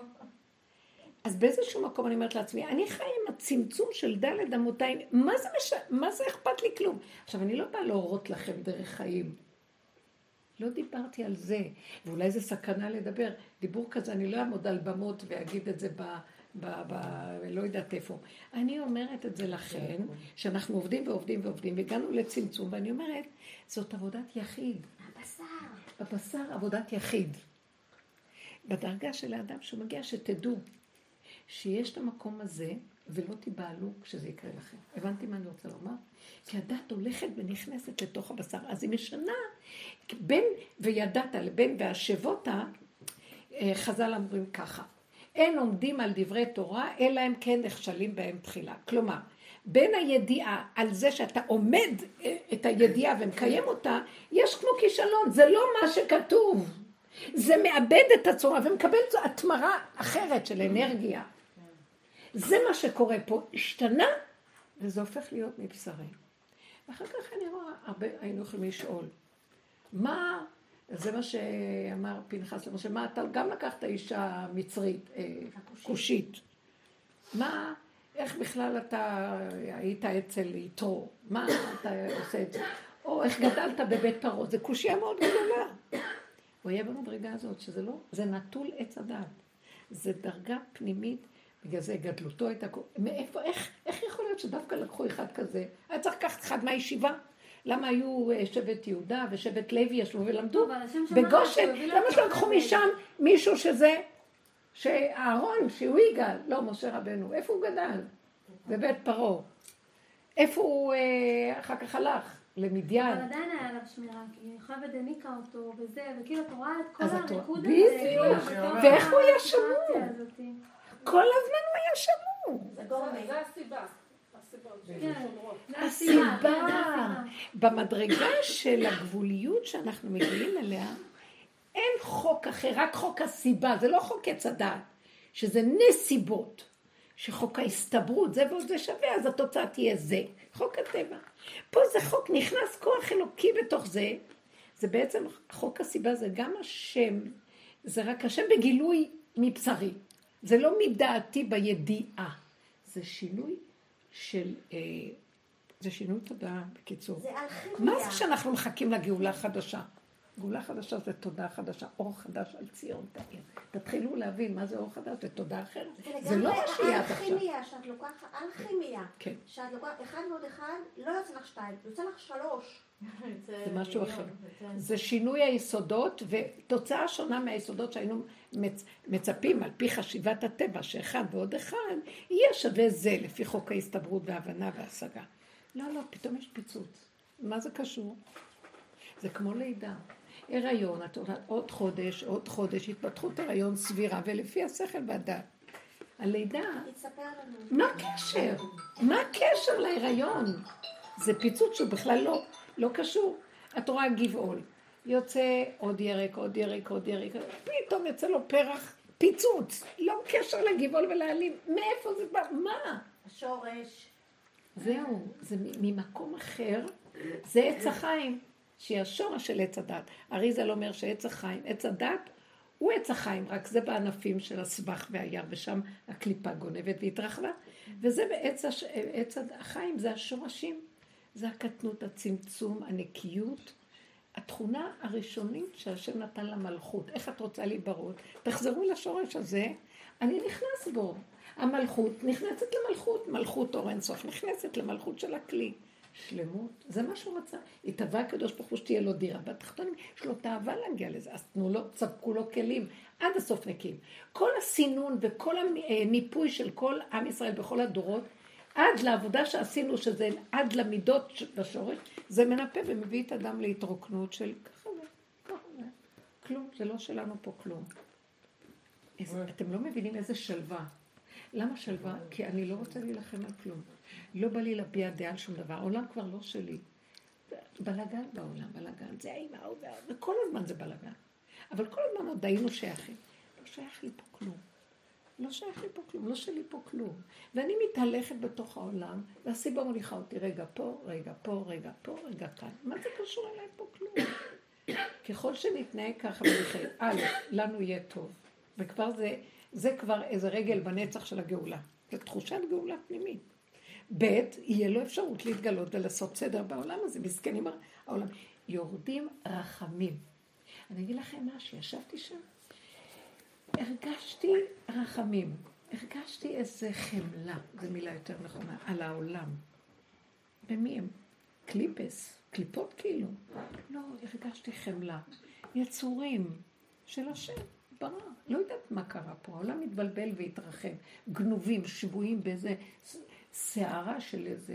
אז באיזשהו מקום אני אומרת לעצמי, אני חיה עם הצמצום של דלת אמותיים, מה זה אכפת לי כלום? עכשיו, אני לא באה להורות לכם דרך חיים. לא דיברתי על זה, ואולי זה סכנה לדבר. דיבור כזה, אני לא אעמוד על במות ואגיד את זה לא יודעת איפה. אני אומרת את זה לכן, שאנחנו עובדים ועובדים ועובדים, והגענו לצמצום, ואני אומרת, זאת עבודת יחיד. בבשר עבודת יחיד. בדרגה של האדם שמגיע שתדעו שיש את המקום הזה ולא תיבעלו כשזה יקרה לכם. הבנתי מה אני רוצה לומר? כי הדת הולכת ונכנסת לתוך הבשר. אז היא משנה בין וידעת לבין והשבות, חז"ל אמרים ככה. אין עומדים על דברי תורה, אלא הם כן נכשלים בהם תחילה. כלומר, בין הידיעה על זה שאתה עומד את הידיעה ומקיים אותה, יש כמו כישלון, זה לא מה שכתוב. זה מאבד את הצורה ומקבל התמרה אחרת של אנרגיה. זה מה שקורה פה, השתנה, וזה הופך להיות מבשרי. ואחר כך אני רואה, הרבה היינו יכולים לשאול, מה, זה מה שאמר פנחס למשה, מה אתה גם לקחת אישה מצרית, כושית, מה, איך בכלל אתה היית אצל יתרו, מה אתה עושה את זה, או איך גדלת בבית פרעה, זה קושיה מאוד גדולה. הוא יהיה במדרגה הזאת, שזה לא, זה נטול עץ הדעת, זה דרגה פנימית, בגלל זה גדלותו הייתה, מאיפה, איך יכול להיות שדווקא לקחו אחד כזה? היה צריך לקחת אחד מהישיבה? למה היו שבט יהודה ושבט לוי ישבו ולמדו? בגושן, למה שלקחו משם מישהו שזה, שהארון, שהוא יגאל, לא, משה רבנו, איפה הוא גדל? בבית פרעה. איפה הוא אחר כך הלך? למדיין. אבל עדיין היה עליו שמירה, כי חווה דניקה אותו וזה, וכאילו אתה רואה את כל הריקוד הזה. בדיוק, ואיך הוא היה שמור? כל הזמן הוא היה שמור. זה הסיבה. הסיבה. במדרגה של הגבוליות שאנחנו מגיעים אליה, אין חוק אחר, רק חוק הסיבה, זה לא חוק עץ הדעת, שזה נסיבות, שחוק ההסתברות, זה ועוד זה שווה, אז התוצאה תהיה זה, חוק הטבע. פה זה חוק, נכנס כוח אלוקי בתוך זה, זה בעצם, חוק הסיבה זה גם השם, זה רק השם בגילוי מבשרי, זה לא מדעתי בידיעה, זה שינוי של, זה שינוי תודעה בקיצור. זה אלכימיה. מה זה שאנחנו מחכים לגאולה חדשה? גאולה חדשה זה תודה חדשה, אור חדש על ציון תאיר. תתחילו להבין מה זה אור חדש, זה תודה אחרת. זה לא משיעת עכשיו. אלכימיה, שאת לוקחת, אלכימיה. כן. שאת לוקחת 1 ועוד 1, לא יוצא לך 2, יוצא לך 3. זה משהו אחר. זה שינוי היסודות, ותוצאה שונה מהיסודות שהיינו מצפים על פי חשיבת הטבע, שאחד ועוד אחד יהיה שווה זה, לפי חוק ההסתברות וההבנה וההשגה. לא, פתאום יש פיצוץ. מה זה קשור? זה כמו לידה. הריון, עוד חודש, התפתחות הריון סבירה, ולפי השכל והדעת. הלידה... תספר לנו. מה הקשר? מה הקשר להיריון? זה פיצוץ שהוא בכלל לא קשור. את רואה גבעול. יוצא עוד ירק, פתאום יוצא לו פרח, פיצוץ. לא קשר לגבעול ולעלים. מאיפה זה בא? מה? השורש. זהו, זה ממקום אחר. זה עץ החיים. שהיא השורש של עץ הדת. אריזל אומר שעץ החיים, עץ הדת הוא עץ החיים, רק זה בענפים של הסבך והיער, ושם הקליפה גונבת והתרחבה. וזה בעץ החיים, זה השורשים. זה הקטנות, הצמצום, הנקיות. התכונה הראשונית שהשם נתן למלכות. איך את רוצה להיברות? תחזרו לשורש הזה, אני נכנס בו. המלכות נכנסת למלכות, מלכות אור אינסוף, נכנסת למלכות של הכלי. שלמות, זה מה שהוא רצה. התאווה הקדוש ברוך הוא שתהיה לו דירה בתחתונים, יש לו תאווה להגיע לזה, אז תנו לו, צבקו לו כלים, עד הסוף נקים. כל הסינון וכל המיפוי של כל עם ישראל בכל הדורות, עד לעבודה שעשינו, שזה עד למידות בשורש, זה מנפה ומביא את אדם להתרוקנות של ככה זה. כלום, זה לא שלנו פה כלום. אתם לא מבינים איזה שלווה. למה שלווה? כי אני לא רוצה להילחם על כלום. לא בא לי להביע דעה על שום דבר. העולם כבר לא שלי. בלגן בעולם, בלגן. זה האמא, וכל הזמן זה בלגן. אבל כל הזמן עוד היינו שייכים. לא שייך לי פה כלום. לא שייך לי פה כלום. לא שלי פה כלום. ואני מתהלכת בתוך העולם, והסיבה מוליכה אותי רגע פה, רגע פה, רגע פה, רגע כאן. מה זה קשור אליי פה כלום? ככל שנתנהג ככה ונחיה, לנו יהיה טוב. וכבר זה כבר איזה רגל בנצח של הגאולה. זו תחושת גאולה פנימית. ב' יהיה לו אפשרות להתגלות ולעשות סדר בעולם הזה. מסכנים העולם. יורדים רחמים. אני אגיד לכם משהו, ישבתי שם. הרגשתי רחמים. הרגשתי איזה חמלה, זו מילה יותר נכונה, על העולם. במי הם? קליפות כאילו. לא, הרגשתי חמלה. יצורים של השם. ברא. לא יודעת מה קרה פה. העולם מתבלבל והתרחב. גנובים, שבויים באיזה שערה של איזה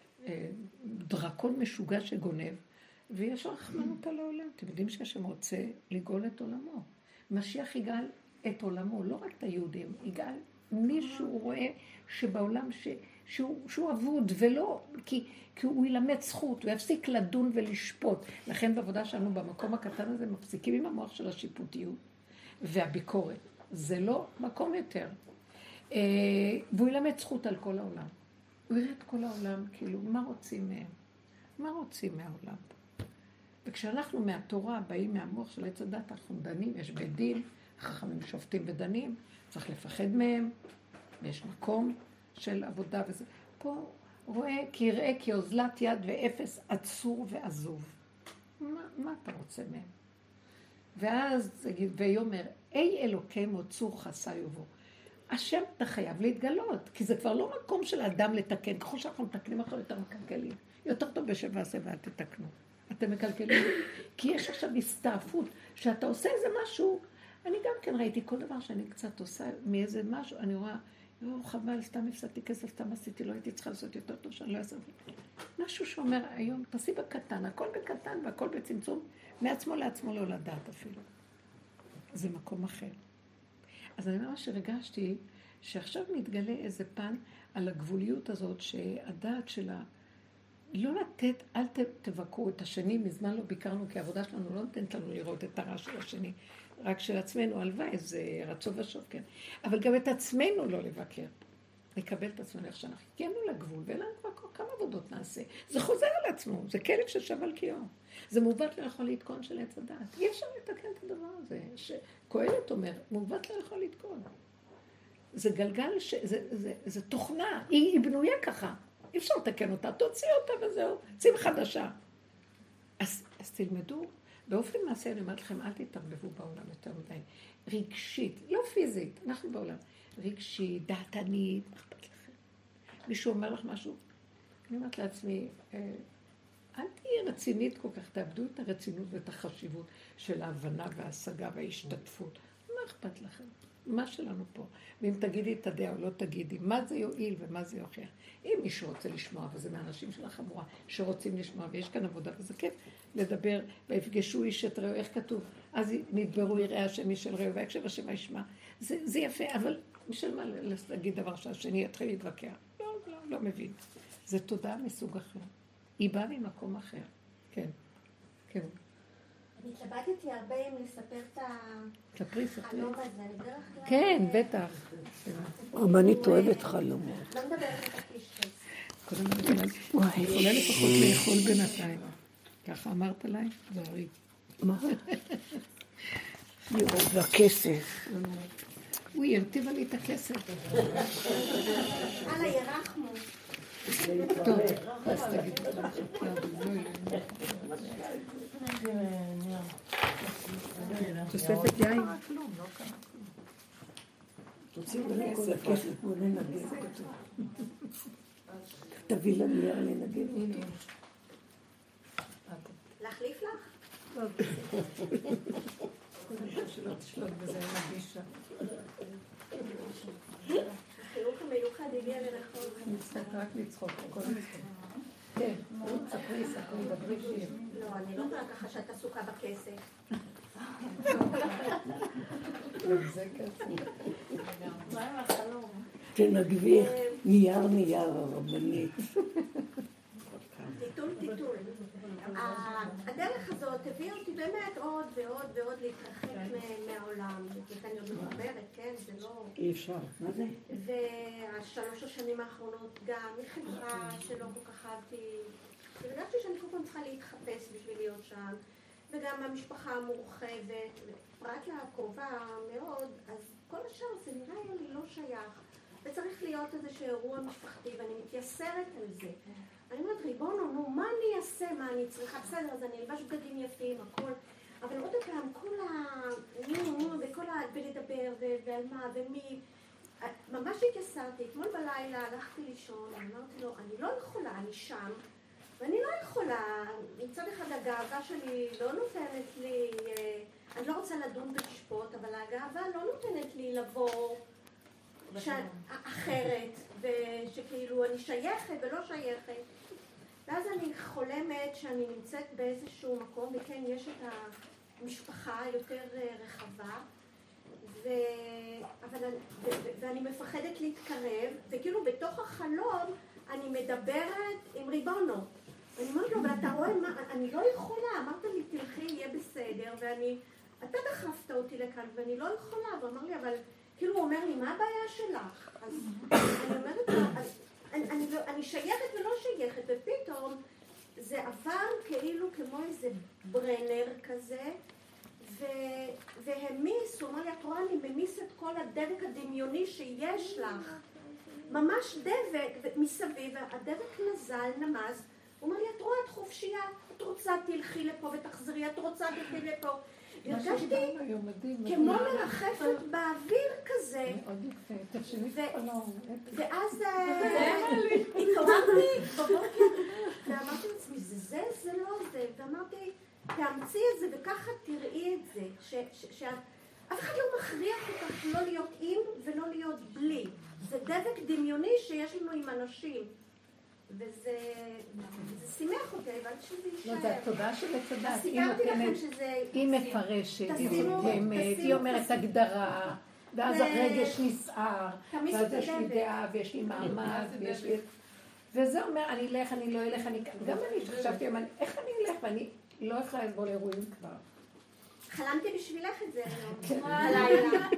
דרקון משוגע שגונב. ויש רחמנות על העולם. אתם יודעים שהשם רוצה לגאול את עולמו. משיח יגאל את עולמו, לא רק את היהודים. יגאל מישהו רואה שבעולם שהוא אבוד ולא, כי הוא ילמד זכות, הוא יפסיק לדון ולשפוט. לכן בעבודה שלנו במקום הקטן הזה מפסיקים עם המוח של השיפוטיות. והביקורת. זה לא מקום יותר. והוא ילמד זכות על כל העולם. הוא יראה את כל העולם, כאילו, מה רוצים מהם? מה רוצים מהעולם? וכשאנחנו מהתורה באים מהמוח של עץ הדת, אנחנו דנים, יש בית דין, חכמים שופטים ודנים, צריך לפחד מהם, ויש מקום של עבודה וזה. פה רואה כי יראה כי אוזלת יד ואפס עצור ועזוב. מה אתה רוצה מהם? ואז ויאמר, אי אלוקים צור חסה יובו. השם אתה חייב להתגלות, כי זה כבר לא מקום של אדם לתקן. ככל שאנחנו מתקנים אנחנו יותר מקלקלים. יותר טוב בשב ועשה ואל תתקנו. אתם מקלקלים. כי יש עכשיו הסתעפות, שאתה עושה איזה משהו. אני גם כן ראיתי כל דבר שאני קצת עושה מאיזה משהו, אני רואה, חבל, סתם הפסדתי כסף, סתם עשיתי, לא הייתי צריכה לעשות יותר טוב שאני לא אעשה. משהו שאומר היום, תעשי בקטן, הכל בקטן והכל בצמצום, מעצמו לעצמו לא לדעת אפילו. זה מקום אחר. אז אני ממש הרגשתי שעכשיו מתגלה איזה פן על הגבוליות הזאת, שהדעת שלה, לא לתת, אל תבקרו את השני, מזמן לא ביקרנו, כי העבודה שלנו לא נותנת לנו לראות את הרע של השני, רק של עצמנו, הלוואי, זה רצו ושוב, כן. אבל גם את עצמנו לא לבקר. לקבל את עצמנו איך שאנחנו הגענו לגבול, ואין לנו כבר כמה עבודות נעשה. זה חוזר על עצמו, זה כלב ששב על קיאו. זה מעוות לא יכול לתקון של עץ הדעת. אי אפשר לתקן את הדבר הזה, שקהלת אומר, מעוות לא יכול לתקון. זה גלגל, זה תוכנה, היא בנויה ככה. אי אפשר לתקן אותה, תוציא אותה וזהו, צים חדשה. אז תלמדו, באופן מעשי אני אומרת לכם, אל תתערבבו בעולם יותר מדי. רגשית, לא פיזית, אנחנו בעולם. רגשית, דעתנית, מה אכפת לכם? מישהו אומר לך משהו? אני אומרת לעצמי, אל תהיי רצינית כל כך, תאבדו את הרצינות ואת החשיבות של ההבנה וההשגה וההשתתפות. מה אכפת לכם? מה שלנו פה? ואם תגידי את הדעה או לא תגידי, מה זה יועיל ומה זה יוכיח? אם מישהו רוצה לשמוע, וזה מהאנשים של החבורה שרוצים לשמוע, ויש כאן עבודה, וזה כיף לדבר, ויפגשו איש את רעהו, איך כתוב? אז נדברו יראה השם איש של רעהו, ויקשב השם ישמע. זה יפה, אבל בשביל מה להגיד דבר שהשני יתחיל להתווכח? לא מבין. זה תודעה מסוג אחר. היא באה ממקום אחר. כן. כן. אני התלבטתי הרבה אם לספר את החלום הזה. כן, בטח. רבנית אוהבת חלומות. לא מדברת את הקישקס. קודם אני יכולה לפחות לאכול בינתיים. ככה אמרת עליי? זה הריב. מה? והכסף. הוא ינתיבה לי את הכסף. הלאה, ירחמו. טוב, אז תגיד את זה. תוספת יין. תוציאו לנו כל הכסף, בואו ננגן. תביא לנו נייר לנגן. להחליף לך? שלא תשלוט בזה, מגישה. החינוך המיוחד הגיע לרחוב. אני צריכה רק לצחוק. כן, ספרי, דברי שיר. לא, אני לא יכולה ככה שאת עסוקה בכסף. זה כסף. מה עם החלום? תנגבי נייר הרבנית. טיטול. הדרך הזאת הביאה אותי באמת עוד ועוד ועוד להתרחק מהעולם. אני עוד מדברת, כן? זה לא... אי אפשר. מה זה? והשלוש השנים האחרונות גם מחברה שלא כל כך אהבתי. הרגשתי שאני כל פעם צריכה להתחפש בשביל להיות שם. וגם המשפחה המורחבת, פרט לקרובה מאוד, אז כל השאר זה נראה לי לא שייך. וצריך להיות איזשהו אירוע משפחתי, ואני מתייסרת על זה. אני אומרת, ריבונו, נו, מה אני אעשה? מה אני צריכה? בסדר, אז אני אלבש בגדים יפים, הכל. אבל עוד פעם, כל וכל ולדבר, ועל מה, ומי... ממש התייסרתי. אתמול בלילה הלכתי לישון, אמרתי לו, אני לא יכולה, אני שם, ואני לא יכולה. מצד אחד הגאווה שלי לא נותנת לי... אני לא רוצה לדון ולשפוט, אבל הגאווה לא נותנת לי לבוא אחרת, ושכאילו אני שייכת ולא שייכת. ואז אני חולמת שאני נמצאת באיזשהו מקום, וכן, יש את המשפחה יותר רחבה, ואני מפחדת להתקרב, וכאילו בתוך החלום אני מדברת עם ריבונו. אני אומרת לו, ואתה רואה מה, אני לא יכולה, אמרת לי, תלכי, יהיה בסדר, אתה דחפת אותי לכאן, ואני לא יכולה, ואמר לי, אבל כאילו הוא אומר לי, מה הבעיה שלך? אז אני אומרת לו, אני שייכת ולא שייכת, ופתאום זה עבר כאילו כמו איזה ברנר כזה, והמיס, הוא אמר לי, את רואה, אני ממיס את כל הדבק הדמיוני שיש לך, ממש דבק מסביב, הדבק נזל, נמז, הוא אומר לי, את רואה, את חופשייה, את רוצה תלכי לפה ותחזרי, את רוצה תלכי לפה. הרגשתי כמו מרחפת באוויר כזה. ואז התעוררתי בבוקר ואמרתי לעצמי, זה לא זה. ואמרתי, תאמצי את זה וככה תראי את זה. שאף אחד לא מכריח אותך לא להיות עם ולא להיות בלי. זה דבק דמיוני שיש לנו עם אנשים. וזה שימח אותי, אבל שזה יישאר. לא, זה התודעה של הצדת. היא מפרשת, היא נותנת, היא אומרת הגדרה, ואז הרגש נסער, ואז יש לי דעה, ויש לי מעמד, וזה אומר, אני אלך, אני לא אלך, גם אני חשבתי, איך אני אלך, ואני לא יכולה לבוא לאירועים כבר. חלמתי בשבילך את זה היום, הלילה.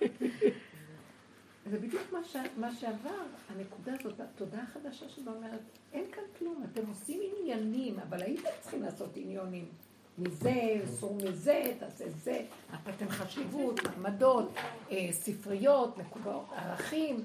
זה בדיוק מה שעבר, הנקודה הזאת, התודעה החדשה שבה אומרת, אין כאן כלום, אתם עושים עניינים, אבל הייתם צריכים לעשות עניונים. מזה, סור מזה, תעשה זה, נתתם חשיבות, מעמדות, ספריות, נקודות, ערכים.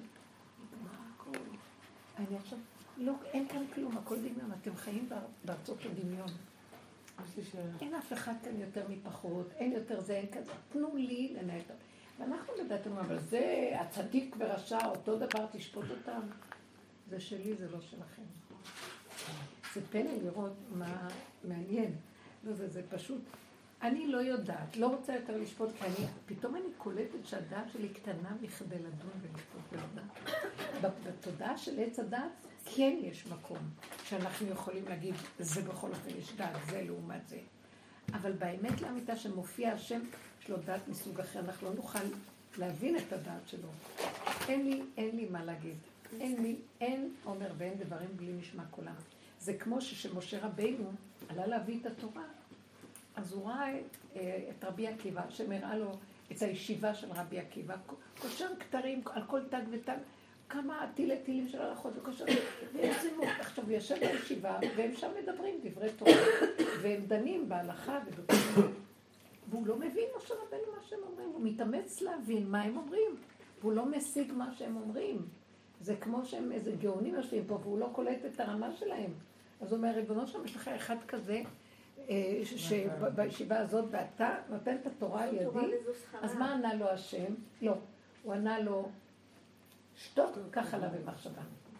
אני עכשיו, לא, אין כאן כלום, הכל דמיון, אתם חיים בארצות הדמיון. אין אף אחד כאן יותר מפחות, אין יותר זה, אין כזה, תנו לי לנהל אותם. ואנחנו לדעתנו, אבל זה הצדיק ורשע, אותו דבר, תשפוט אותם. זה שלי, זה לא שלכם. זה פלא לראות מה מעניין. זה פשוט, אני לא יודעת, לא רוצה יותר לשפוט, כי פתאום אני קולטת שהדעת שלי קטנה מכדי לדון ולשפוט ולדעת. בתודעה של עץ הדעת, כן יש מקום שאנחנו יכולים להגיד, זה בכל אופן יש דעת, זה לעומת זה. אבל באמת לאמיתה שמופיע השם, יש לו דעת מסוג אחר, אנחנו לא נוכל להבין את הדעת שלו. אין לי מה להגיד. אין אומר ואין דברים בלי נשמע קולם. זה כמו שמשה רבינו עלה להביא את התורה, אז הוא ראה את רבי עקיבא, שמראה לו את הישיבה של רבי עקיבא, קושר כתרים על כל תג ותג, כמה טילים של הלכות וקושר, עכשיו הוא יושב בישיבה, והם שם מדברים דברי תורה, והם דנים בהלכה ובדברים, והוא לא מבין משה רבינו מה שהם אומרים, הוא מתאמץ להבין מה הם אומרים, והוא לא משיג מה שהם אומרים. זה כמו שהם איזה גאונים יושבים פה, והוא לא קולט את הרמה שלהם. אז הוא אומר, ריבונו שם, יש לך אחד כזה, שבישיבה הזאת, ואתה נותן את התורה על ידי, אז מה ענה לו השם? לא, הוא ענה לו, שתוק, ככה לה במחשבה.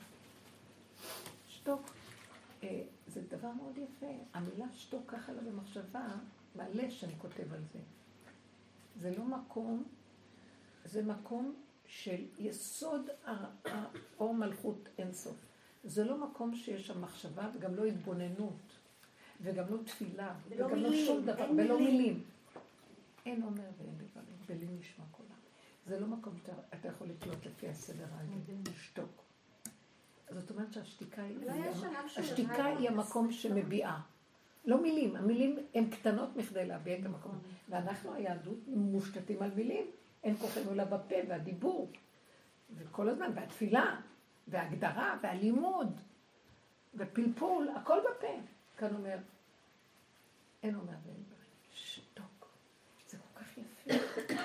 שתוק, זה דבר מאוד יפה. המילה שתוק, ככה לה במחשבה, מלא שאני כותב על זה. זה לא מקום, זה מקום של יסוד האור מלכות אינסוף. זה לא מקום שיש שם מחשבה וגם לא התבוננות, וגם לא תפילה, וגם לא שום דבר, ולא מילים. אין אומר ואין דברים, בלי נשמע קולם. זה לא מקום שאתה יכול לקלוט לפי הסדר העלי, לשתוק. זאת אומרת שהשתיקה היא המקום שמביעה. לא מילים, המילים הן קטנות מכדי להביע את המקום. ואנחנו היהדות מושתתים על מילים. אין כוחנו לה בפה והדיבור, וכל הזמן, והתפילה, וההגדרה, והלימוד, ופלפול, הכל בפה. כאן אומר, אין אומר ואין דברים, שתוק. זה כל כך יפה.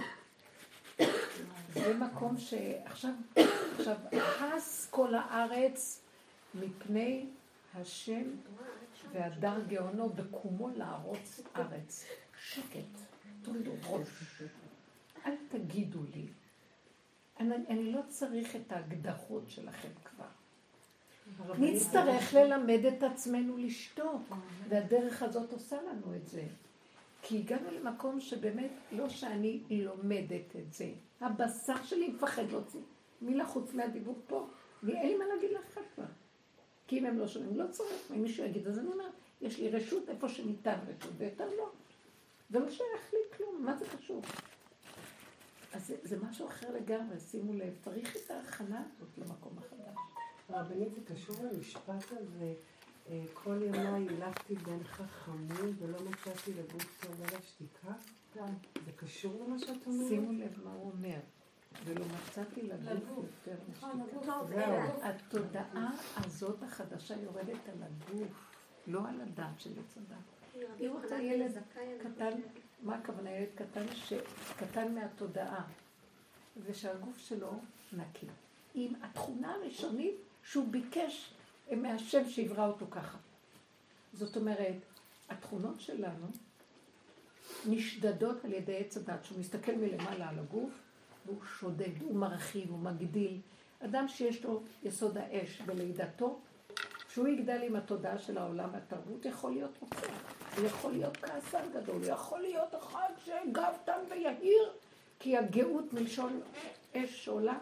זה מקום שעכשיו חס כל הארץ מפני השם והדר גאונו בקומו לערוץ ארץ. שקט, תורידו ראש. אל תגידו לי, אני לא צריך את ההקדחות שלכם כבר. נצטרך ללמד את עצמנו לשתוק, והדרך הזאת עושה לנו את זה. כי הגענו למקום שבאמת לא שאני לומדת את זה. הבשר שלי מפחד להוציא. מילה חוץ מהדיבור פה. אין לי מה להגיד לך כבר. כי אם הם לא שומעים, לא צריך. אם מישהו יגיד, אז אני אומר, יש לי רשות איפה שניתן רשות, ויותר לא. זה לא שייך לי כלום, מה זה חשוב? אז זה משהו אחר לגמרי, שימו לב, צריך את ההכנה הזאת למקום החדש. הרבנית, זה קשור למשפט הזה, כל ימי הילכתי בין חכמים ולא מצאתי לגוף טוב על השתיקה. זה קשור למה שאת אומרת? שימו לב מה הוא אומר, ולא מצאתי לגוף יותר משתיקה. התודעה הזאת החדשה יורדת על הגוף, לא על הדעת של הצדה. היא רוצה ילד קטן, מה הכוונה? ילד קטן שקטן מהתודעה, ושהגוף שלו נקי. עם התכונה הראשונית שהוא ביקש מהשם שיברא אותו ככה. זאת אומרת, התכונות שלנו נשדדות על ידי עץ הדת, שהוא מסתכל מלמעלה על הגוף, והוא שודד, הוא מרחיב, הוא מגדיל. אדם שיש לו יסוד האש בלידתו, שהוא יגדל עם התודעה של העולם והתרבות, יכול להיות רוצה. הוא יכול להיות כעסן גדול, הוא יכול להיות אחד שגבתן ויהיר, כי הגאות מלשון אש עולה.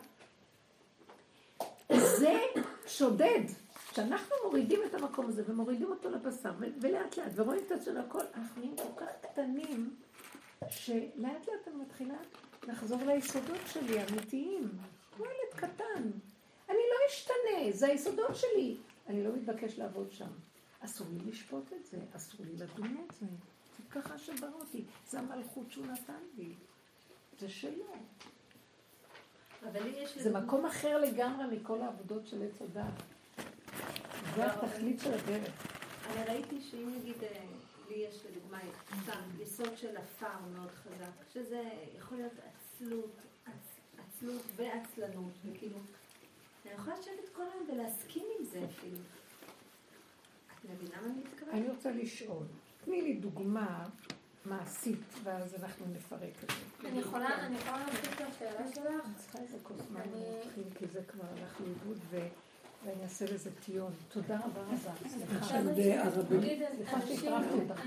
זה שודד. כשאנחנו מורידים את המקום הזה ומורידים אותו לבשר ולאט לאט ורואים את עצמנו הכל, אנחנו נהיים כל כך קטנים שלאט לאט אני מתחילה לחזור ליסודות שלי האמיתיים. כמו ילד קטן. אני לא אשתנה, זה היסודות שלי. אני לא מתבקש לעבוד שם. אסור לי לשפוט את זה, אסור לי לדון את זה. זה ככה שבר אותי. זה המלכות שהוא נתן לי. זה שלו. זה מקום אחר לגמרי מכל העבודות של עץ הדת. זה התכלית של הדרך. אני ראיתי שאם נגיד, לי יש לדוגמה יסוד של אפר מאוד חזק, שזה יכול להיות עצלות ועצלנות, וכאילו, אני יכולה לשבת כל היום ולהסכים עם זה אפילו. את מבינה מה אני מתכוונת? אני רוצה לשאול, תני לי דוגמה מעשית, ואז אנחנו נפרק את זה. אני יכולה להמשיך את השאלה שלך? צריכה איזה כוס מים מותחים, כי זה כבר הלך לאיבוד, ואני אעשה לזה טיון. תודה רבה רבה. סליחה. סליחה שהתרחתי אותך.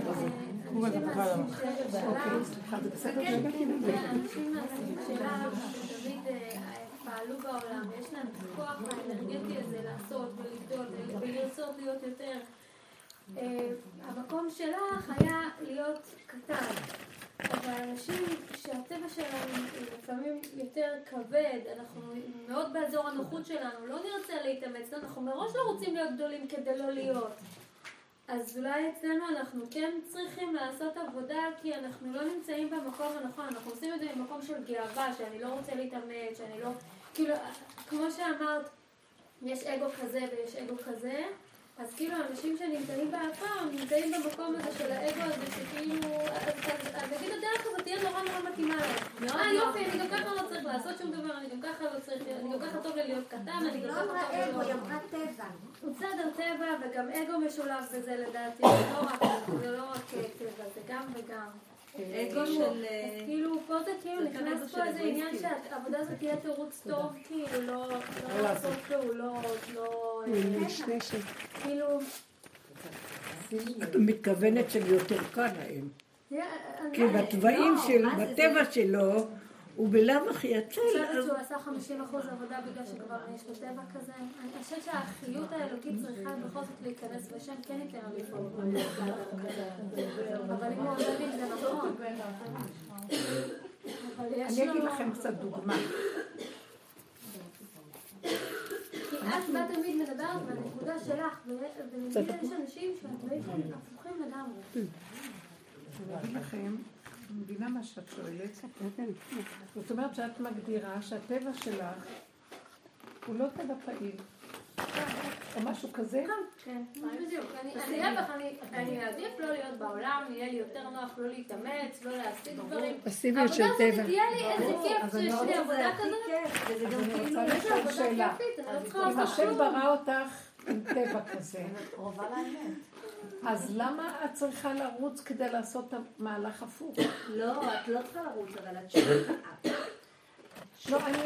סליחה, זה בסדר? האנשים מהסביב שלה, שתמיד פעלו בעולם, ויש להם כוח האנרגטי הזה לעשות ולגדול ולרצות להיות יותר. המקום שלך היה להיות קטן, אבל אנשים שהטבע שלנו לפעמים יותר כבד, אנחנו מאוד באזור הנוחות שלנו, לא נרצה להתאמץ, אנחנו מראש לא רוצים להיות גדולים כדי לא להיות. אז אולי אצלנו אנחנו כן צריכים לעשות עבודה, כי אנחנו לא נמצאים במקום הנכון, אנחנו עושים את זה ממקום של גאווה, שאני לא רוצה להתאמץ, שאני לא... כאילו, כמו שאמרת, יש אגו כזה ויש אגו כזה, אז כאילו האנשים שנמצאים באפם נמצאים במקום הזה של האגו הזה שכאילו, אז נגיד הדרך הזאת תהיה נורא נורא מתאימה להם. יופי, אני גם ככה לא צריך לעשות שום דבר, אני גם ככה לא צריך, אני גם ככה טוב להיות קטן, אני גם ככה טוב להיות... לא אגו, היא אמרה טבע. בסדר, טבע וגם אגו משולב בזה לדעתי, זה לא רק טבע, זה גם וגם. אגו של... כאילו, פה זה כאילו נכנס פה איזה עניין שהעבודה הזאת תהיה תירוץ טוב, כאילו, לא לעשות פעולות, לא... כאילו... את מתכוונת של יותר קל להם. כי בטבעים של, בטבע שלו, הוא בלאו הכי יצא. אני חושבת שהוא עשה 50% עבודה בגלל שכבר יש לו טבע כזה. אני חושבת שהחיות האלוקית צריכה בכל זאת להיכנס ושם כן ייתן לו לפעול. אבל אם הוא עובד עם זה נכון. אני אגיד לכם קצת דוגמה. כי את באת תמיד מדברת בנקודה שלך, ובנקודה יש אנשים שהטבעים שלהם הפוכים לגמרי. אני אגיד לכם, אני מבינה מה שאת שואלת. זאת אומרת שאת מגדירה שהטבע שלך הוא לא טבע פעיל. או משהו כזה? כן, בדיוק. אני אעדיף לא להיות בעולם, יהיה לי יותר נוח לא להתאמץ, לא להשיג דברים. פסיביות של טבע. תהיה לי איזה כיף שיש לי עבודה כזאת. אז אני רוצה לשאול שאלה. אם השם ברא אותך עם טבע כזה, אז למה את צריכה לרוץ כדי לעשות המהלך הפוך? לא, את לא צריכה לרוץ, אבל את שואלת. לא, אני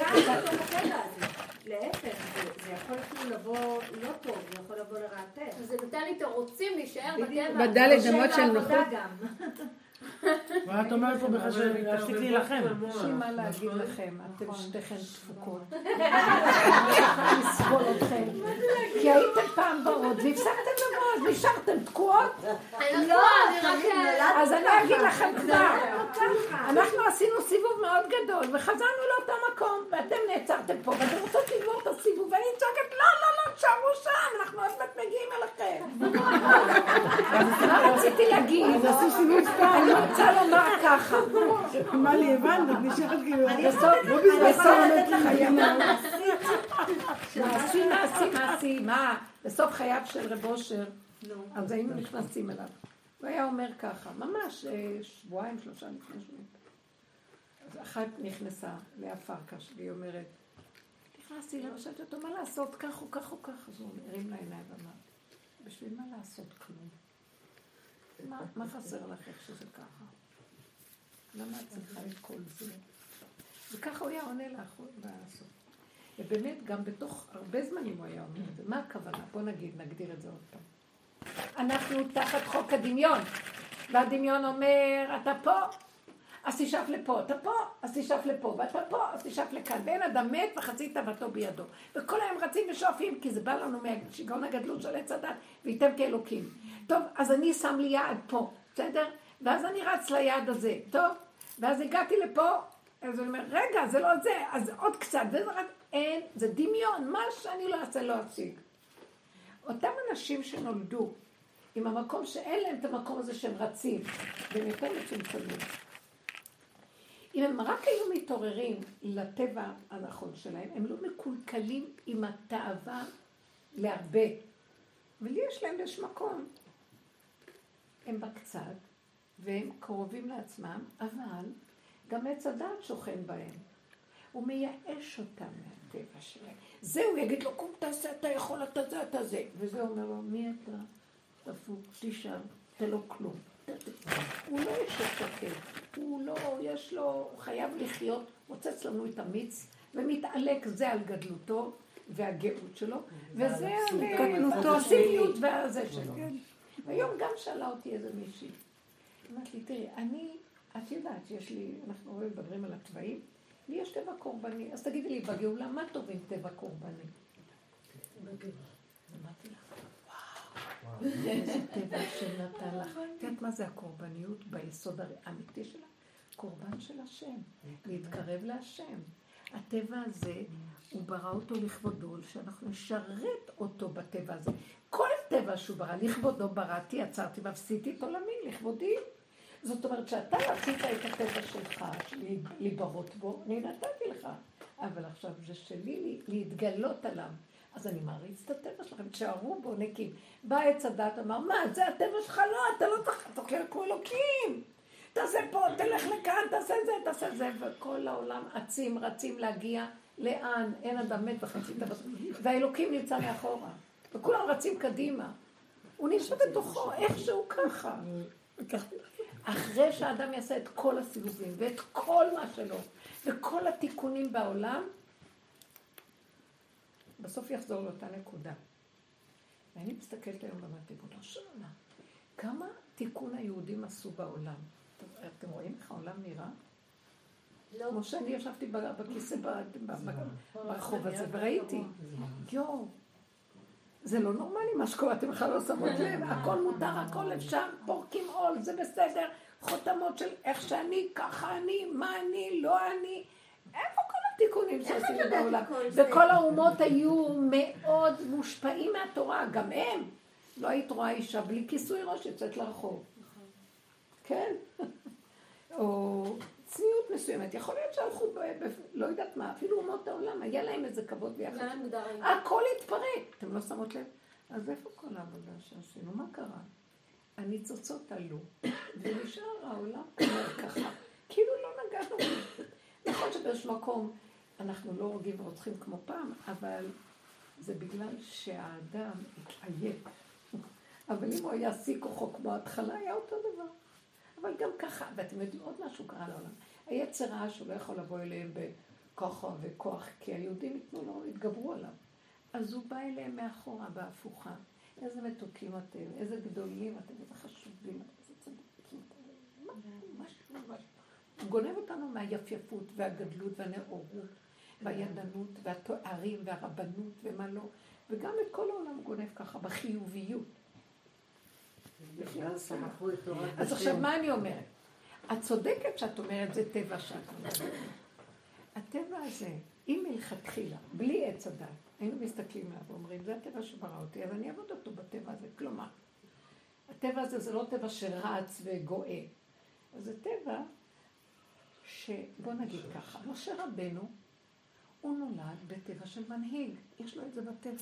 להפך, זה יכול אפילו לבוא לא טוב, זה יכול לבוא לרעתך. זה נתן לי את הרוצים להישאר בטבע. בדלת אמות של נוחות. ואת אומרת פה בחשב, להפסיק להילחם. יש לי מה להגיד לכם, אתם שתיכן דפוקות. אני יכולה לסבול אתכם. כי הייתם פעם ברות והפסקתם לבוא, נשארתם תקועות. לא, אז אני אגיד לכם כבר. אנחנו עשינו סיבוב מאוד גדול וחזרנו לאותו מקום, ואתם נעצרתם פה, ואתם רוצות לגמור את הסיבוב, ואני צועקת, לא, תשארו שם, אנחנו עוד מעט מגיעים אליכם. מה רציתי להגיד? אני רוצה לומר ככה. מה לי הבנת? את נשארת כאילו... מעשי, מה? בסוף חייו של רב אושר, אז היינו נכנסים אליו. הוא היה אומר ככה, ממש שבועיים, 3 לפני שבועיים. אז אחת נכנסה לאה פרקש, והיא אומרת, נכנסתי לה, ושאלתי אותו, מה לעשות? כך או כך או כך? אז הוא הרים לעיניים ואמר, בשביל מה לעשות כלום? מה חסר לך איך שזה ככה? למה את צריכה את כל זה? וככה הוא היה עונה לך בסוף. ובאמת, גם בתוך הרבה זמנים הוא היה אומר את זה. מה הכוונה? בוא נגדיר את זה עוד פעם. אנחנו תחת חוק הדמיון, והדמיון אומר, אתה פה, אז תשאף לפה, אתה פה, אז תשאף לפה, ואתה פה, אז תשאף לכאן. ואין אדם מת וחצי תאוותו בידו. וכל היום רצים ושואפים, כי זה בא לנו מהשיגעון הגדלות של עץ הדת, וייתם כאלוקים. טוב, אז אני שם לי יעד פה, בסדר? ואז אני רץ ליעד הזה, טוב? ואז הגעתי לפה, אז הוא אומר, רגע, זה לא זה, אז עוד קצת, אין, זה דמיון, מה שאני לא אעשה, לא אציג. אותם אנשים שנולדו עם המקום שאין להם את המקום הזה שהם רצים, והם יותר מצומצמים. אם הם רק היו מתעוררים לטבע הנכון שלהם, הם לא מקולקלים עם התאווה להרבה. ולי יש להם יש מקום. הם בקצת, והם קרובים לעצמם, אבל גם עץ הדעת שוכן בהם. הוא מייאש אותם מהטבע שלהם. זהו, יגיד לו, קום תעשה, אתה יכול, אתה זה. וזה אומר לו, מי אתה? תפוק, תשאר. תן לו כלום. הוא לא ישב שקט, הוא לא, יש לו, הוא חייב לחיות, מוצץ לנו את המיץ, ומתעלק זה על גדלותו והגאות שלו, וזה על הפסימיות והזה שלו. והיום גם שאלה אותי איזה מישהי. אמרת לי, תראי, את יודעת שיש לי, אנחנו מדברים על הטבעים, לי יש טבע קורבני, אז תגידי לי, בגאולה, מה טוב עם טבע קורבני? אמרתי לך, וואו, איזה טבע שנתן לך. את יודעת מה זה הקורבניות ביסוד האמיתי שלה? קורבן של השם, להתקרב להשם. הטבע הזה, הוא ברא אותו לכבודו, שאנחנו נשרת אותו בטבע הזה. כל טבע שהוא ברא, לכבודו בראתי, עצרתי ועשיתי את עולמי, לכבודי. זאת אומרת שאתה רצית את הטבע שלך, להיברות בו, אני נתתי לך. אבל עכשיו זה שלי להתגלות עליו. אז אני מעריץ את הטבע שלכם, תשארו בו נקים. בא עץ הדת, אמר, מה, זה הטבע שלך? לא, אתה לא תאכל כמו אלוקים. תעשה פה, תלך לכאן, תעשה זה, וכל העולם רצים להגיע לאן, אין אדם מת וחצי טבע. והאלוקים נמצא מאחורה, וכולם רצים קדימה. הוא נמצא בתוכו, איכשהו ככה. אחרי שהאדם יעשה את כל הסיבובים, ואת כל מה שלו, וכל התיקונים בעולם, בסוף יחזור לאותה נקודה. ואני מסתכלת היום ואמרתי, בוא שמה, כמה תיקון היהודים עשו בעולם? אתם רואים איך העולם נראה? כמו שאני ישבתי בכיסא ברחוב הזה וראיתי, יואו, זה לא נורמלי מה שקורה, אתם בכלל לא שמות לב, הכל מותר, הכל אפשר, פורקים עול, זה בסדר, חותמות של איך שאני, ככה אני, מה אני, לא אני, איפה כל התיקונים שעשינו בעולם? וכל האומות היו מאוד מושפעים מהתורה, גם הם. לא היית רואה אישה בלי כיסוי ראש יוצאת לרחוב. כן? או צניעות מסוימת. יכול להיות שהלכו, לא יודעת מה, אפילו אומות העולם, היה להם איזה כבוד ביחד. הכל התפרק. אתם לא שמות לב? אז איפה כל העבודה שעשינו? מה קרה? הניצוצות עלו, ונשאר העולם ככה. כאילו לא נגענו. נכון שבאיזשהו מקום אנחנו לא הורגים ורוצחים כמו פעם, אבל זה בגלל שהאדם התעייף. אבל אם הוא היה שיא כוחו כמו ההתחלה, היה אותו דבר. אבל גם ככה, ואתם יודעים עוד משהו קרה לעולם. היצר רע שהוא לא יכול לבוא אליהם בכוחו וכוח, כי היהודים ייתנו לו, התגברו עליו. אז הוא בא אליהם מאחורה, בהפוכה. איזה מתוקים אתם, איזה גדולים אתם, איזה חשובים, איזה צדיקים אתם. משהו. הוא גונב אותנו מהיפייפות והגדלות והנאורות והידענות והתוארים והרבנות ומה לא. וגם את כל העולם הוא גונב ככה, בחיוביות. אז עכשיו מה אני אומרת? את צודקת שאת אומרת, זה טבע שאת אומרת. הטבע הזה, אם מלכתחילה, בלי עץ הדת, היינו מסתכלים עליו ואומרים, זה הטבע שברא אותי, אז אני אעבוד אותו בטבע הזה. כלומר, הטבע הזה זה לא טבע שרץ וגואה. זה טבע שבוא נגיד ככה, משה רבנו, הוא נולד בטבע של מנהיג, יש לו את זה בטבע.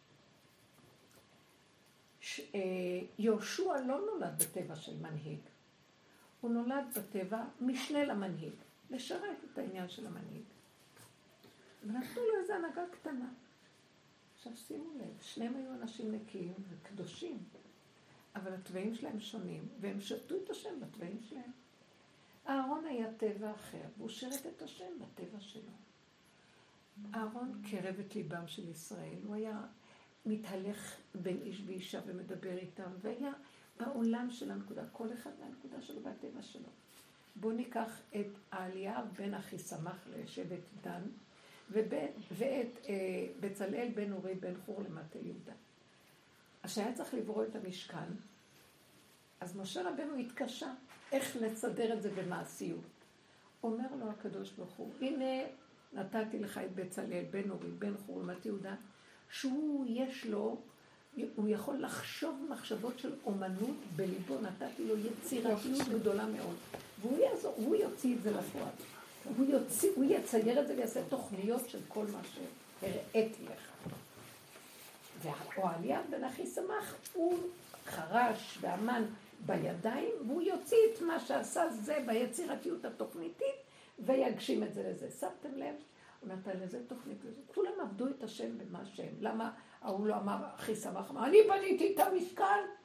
יהושע לא נולד בטבע של מנהיג, הוא נולד בטבע משנה למנהיג, לשרת את העניין של המנהיג. ונתנו לו איזו הנהגה קטנה. עכשיו שימו לב, שניהם היו אנשים נקיים וקדושים, אבל הטבעים שלהם שונים, והם שרתו את השם בטבעים שלהם. אהרון היה טבע אחר, והוא שרת את השם בטבע שלו. אהרון קרב את ליבם של ישראל, הוא היה מתהלך בין איש ואישה ומדבר איתם, והיה בעולם של הנקודה, כל אחד מהנקודה שלו והטבע שלו. בואו ניקח את העלייה בין אחיסמך לשבט דן, ואת בצלאל בן אורי בן חור למטה יהודה. אז שהיה צריך לברוא את המשכן, אז משה רבנו התקשה איך לסדר את זה במעשיות. אומר לו הקדוש ברוך הוא, הנה נתתי לך את בצלאל בן אורי בן חור למטה יהודה, שהוא יש לו, הוא יכול לחשוב מחשבות של אומנות בליבו, נתתי לו יצירתיות גדולה מאוד. והוא יעזור, הוא יוציא את זה לפועל. הוא יצייר את זה ויעשה תוכניות של כל מה שהראיתי לך. והאוהליה בן אחיסמך הוא חרש ואמן בידיים, והוא יוציא את מה שעשה זה ביצירתיות התוכניתית, ויגשים את זה לזה. שמתם לב? הוא נתן לזה תוכנית לזה. כולם עבדו את השם במה שהם. למה הוא לא אמר אחיסמך? אמר, אני בניתי את המשכן,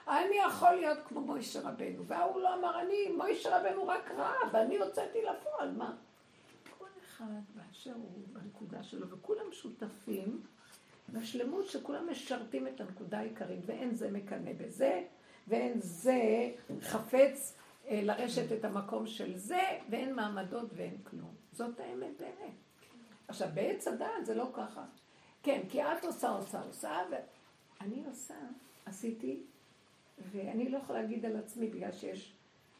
אני יכול להיות כמו מוישה רבנו, והוא לא אמר, מוישה רבנו רק רע, ואני הוצאתי לפועל, מה? כל אחד באשר הוא בנקודה שלו, וכולם שותפים בשלמות שכולם משרתים את הנקודה העיקרית, ואין זה מקנה בזה, ואין זה חפץ לרשת את המקום של זה, ואין מעמדות ואין כלום. זאת האמת באמת. עכשיו, בעץ הדעת זה לא ככה. כן, כי את עושה, ואני עשיתי, ואני לא יכולה להגיד על עצמי, בגלל שיש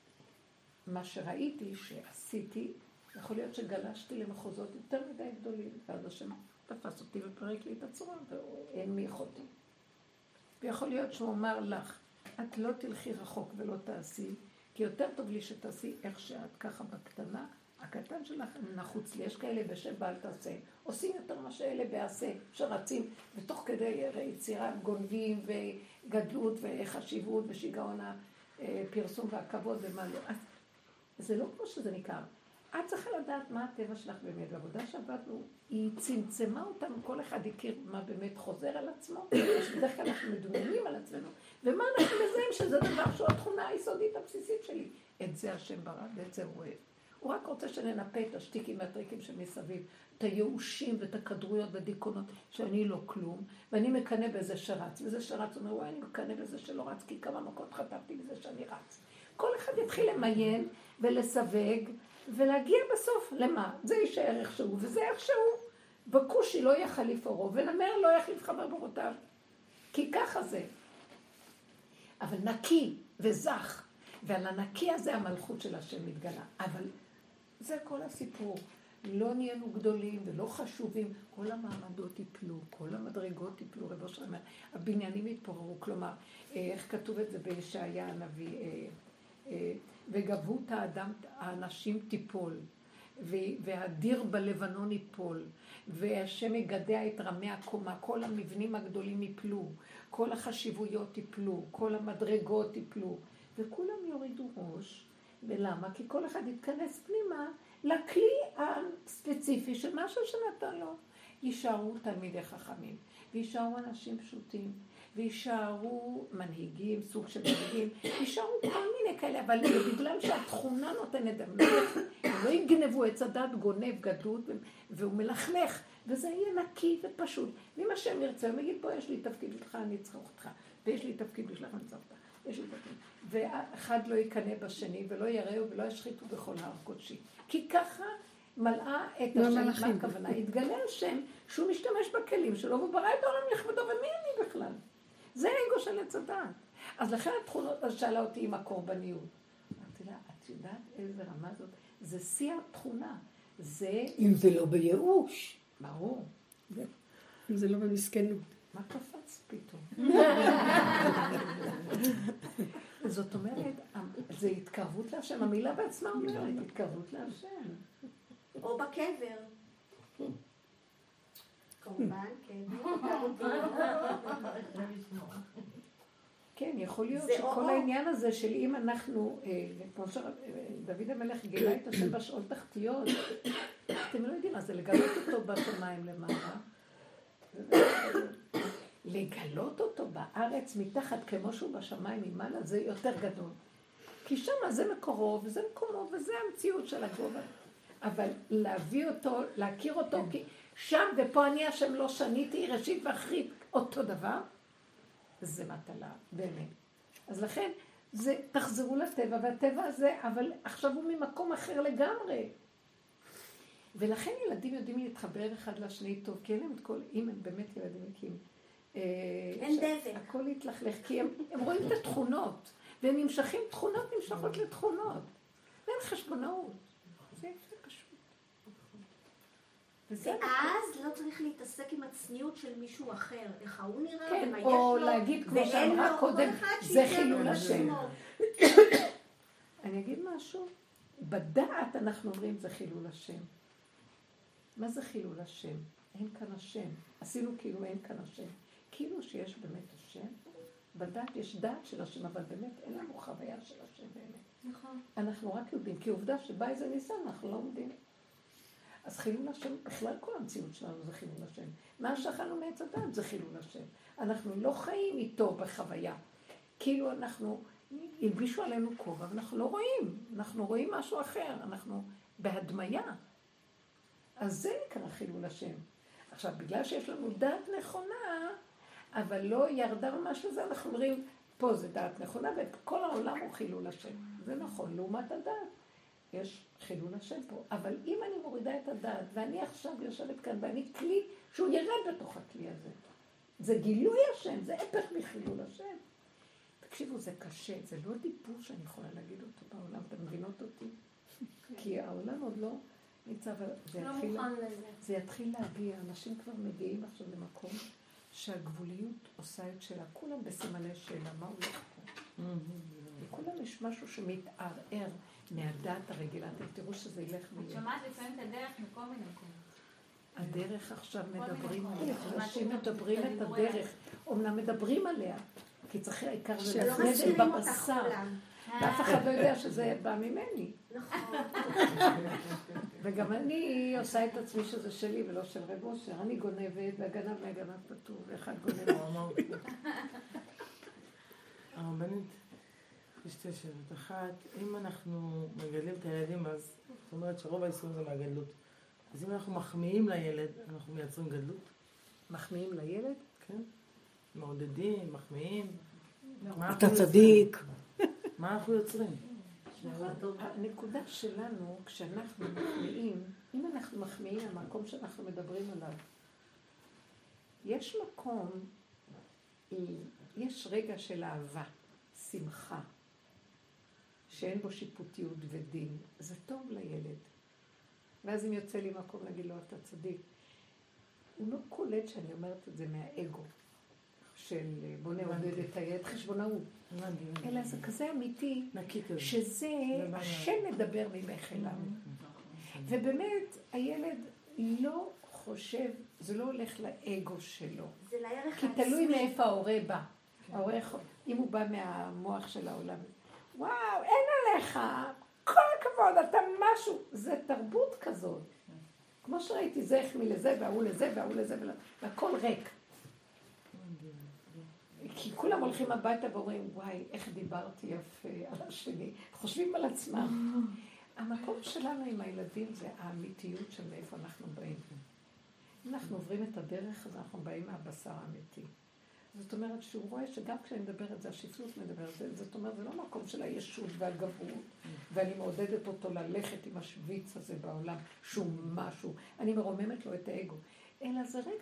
מה שראיתי שעשיתי, יכול להיות שגלשתי למחוזות יותר מדי גדולים, ואז השם תפס אותי ופרק לי את הצורה, ואין מי יכולתי. ויכול להיות שהוא אמר לך, את לא תלכי רחוק ולא תעשי, כי יותר טוב לי שתעשי איך שאת ככה בקטנה, הקטן שלך נחוץ לי, יש כאלה בשם בעל תעשה, עושים יותר מה שאלה בעשה, שרצים, ותוך כדי יצירה גונבים וגדלות וחשיבות ושיגעון הפרסום והכבוד ומה לא. אז זה לא כמו שזה ניכר. את צריכה לדעת מה הטבע שלך באמת, והעבודה שעבדנו, היא צמצמה אותנו, כל אחד הכיר מה באמת חוזר על עצמו, שבדרך כלל אנחנו מדומיינים על עצמנו, ומה אנחנו מזהים שזה דבר שהוא התכונה היסודית הבסיסית שלי. את זה השם ברא, ואת זה הוא אוהב. הוא רק רוצה שננפה את השטיקים והטריקים שמסביב, את הייאושים ואת הכדרויות והדיכאונות, שאני לא כלום, ואני מקנה בזה שרץ, וזה שרץ, הוא אומר, וואי, אני מקנה בזה שלא רץ, כי כמה מכות חטפתי בזה שאני רץ. כל אחד יתחיל למיין ולסווג, ולהגיע בסוף, למה? זה יישאר איכשהו, וזה איכשהו. בכושי לא יחליף אורו, ונמר לא יחליף חבר ברותיו. כי ככה זה. אבל נקי וזך, ועל הנקי הזה המלכות של השם מתגלה. אבל זה כל הסיפור. לא נהיינו גדולים ולא חשובים, כל המעמדות ייפלו, כל המדרגות ייפלו, רב אושר אומר, הבניינים יתפוררו, כלומר, איך כתוב את זה בישעיה הנביא, וגבות האנשים תיפול, והדיר בלבנון ייפול, והשם יגדע את רמי הקומה, כל המבנים הגדולים ייפלו, כל החשיבויות ייפלו, כל המדרגות ייפלו, וכולם יורידו ראש. ולמה? כי כל אחד יתכנס פנימה לכלי הספציפי של משהו שנתן לו. יישארו תלמידי חכמים, ויישארו אנשים פשוטים, ויישארו מנהיגים, סוג של מנהיגים, יישארו כל מיני כאלה, אבל בגלל שהתכונה נותנת, הם לא יגנבו את הדת, גונב גדות, והוא מלכלך, וזה יהיה נקי ופשוט. ואם השם ירצה, הוא יגיד, בוא, יש לי תפקיד שלך, אני צריך אותך, ויש לי תפקיד בשלך, אני צריך אותך. ואחד לא יקנה בשני ולא יראו ולא ישחיתו בכל הר קודשי. כי ככה מלאה את השם, מה הכוונה? התגלה השם שהוא משתמש בכלים שלו וברא את העולם לכבודו, ומי אני בכלל? זה האגו של עץ הדעת. אז לכן התכונות, אז שאלה אותי עם הקורבניות. אמרתי לה, את יודעת איזה רמה זאת? זה שיא התכונה. זה... אם זה לא בייאוש. ברור. אם זה לא במסכנות. מה קפץ פתאום? זאת אומרת, זה התקרבות להשם, המילה בעצמה אומרת, התקרבות להשם. או בקבר. כמובן, כן, יכול להיות שכל העניין הזה של אם אנחנו, כמו שדוד המלך גילה את השם בשעות תחתיות, אתם לא יודעים מה זה, לגלות אותו בשמיים למעלה. לגלות אותו בארץ מתחת כמו שהוא בשמיים ממעלה, זה יותר גדול. כי שם זה מקורו וזה מקומו וזה המציאות של הגובה. אבל להביא אותו, להכיר אותו, כי שם ופה אני השם לא שניתי, ראשית ואחרית, אותו דבר, זה מטלה, באמת. אז לכן, תחזרו לטבע, והטבע הזה, אבל עכשיו הוא ממקום אחר לגמרי. ולכן ילדים יודעים להתחבר אחד לשני טוב, כי אין להם את כל, אם הם באמת ילדים מקים. אין דבק. הכל יתלכלך, כי הם רואים את התכונות, והם נמשכים, תכונות נמשכות לתכונות. ואין חשבונאות. זה יפה פשוט. ואז לא צריך להתעסק עם הצניעות של מישהו אחר, איך הוא נראה, כן, ומה יש לו, או להגיד כמו שאמרה קודם, זה חילול השם. אני אגיד משהו, בדעת אנחנו אומרים זה חילול השם. מה זה חילול השם? אין כאן השם. עשינו כאילו אין כאן השם. כאילו שיש באמת השם, בדעת יש דעת של השם, אבל באמת אין לנו חוויה של השם באמת. נכון. אנחנו רק יודעים, כי עובדה שבא איזה ניסן, אנחנו לא עומדים. אז חילול השם, בכלל כל המציאות שלנו זה חילול השם. מה שאכלנו מעץ הדעת זה חילול השם. אנחנו לא חיים איתו בחוויה. כאילו אנחנו, הלבישו עלינו כובע, ואנחנו לא רואים, אנחנו רואים משהו אחר, אנחנו בהדמיה. אז זה נקרא חילול השם. עכשיו, בגלל שיש לנו דעת נכונה, אבל לא ירדה ממש לזה, אנחנו אומרים, פה זה דעת נכונה, וכל העולם הוא חילול השם. זה נכון, לעומת הדעת. יש חילול השם פה. אבל אם אני מורידה את הדעת, ואני עכשיו יושבת כאן, ואני כלי שהוא ירד בתוך הכלי הזה. זה גילוי השם, זה הפך מחילול השם. תקשיבו, זה קשה, זה לא דיבור שאני יכולה להגיד אותו בעולם, אתם מבינות אותי? כי העולם עוד לא נמצא, זה יתחיל להגיע, אנשים כבר מגיעים עכשיו למקום שהגבוליות עושה את שלה, כולם בסימני שאלה, מה הולך פה? לכולם יש משהו שמתערער מהדעת הרגילה, אתם תראו שזה ילך את שומעת לפעמים את הדרך מכל מיני מקום. הדרך עכשיו מדברים עליה, אנשים מדברים את הדרך, אומנם מדברים עליה, כי צריך העיקר זה להפרדת בבשר, ואף אחד לא יודע שזה בא ממני. נכון. וגם אני עושה את עצמי שזה שלי ולא של רב אושר, אני גונבת והגנב מהגנב פטור, ואחד גונב. הרבנית, יש שתי שאלות. אחת, אם אנחנו מגדלים את הילדים, אז זאת אומרת שרוב האיסורים זה מהגדלות. אז אם אנחנו מחמיאים לילד, אנחנו מייצרים גדלות? מחמיאים לילד? כן. מעודדים, מחמיאים. אתה צדיק. מה אנחנו יוצרים? הנקודה שלנו, כשאנחנו מחמיאים, אם אנחנו מחמיאים המקום שאנחנו מדברים עליו, יש מקום, יש רגע של אהבה, שמחה, שאין בו שיפוטיות ודין. זה טוב לילד. ואז אם יוצא לי מקום להגיד לו, אתה צדיק, הוא לא קולט שאני אומרת את זה מהאגו. של בוא נעודד את הילד חשבונאות. אלא זה כזה אמיתי, שזה השם מדבר ממך אליו. ובאמת, הילד לא חושב, זה לא הולך לאגו שלו. זה לערך העצמי. כי תלוי מאיפה ההורה בא. אם הוא בא מהמוח של העולם. וואו, אין עליך, כל הכבוד, אתה משהו. זה תרבות כזאת. כמו שראיתי, זה החמיא לזה, והוא לזה, והוא לזה, והכל ריק. כי כולם הולכים הביתה ואומרים, וואי, איך דיברתי יפה על השני. חושבים על עצמם. המקום שלנו עם הילדים זה האמיתיות של מאיפה אנחנו באים. אם אנחנו עוברים את הדרך, אז אנחנו באים מהבשר האמיתי. זאת אומרת שהוא רואה שגם כשאני מדברת, זה השפלות מדברת. זאת אומרת, זה לא מקום של הישות והגברות, ואני מעודדת אותו ללכת עם השוויץ הזה בעולם, שהוא משהו. אני מרוממת לו את האגו. אלא זה רגע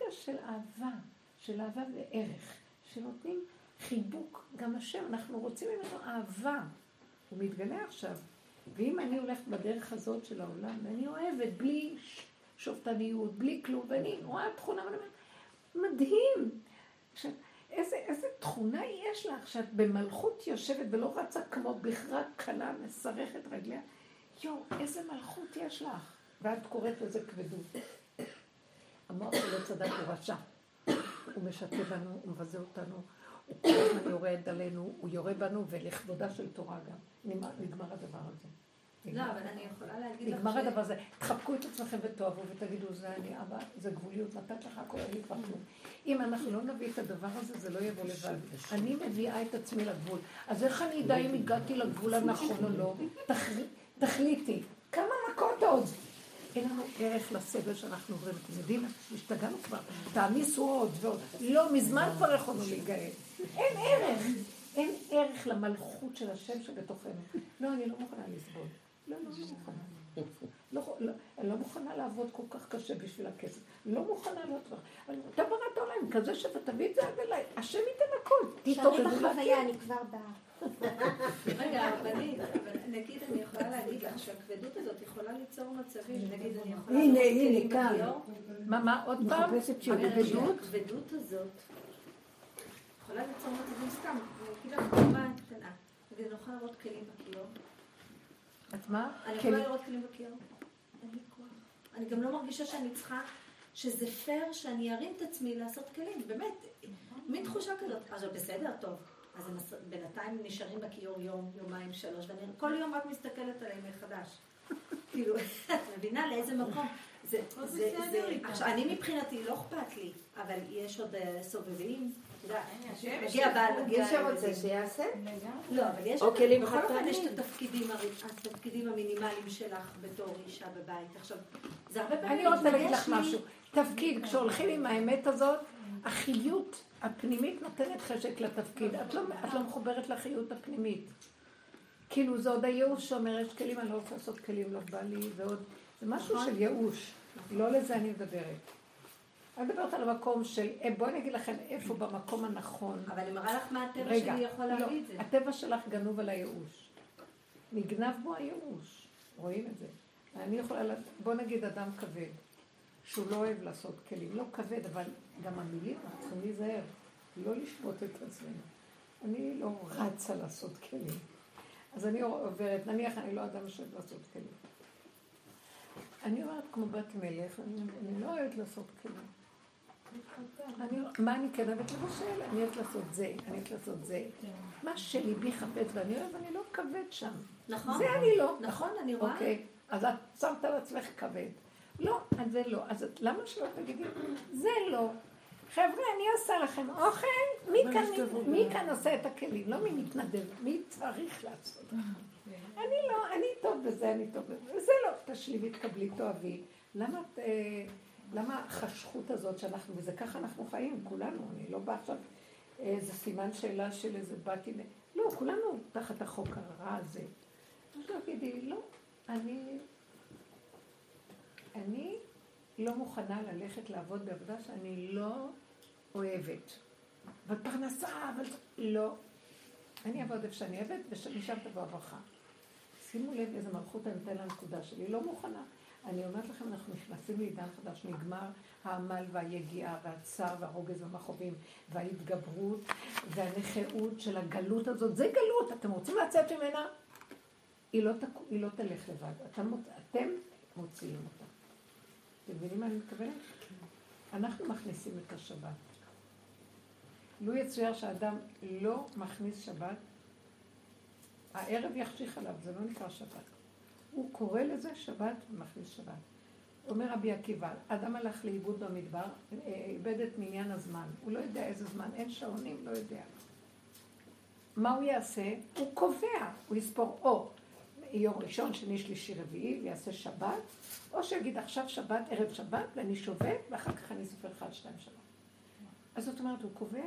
של אהבה וערך. שנותנים חיבוק, גם השם, אנחנו רוצים ממנו אהבה. הוא מתגלה עכשיו. ואם אני הולכת בדרך הזאת של העולם, ואני אוהבת בלי שופטניות, בלי כלום, ואני רואה תכונה, ואני אומרת, מדהים. עכשיו, איזה תכונה יש לך, שאת במלכות יושבת ולא רצה כמו בכרה קלה, מסרכת רגליה. איזה מלכות יש לך. ואת קוראת לזה כבדות. המוח שלא צדק הוא רשע. הוא משתה בנו, הוא מבזה אותנו, הוא כל הזמן יורד עלינו, הוא יורה בנו, ולכבודה של תורה גם. נגמר הדבר הזה. לא, אבל אני יכולה להגיד לך נגמר הדבר הזה. תחבקו את עצמכם ותאהבו ותגידו, זה אני אבא, זה גבוליות, נתת לך הכל, אני כבר כלום. אם אנחנו לא נביא את הדבר הזה, זה לא יבוא לבד. אני מביאה את עצמי לגבול. אז איך אני אדע אם הגעתי לגבול הנכון או לא? תחליטי. כמה מכות עוד? אין לנו ערך לסבל שאנחנו עוברים. אתם יודעים, השתגענו כבר. תעמיסו עוד ועוד. לא, מזמן כבר יכולנו להיגאל. אין ערך. אין ערך למלכות של השם שבתוכנו. לא, אני לא מוכנה לסבול. לא מוכנה. אני לא מוכנה לעבוד כל כך קשה בשביל הכסף. לא מוכנה להיות כבר. אתה בראת עולם כזה שאתה תביא את זה עד אליי. השם ייתן הכל. שאני בחוויה, אני כבר באה. רגע, אבל נגיד, אני יכולה להגיד לך שהכבדות הזאת יכולה ליצור מצבים. נגיד, אני יכולה... הנה, כאן. מה, עוד פעם? הכבדות הזאת יכולה ליצור מצבים סתם. אני אגיד לך דוגמה קטנה. נגיד, אני יכולה לראות כלים בכיור. את מה? אני יכולה לראות כלים בכיור. אין לי כוח. אני גם לא מרגישה שאני צריכה, שזה פייר שאני ארים את עצמי לעשות כלים. באמת, מין תחושה כזאת. עכשיו, בסדר, טוב. אז הם בינתיים נשארים בכיור יום, יומיים, 3, ואני כל יום רק מסתכלת עליהם מחדש. כאילו, את מבינה לאיזה מקום? עכשיו, אני מבחינתי לא אכפת לי, אבל יש עוד סובבים, מגיע בעל, יש שם רוצה שיעשה? לא, אבל יש בכל אופן יש את התפקידים המינימליים שלך בתור אישה בבית. עכשיו, זה הרבה פעמים... אני רוצה להגיד לך משהו. תפקיד, כשהולכים עם האמת הזאת, החיות הפנימית נותנת חשק לתפקיד. את לא מחוברת לחיות הפנימית. כאילו זה עוד הייאוש שאומר, יש כלים, אני לא רוצה לעשות כלים, לא בא לי, ועוד... זה משהו של ייאוש. לא לזה אני מדברת. אני מדברת על המקום של, בואי נגיד לכם איפה במקום הנכון. אבל אני מראה לך מה הטבע שלי יכול להביא את זה. הטבע שלך גנוב על הייאוש. נגנב בו הייאוש. רואים את זה. אני יכולה, בוא נגיד אדם כבד, שהוא לא אוהב לעשות כלים. לא כבד, אבל גם המילים, אנחנו צריכים להיזהר. לא לשפוט את עצמנו. אני לא רצה לעשות כלים. אז אני עוברת, נניח אני לא אדם שאוהב לעשות כלים. אני אומרת כמו בת מלך, אני לא אוהבת לעשות כלים. מה אני כן אוהבת לבשל? אני אוהבת לעשות זה, אני אוהבת לעשות זה. מה שליבי חפץ ואני אוהב, אני לא כבד שם. נכון. זה אני לא. נכון, אני רואה. אוקיי, אז את שמת על עצמך כבד. לא, זה לא. אז למה שלא תגידי? זה לא. חבר'ה, אני עושה לכם אוכל, מי כאן עושה את הכלים? לא מי מתנדב, מי צריך לעשות? אני לא, אני טוב בזה, אני טוב בזה. וזה לא, תשלימי, תקבלי, תאהבי. למה החשכות הזאת שאנחנו, וזה ככה אנחנו חיים, כולנו, אני לא באה עכשיו, זה סימן שאלה של איזה באתי, לא, כולנו תחת החוק הרע הזה. אז לא תגידי, לא, אני לא מוכנה ללכת לעבוד בעבודה שאני לא אוהבת. ופרנסה, אבל לא. אני אעבוד איפה שאני אוהבת, ושמשם תבוא הברכה. שימו לב איזה מלכות אני נותן לנקודה שלי, לא מוכנה. אני אומרת לכם, אנחנו נכנסים לעידן חדש, נגמר העמל והיגיעה והצער והרוגז והמכאובים וההתגברות והנכאות של הגלות הזאת. זה גלות, אתם רוצים לצאת ממנה? היא לא תלך לבד, אתם מוציאים אותה. אתם מבינים מה אני מתכוונת? אנחנו מכניסים את השבת. לו יצויר שהאדם לא מכניס שבת, הערב יחשיך עליו, זה לא נקרא שבת. הוא קורא לזה שבת ומכניס שבת. אומר רבי עקיבא, אדם הלך לאיבוד במדבר, איבד את מניין הזמן. הוא לא יודע איזה זמן, אין שעונים, לא יודע. מה הוא יעשה? הוא קובע, הוא יספור או יום ראשון, שני, שלישי, רביעי, ויעשה שבת, או שיגיד עכשיו שבת, ערב שבת, ואני שובת, ואחר כך אני סופר 1, 2, 3. אז זאת אומרת, הוא קובע.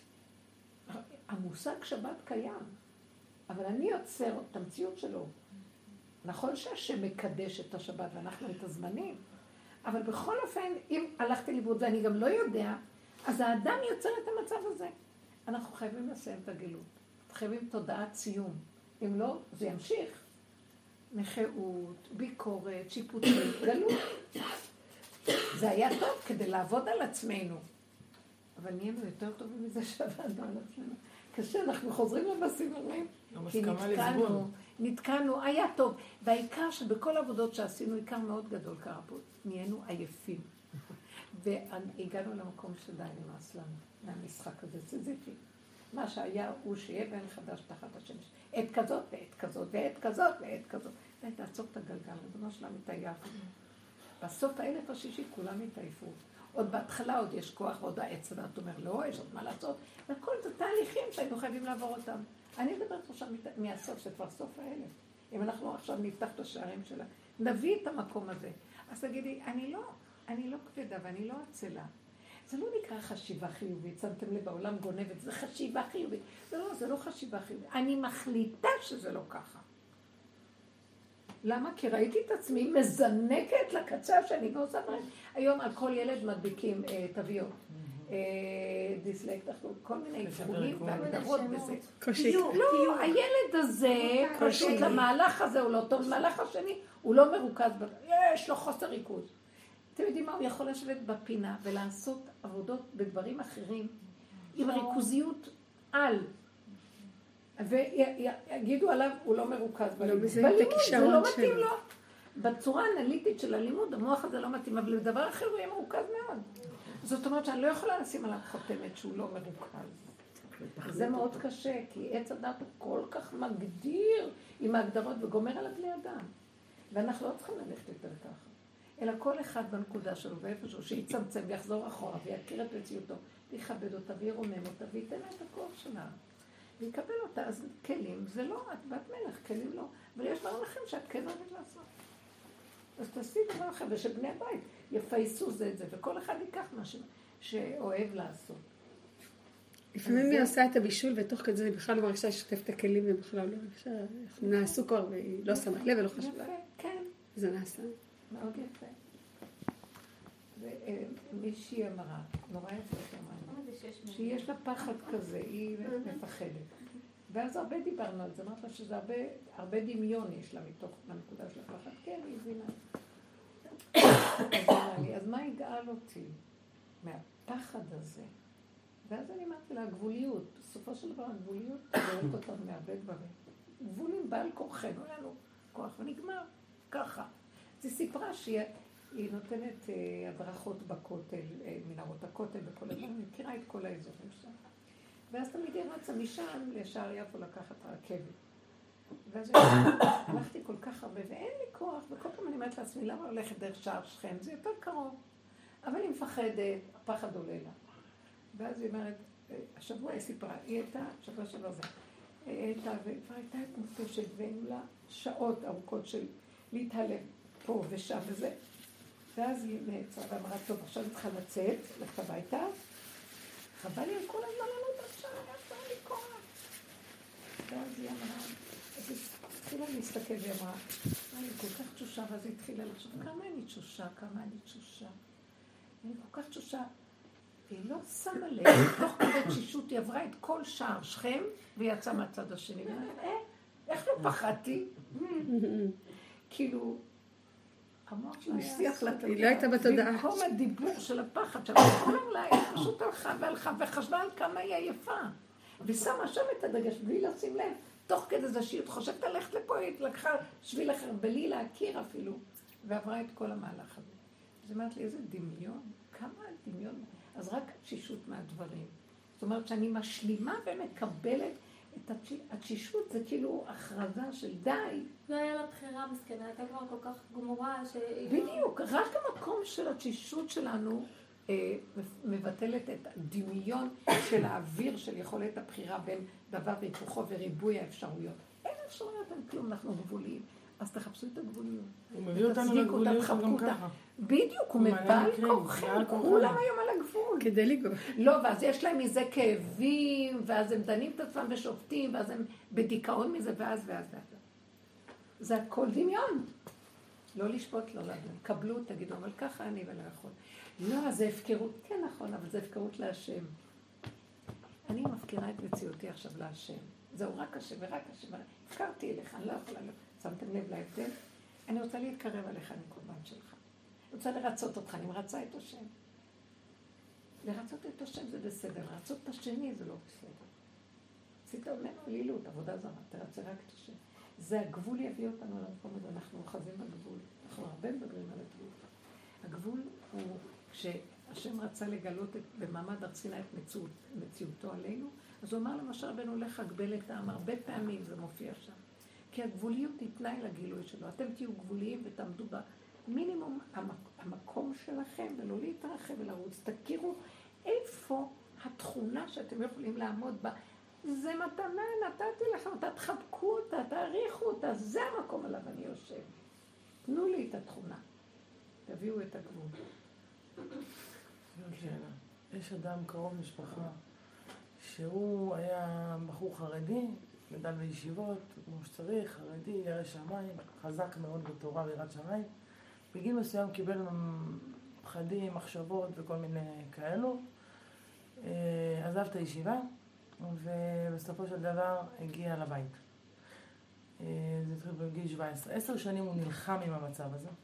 המושג שבת קיים, אבל אני יוצר את המציאות שלו. נכון שהשם מקדש את השבת ואנחנו את הזמנים, אבל בכל אופן, אם הלכתי לאיבוד ואני גם לא יודע, אז האדם יוצר את המצב הזה. אנחנו חייבים לסיים את הגלות. חייבים תודעת סיום. אם לא, זה ימשיך. נכאות, ביקורת, שיפוטים, גלות. זה היה טוב כדי לעבוד על עצמנו. אבל נהיינו יותר טובים מזה שעבדנו על עצמנו. כשאנחנו חוזרים לבסימונים, כי נתקענו, היה טוב. והעיקר שבכל העבודות שעשינו, עיקר מאוד גדול קרה פה, נהיינו עייפים. והגענו למקום שדי נמאס לנו, מהמשחק הזה, סיזיפי. מה שהיה הוא שיהיה בן חדש תחת השמש. עת כזאת ועת כזאת ועת כזאת ועת כזאת. תעצור את הגלגל, ריבונו שלם מתעייף. בסוף האלף השישי כולם התעייפו. עוד בהתחלה עוד יש כוח ועוד העץ ואת אומר לא, יש עוד מה לעשות. וכל זה תהליכים שהיינו חייבים לעבור אותם. אני מדברת עכשיו מהסוף, שכבר סוף האלף. אם אנחנו עכשיו נפתח את השערים שלה, נביא את המקום הזה. אז תגידי, אני לא כבדה ואני לא עצלה. זה לא נקרא חשיבה חיובית, שמתם לב בעולם גונבת, זה חשיבה חיובית. זה לא חשיבה חיובית. אני מחליטה שזה לא ככה. למה? כי ראיתי את עצמי מזנקת לקצה שאני ועושה דברים. היום על כל ילד מדביקים תוויות. דיסלקט, כל מיני אבחונים והגדרות בזה. לא, הילד הזה, פשוט למהלך הזה הוא לא טוב, למהלך השני הוא לא מרוכז, יש לו חוסר ריכוז. אתם יודעים מה? הוא יכול לשבת בפינה ולעשות עבודות בדברים אחרים עם ריכוזיות על. ויגידו עליו, הוא לא מרוכז בלימוד. זה לא מתאים לו. בצורה האנליטית של הלימוד, המוח הזה לא מתאים, אבל לדבר אחר הוא יהיה מרוכז מאוד. זאת אומרת שאני לא יכולה לשים עליו חותמת שהוא לא מרוכז. זה מאוד קשה, כי עץ הדת הוא כל כך מגדיר עם ההגדרות וגומר על הבני אדם. ואנחנו לא צריכים ללכת יותר ככה. אלא כל אחד בנקודה שלו ואיפשהו שיצמצם ויחזור אחורה ויכיר את מציאותו יכבד אותה וירומם אותה וייתן לה את הכוח שלה. ויקבל אותה, אז כלים זה לא, את בת מלך, כלים לא. אבל יש דברים לכם שאת כן אוהבת לעשות. אז תעשי דבר אחר, ושבני הבית יפייסו זה את זה, וכל אחד ייקח משהו שאוהב לעשות. לפעמים היא עושה את הבישול, ותוך כדי זה בכלל לא מרגישה לשתף את הכלים, ובכלל לא מרגישה, אנחנו נעשו כבר, והיא לא שמה לב ולא חשבה. יפה, כן. זה נעשה. מאוד יפה. ומישהי אמרה, נורא יפה אמרה, שיש לה פחד כזה, היא מפחדת. ואז הרבה דיברנו על זה, אמרת לה שזה הרבה דמיון יש לה מתוך הנקודה של הפחד. כן, היא הבינה. אז מה יגאל אותי מהפחד הזה? ואז אני אמרתי לה, הגבוליות, בסופו של דבר הגבוליות גורמת אותנו מהרבה דברים. גבולים בעל כורחנו, אין לנו כוח, ונגמר ככה. אז היא סיפרה שהיא נותנת הדרכות בכותל, מנהרות הכותל וכל הדברים, היא מכירה את כל האזורים שם. ואז תמיד היא רצה משם לשער יפו לקחת רכבת. ואז הלכתי כל כך הרבה ואין לי כוח, וכל פעם אני אומרת לעצמי, למה הולכת דרך שער שכם? זה יותר קרוב. אבל היא מפחדת, הפחד עולה לה. ואז היא אומרת, השבוע היא סיפרה, היא הייתה, שבוע זה, היא הייתה, וכבר הייתה מותשת, והיינו לה שעות ארוכות של להתהלם פה ושם וזה. ואז היא נעצרה ואמרה, טוב, עכשיו היא צריכה לצאת, ללכת הביתה, חבל לי על כל הזמן לנו עכשיו, היה לי כוח. ואז היא אמרה, אז היא התחילה להסתכל ואמרה, אני כל כך תשושה, ואז היא התחילה לחשוב, כמה אני תשושה, אני כל כך תשושה. והיא לא שמה לב, תוך כדי תשישות היא עברה את כל שער שכם, והיא יצאה מהצד השני. איך לא פחדתי? כאילו, המוח שלה היה סוטה. היא לא הייתה בתודעה. במקום הדיבור של הפחד, שהכל לה, היא פשוט הלכה וחשבה על כמה היא עייפה. ושמה שם את הדגש, בלי לשים לב. תוך כדי זה שהיא חושבת ללכת לפה, היא לקחה שביל אחר, בלי להכיר אפילו, ועברה את כל המהלך הזה. אז היא אמרת לי, איזה דמיון, כמה דמיון. אז רק תשישות מהדברים. זאת אומרת שאני משלימה ומקבלת את התשישות, זה כאילו הכרזה של די. לא היה לה בחירה מסכנה, הייתה כבר כל כך גמורה בדיוק, רק המקום של התשישות שלנו מבטלת את הדמיון של האוויר של יכולת הבחירה בין דבר והיפוכו וריבוי האפשרויות. אין אפשרויות, אין כלום, אנחנו גבוליים. אז תחפשו את הגבוליות. הוא מביא אותנו לגבוליות גם ככה. בדיוק, הוא מבעל כורחם, כולם היום על הגבול. כדי לגבור. לא, ואז יש להם מזה כאבים, ואז הם דנים את עצמם ושופטים, ואז הם בדיכאון מזה, ואז. זה הכל דמיון. לא לשפוט, לא לדעת. קבלו, תגידו, אבל ככה אני ולא יכול. לא, זה הפקרות. כן, נכון, אבל זה הפקרות להשם. אני מפקירה את מציאותי עכשיו להשם. זהו רק השם ורק השם. הפקרתי אליך, אני לא יכולה לב. שמתם לב להבדל? אני רוצה להתקרב עליך עם קורבן שלך. אני רוצה לרצות אותך, אני מרצה את השם. לרצות את השם זה בסדר, לרצות את השני זה לא בסדר. עשית ממנו לילות, עבודה זרה, תרצה רק את השם. זה הגבול יביא אותנו למקום הזה, אנחנו אוחזים בגבול. אנחנו הרבה מדברים על הגבול. הגבול הוא כשהשם רצה לגלות במעמד הר סיני את מציאותו עלינו, אז הוא אמר למשל רבנו לך הגבל את העם, הרבה פעמים זה מופיע שם. כי הגבוליות היא תנאי לגילוי שלו. אתם תהיו גבוליים ותעמדו במינימום המקום שלכם, ולא להתרחב ולרוץ. תכירו איפה התכונה שאתם יכולים לעמוד בה. זה מתנה, נתתי לכם, תחבקו אותה, תעריכו אותה, זה המקום עליו אני יושב. תנו לי את התכונה. תביאו את הגבול. יש אדם קרוב משפחה, שהוא היה בחור חרדי, גדל בישיבות, כמו שצריך, חרדי, ירא שמיים, חזק מאוד בתורה ויראת שמיים. בגיל מסוים קיבל פחדים, מחשבות וכל מיני כאלו. עזב את הישיבה, ובסופו של דבר הגיע לבית. זה התחיל בגיל 17. 10 שנים הוא נלחם עם המצב הזה.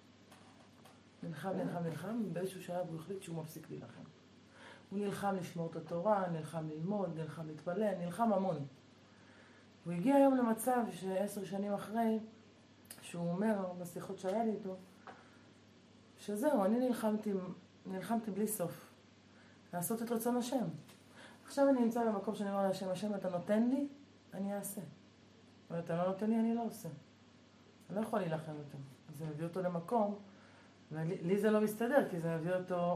נלחם, ובאיזשהו שלב הוא החליט שהוא מפסיק להילחם. הוא נלחם לשמור את התורה, נלחם ללמוד, נלחם להתפלל, נלחם המון. הוא הגיע היום למצב ש10 שנים אחרי, שהוא אומר בשיחות שהיה לי איתו, שזהו, אני נלחמתי בלי סוף. לעשות את רצון השם. עכשיו אני נמצא במקום שאני אומר להשם, השם, אתה נותן לי, אני אעשה. אבל אתה לא נותן לי, אני לא עושה. אני לא יכול להילחם יותר. אז זה מביא אותו למקום, ולי זה לא מסתדר, כי זה מביא אותו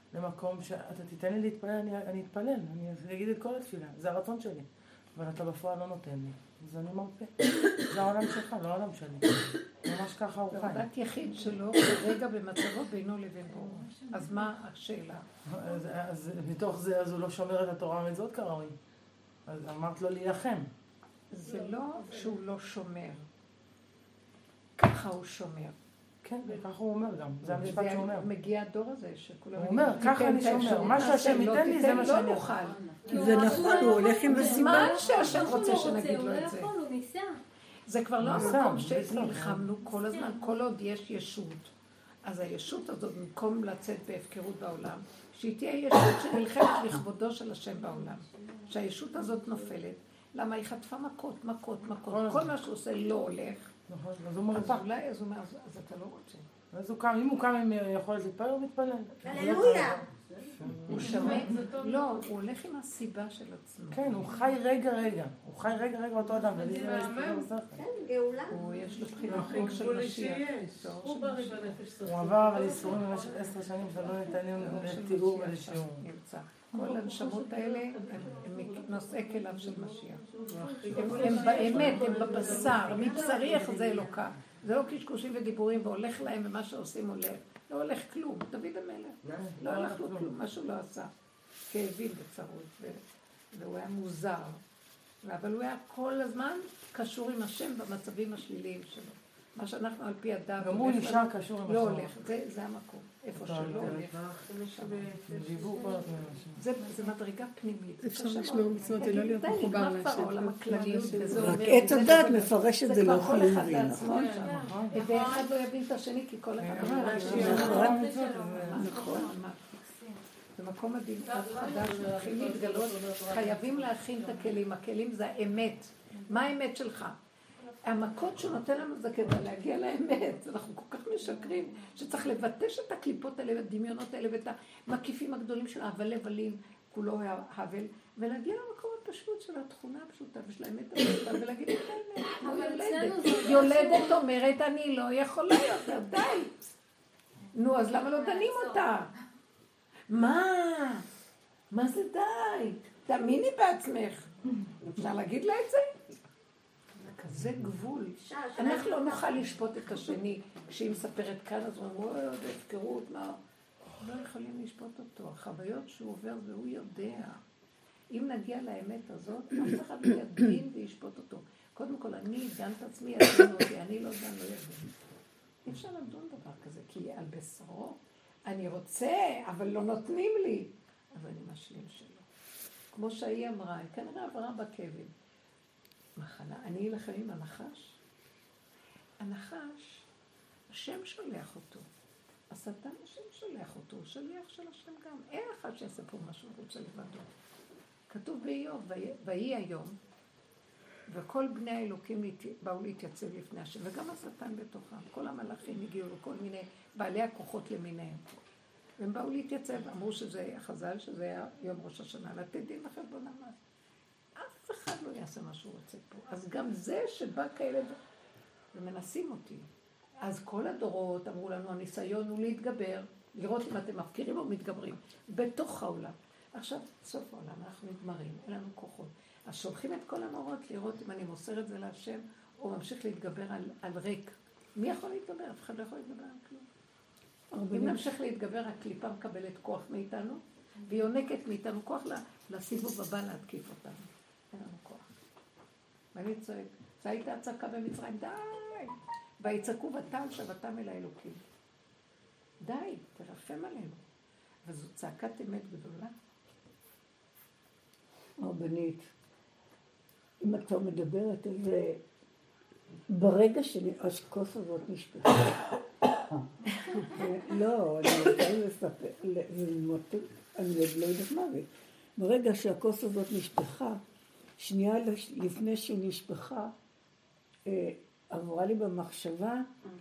למקום שאתה תיתן לי להתפלל, אני אתפלל, אני אגיד את כל התפילה, זה הרצון שלי. אבל אתה בפועל לא נותן לי, אז אני מרפא. זה העולם שלך, לא העולם שלי. ממש ככה הוא חי. ועדת יחיד שלו, רגע במצבו בינו לבין בוראו. אז מה השאלה? אז מתוך זה, אז הוא לא שומר את התורה ומצוות כראוי. אז אמרת לו להילחם. זה לא שהוא לא שומר. ככה הוא שומר. כן, וככה הוא אומר גם. זה המשפט שהוא אומר. מגיע הדור הזה שכולם... הוא אומר, ככה אני שומר. מה שהשם ייתן לי זה מה שאני... לא נוכל. זה נכון, הוא הולך עם הסיבה. מה שהשם רוצה שנגיד לו את זה? הוא ניסה. זה כבר לא המקום שנלחמנו כל הזמן, כל עוד יש ישות. אז הישות הזאת, במקום לצאת בהפקרות בעולם, שהיא תהיה ישות שנלחמת לכבודו של השם בעולם. שהישות הזאת נופלת. למה היא חטפה מכות, מכות, מכות. כל מה שהוא עושה לא הולך. נכון, אז הוא מרפא. אז אולי, אז הוא אומר, אז אתה לא רוצה. אז הוא קם, אם הוא קם עם יכולת להתפלל, הוא מתפלל. הללויה. הוא שמע, לא, הוא הולך עם הסיבה של עצמו. כן, הוא חי רגע. הוא חי רגע אותו אדם. כן, גאולה. הוא יש לו בחינה חיים של משיח. הוא בריא בנפש. הוא עבר אבל איסורים במשך 10 שנים שלא ניתנים לתיאור ולשיעור. כל הנשמות האלה הם נושאי כליו של משיח. הם באמת, הם בבשר, מבשרי יחזה אלוקה. זה לא קשקושים ודיבורים והולך להם ומה שעושים הולך. לא הולך כלום. דוד המלך. לא הולך לו כלום, משהו לא עשה. כאבים וצרות, והוא היה מוזר. אבל הוא היה כל הזמן קשור עם השם במצבים השליליים שלו. מה שאנחנו על פי הדת... גם הוא נשאר קשור עם השם. לא הולך, זה המקום. איפה שלא הולך. זה מדרגה פנימית. אפשר לשמור מצוות ולא להיות מחובר לשם. רק עץ הדת מפרש את זה לא חיובי. ואחד לא יבין את השני כי כל אחד נכון. במקום הדין חדש מתחיל להתגלות, חייבים להכין את הכלים. הכלים זה האמת. מה האמת שלך? המכות שנותן לנו זה כדי להגיע לאמת. אנחנו כל כך משקרים שצריך לבטש את הקליפות האלה והדמיונות האלה ואת המקיפים הגדולים של ההבל-לבלים, כולו הבל, ולהגיע למקום הפשוט של התכונה הפשוטה ושל האמת הפשוטה ולהגיד את האמת. כמו יולדת אומרת אני לא יכולה יותר, די. נו, אז למה לא דנים אותה? מה? מה זה די? תאמיני בעצמך. אפשר להגיד לה את זה? כזה גבול. אנחנו לא נוכל לשפוט את השני. כשהיא מספרת כאן, אז הוא אומר, זה הפקרות, מה? לא יכולים לשפוט אותו. החוויות שהוא עובר והוא יודע. אם נגיע לאמת הזאת, אף אחד לא ידין וישפוט אותו. קודם כל, אני דן את עצמי, ידין אותי, אני לא דן, לא ידין. אי אפשר לדון דבר כזה, כי על בשרו, אני רוצה, אבל לא נותנים לי. אבל אני משלים שלו. כמו שהיא אמרה, היא כנראה עברה בכאבים. מחנה. אני אלחם עם הנחש. הנחש, השם שולח אותו. השטן השם שולח אותו. הוא שליח של השם גם. אין אחד שיעשה פה משהו רוצה לבדו. כתוב באיוב, ויהי היום, וכל בני האלוקים באו להתייצב לפני השם, וגם השטן בתוכם. כל המלאכים הגיעו לכל מיני בעלי הכוחות למיניהם. והם באו להתייצב, אמרו שזה החז"ל, שזה היה יום ראש השנה, לתת דין וחשבון המס. אף אחד לא יעשה מה שהוא רוצה פה. אז גם זה שבא כאלה ומנסים אותי. אז כל הדורות אמרו לנו, הניסיון הוא להתגבר, לראות אם אתם מפקירים או מתגברים, בתוך העולם. עכשיו, סוף העולם, אנחנו נגמרים, אין לנו כוחות. אז שולחים את כל המורות לראות אם אני מוסר את זה להשם, או ממשיך להתגבר על ריק. מי יכול להתגבר? אף אחד לא יכול להתגבר על כלום. אם נמשיך להתגבר, הקליפה מקבלת כוח מאיתנו, והיא עונקת מאיתנו כוח לסיבוב הבא להתקיף אותנו. אין לנו כוח. ואני צועק, זה הייתה הצעקה במצרים, די! ויצעקו ותעל שבתם אל האלוקים. די, תרחם עלינו. וזו צעקת אמת גדולה. רבנית, אם את לא מדברת על זה, ברגע שהכוס הזאת נשפטה, לא, אני רוצה לספר, אני לא יודעת מה זה. ברגע שהכוס הזאת נשפחה, שנייה לפני שהיא נשפחה, עברה לי במחשבה,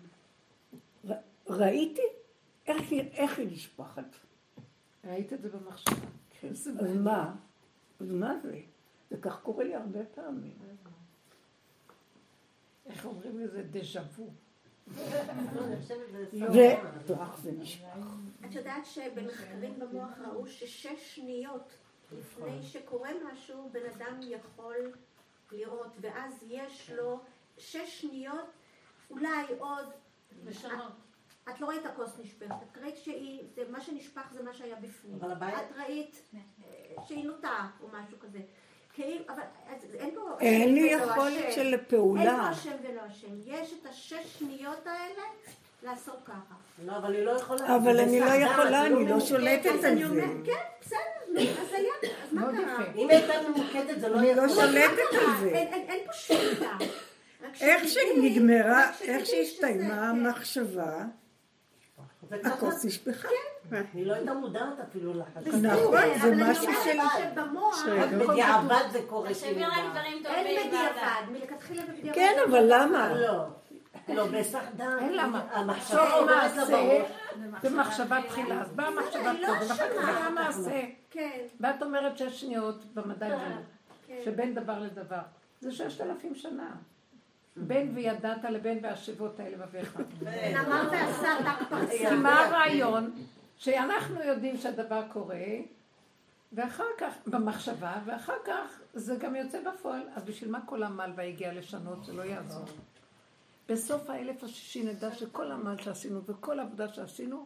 ראיתי איך היא נשפחת. ראית את זה במחשבה? כן. אז מה? אז מה זה? וכך קורה לי הרבה פעמים. איך אומרים לזה? דז'ה וו. ופרח זה נשפך. את יודעת שבמחקרים במוח ראו ש6 שניות לפני שקורה משהו, בן אדם יכול לראות, ואז יש לו 6 שניות, אולי עוד... לשנות. את לא ראית הכוס נשפכת, את ראית מה שנשפך זה מה שהיה בפנים. את ראית שהיא נוטה או משהו כזה. אבל אין פה... אין לי יכולת של פעולה. אין פה השם ולא השם. יש את 6 שניות האלה לעשות ככה. לא, אבל היא לא יכולה. אבל אני לא יכולה, אני לא שולטת על זה. כן, בסדר, אז היה, אז מה קרה? אם הייתה ממוקדת זה לא אני לא שולטת על זה. אין פה שליטה. איך שנגמרה, איך שהסתיימה המחשבה, הכוס נשפכה. היא לא הייתה מודעת אפילו לחשוב. נכון, זה משהו של... רק בדיעבד זה קורה תחשבי רק דברים טובים. אין בדיעבד, מלכתחילה בדיעבד. כן, אבל למה? לא, בהיסח דעת. אין למה. המחשבה עוברת מעשה, זה מחשבה תחילה. אז באה מחשבה טובה, ואחר כך היה מעשה. ואת אומרת 6 שניות במדע גדול, שבין דבר לדבר. זה 6,000 שנה. בין וידעת לבין והשבות האלה בביך. אמר ועשה רק פרצה. מה הרעיון? שאנחנו יודעים שהדבר קורה, ואחר כך, במחשבה, ואחר כך זה גם יוצא בפועל. אז בשביל מה כל עמל והגיע לשנות? זה לא יעזור. בסוף 1060 נדע שכל עמל שעשינו וכל עבודה שעשינו,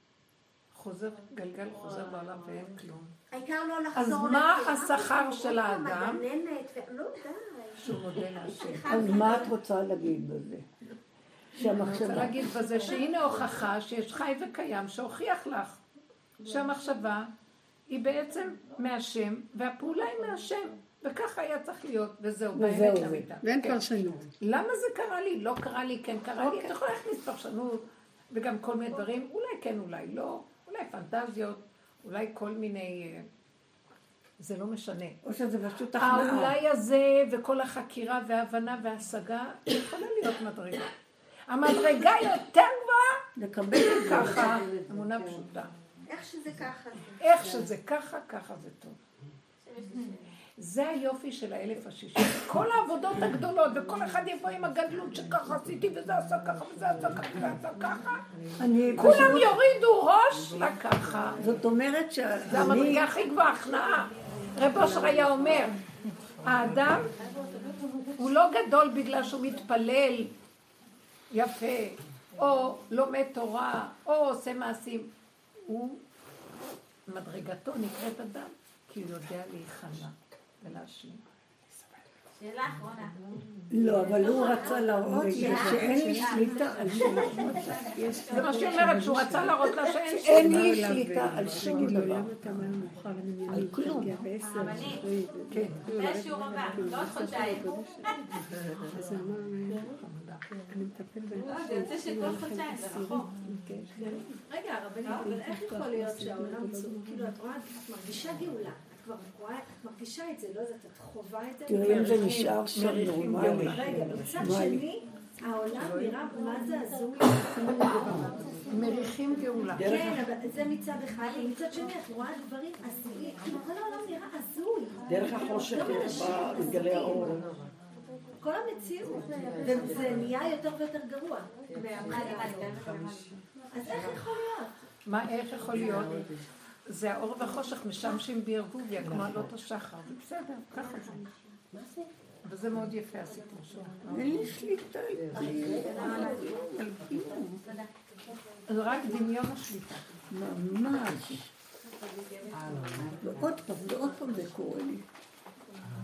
גלגל חוזר בעולם ואין כלום. העיקר לא לחזור. אז מה השכר של האדם? לא די. שהוא מודה להשם. אז מה את רוצה להגיד בזה? אני רוצה להגיד בזה שהנה הוכחה שיש חי וקיים שהוכיח לך שהמחשבה היא בעצם מהשם והפעולה היא מהשם וככה היה צריך להיות וזהו באמת למיטה. ואין פרשנות. למה זה קרה לי? לא קרה לי, כן קרה לי. אתה יכול להכניס פרשנות וגם כל מיני דברים, אולי כן אולי לא, אולי פנטזיות, אולי כל מיני... זה לא משנה. או שזה פשוט הכנעה. האולי הזה וכל החקירה וההבנה וההשגה יכולה להיות מדרגה. המדרגה יותר גבוהה, לקבל את זה. ככה, אמונה פשוטה. איך שזה ככה. איך שזה ככה, ככה זה טוב. זה היופי של 1060. כל העבודות הגדולות, וכל אחד יבוא עם הגדלות שככה עשיתי, וזה עשה ככה, וזה עשה ככה, וזה עשה ככה. כולם יורידו ראש לככה. זאת אומרת זה המדרגה הכי גבוהה, הכנעה. רב אושר היה אומר, האדם הוא לא גדול בגלל שהוא מתפלל יפה, או לומד תורה, או עושה מעשים. הוא, מדרגתו נקראת אדם, כי הוא יודע להיכנע ולהשלים. שאלה אחרונה. לא, אבל הוא רצה להראות שאין לי שליטה על שום זה מה שהיא אומרת, שהוא רצה להראות לה שאין לי שליטה על שום דבר. על כלום. זה השיעור הבא, לא עוד חודשיים. אז הוא אמר, אני מטפל בהם. זה יוצא שכל חודשיים, זה רחוק. רגע, אבל איך יכול להיות שהעולם כאילו את רואה, את מרגישה גאולה. כבר רואה, את מרגישה את זה, לא יודעת, את חובה את זה. תראי אם זה נשאר שם נורמלי. רגע, מצד שני, העולם נראה מה זה הזוי. מריחים גאולה. כן, אבל זה מצד אחד, מצד שני, את רואה דברים הזויים. כל העולם נראה הזוי. דרך החושך בגלי האור. כל המציאות, וזה נהיה יותר ויותר גרוע. אז איך יכול להיות? מה איך יכול להיות? זה האור והחושך משמשים בערבוביה, כמו עלות השחר. זה בסדר, ככה זה. וזה מאוד יפה הסיפור שלו. אין לי שליטה על כלום. זה רק דמיון השליטה. ממש. ועוד פעם זה קורה לי.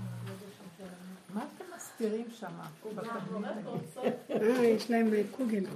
מה אתם מסתירים שם? יש להם קוגל.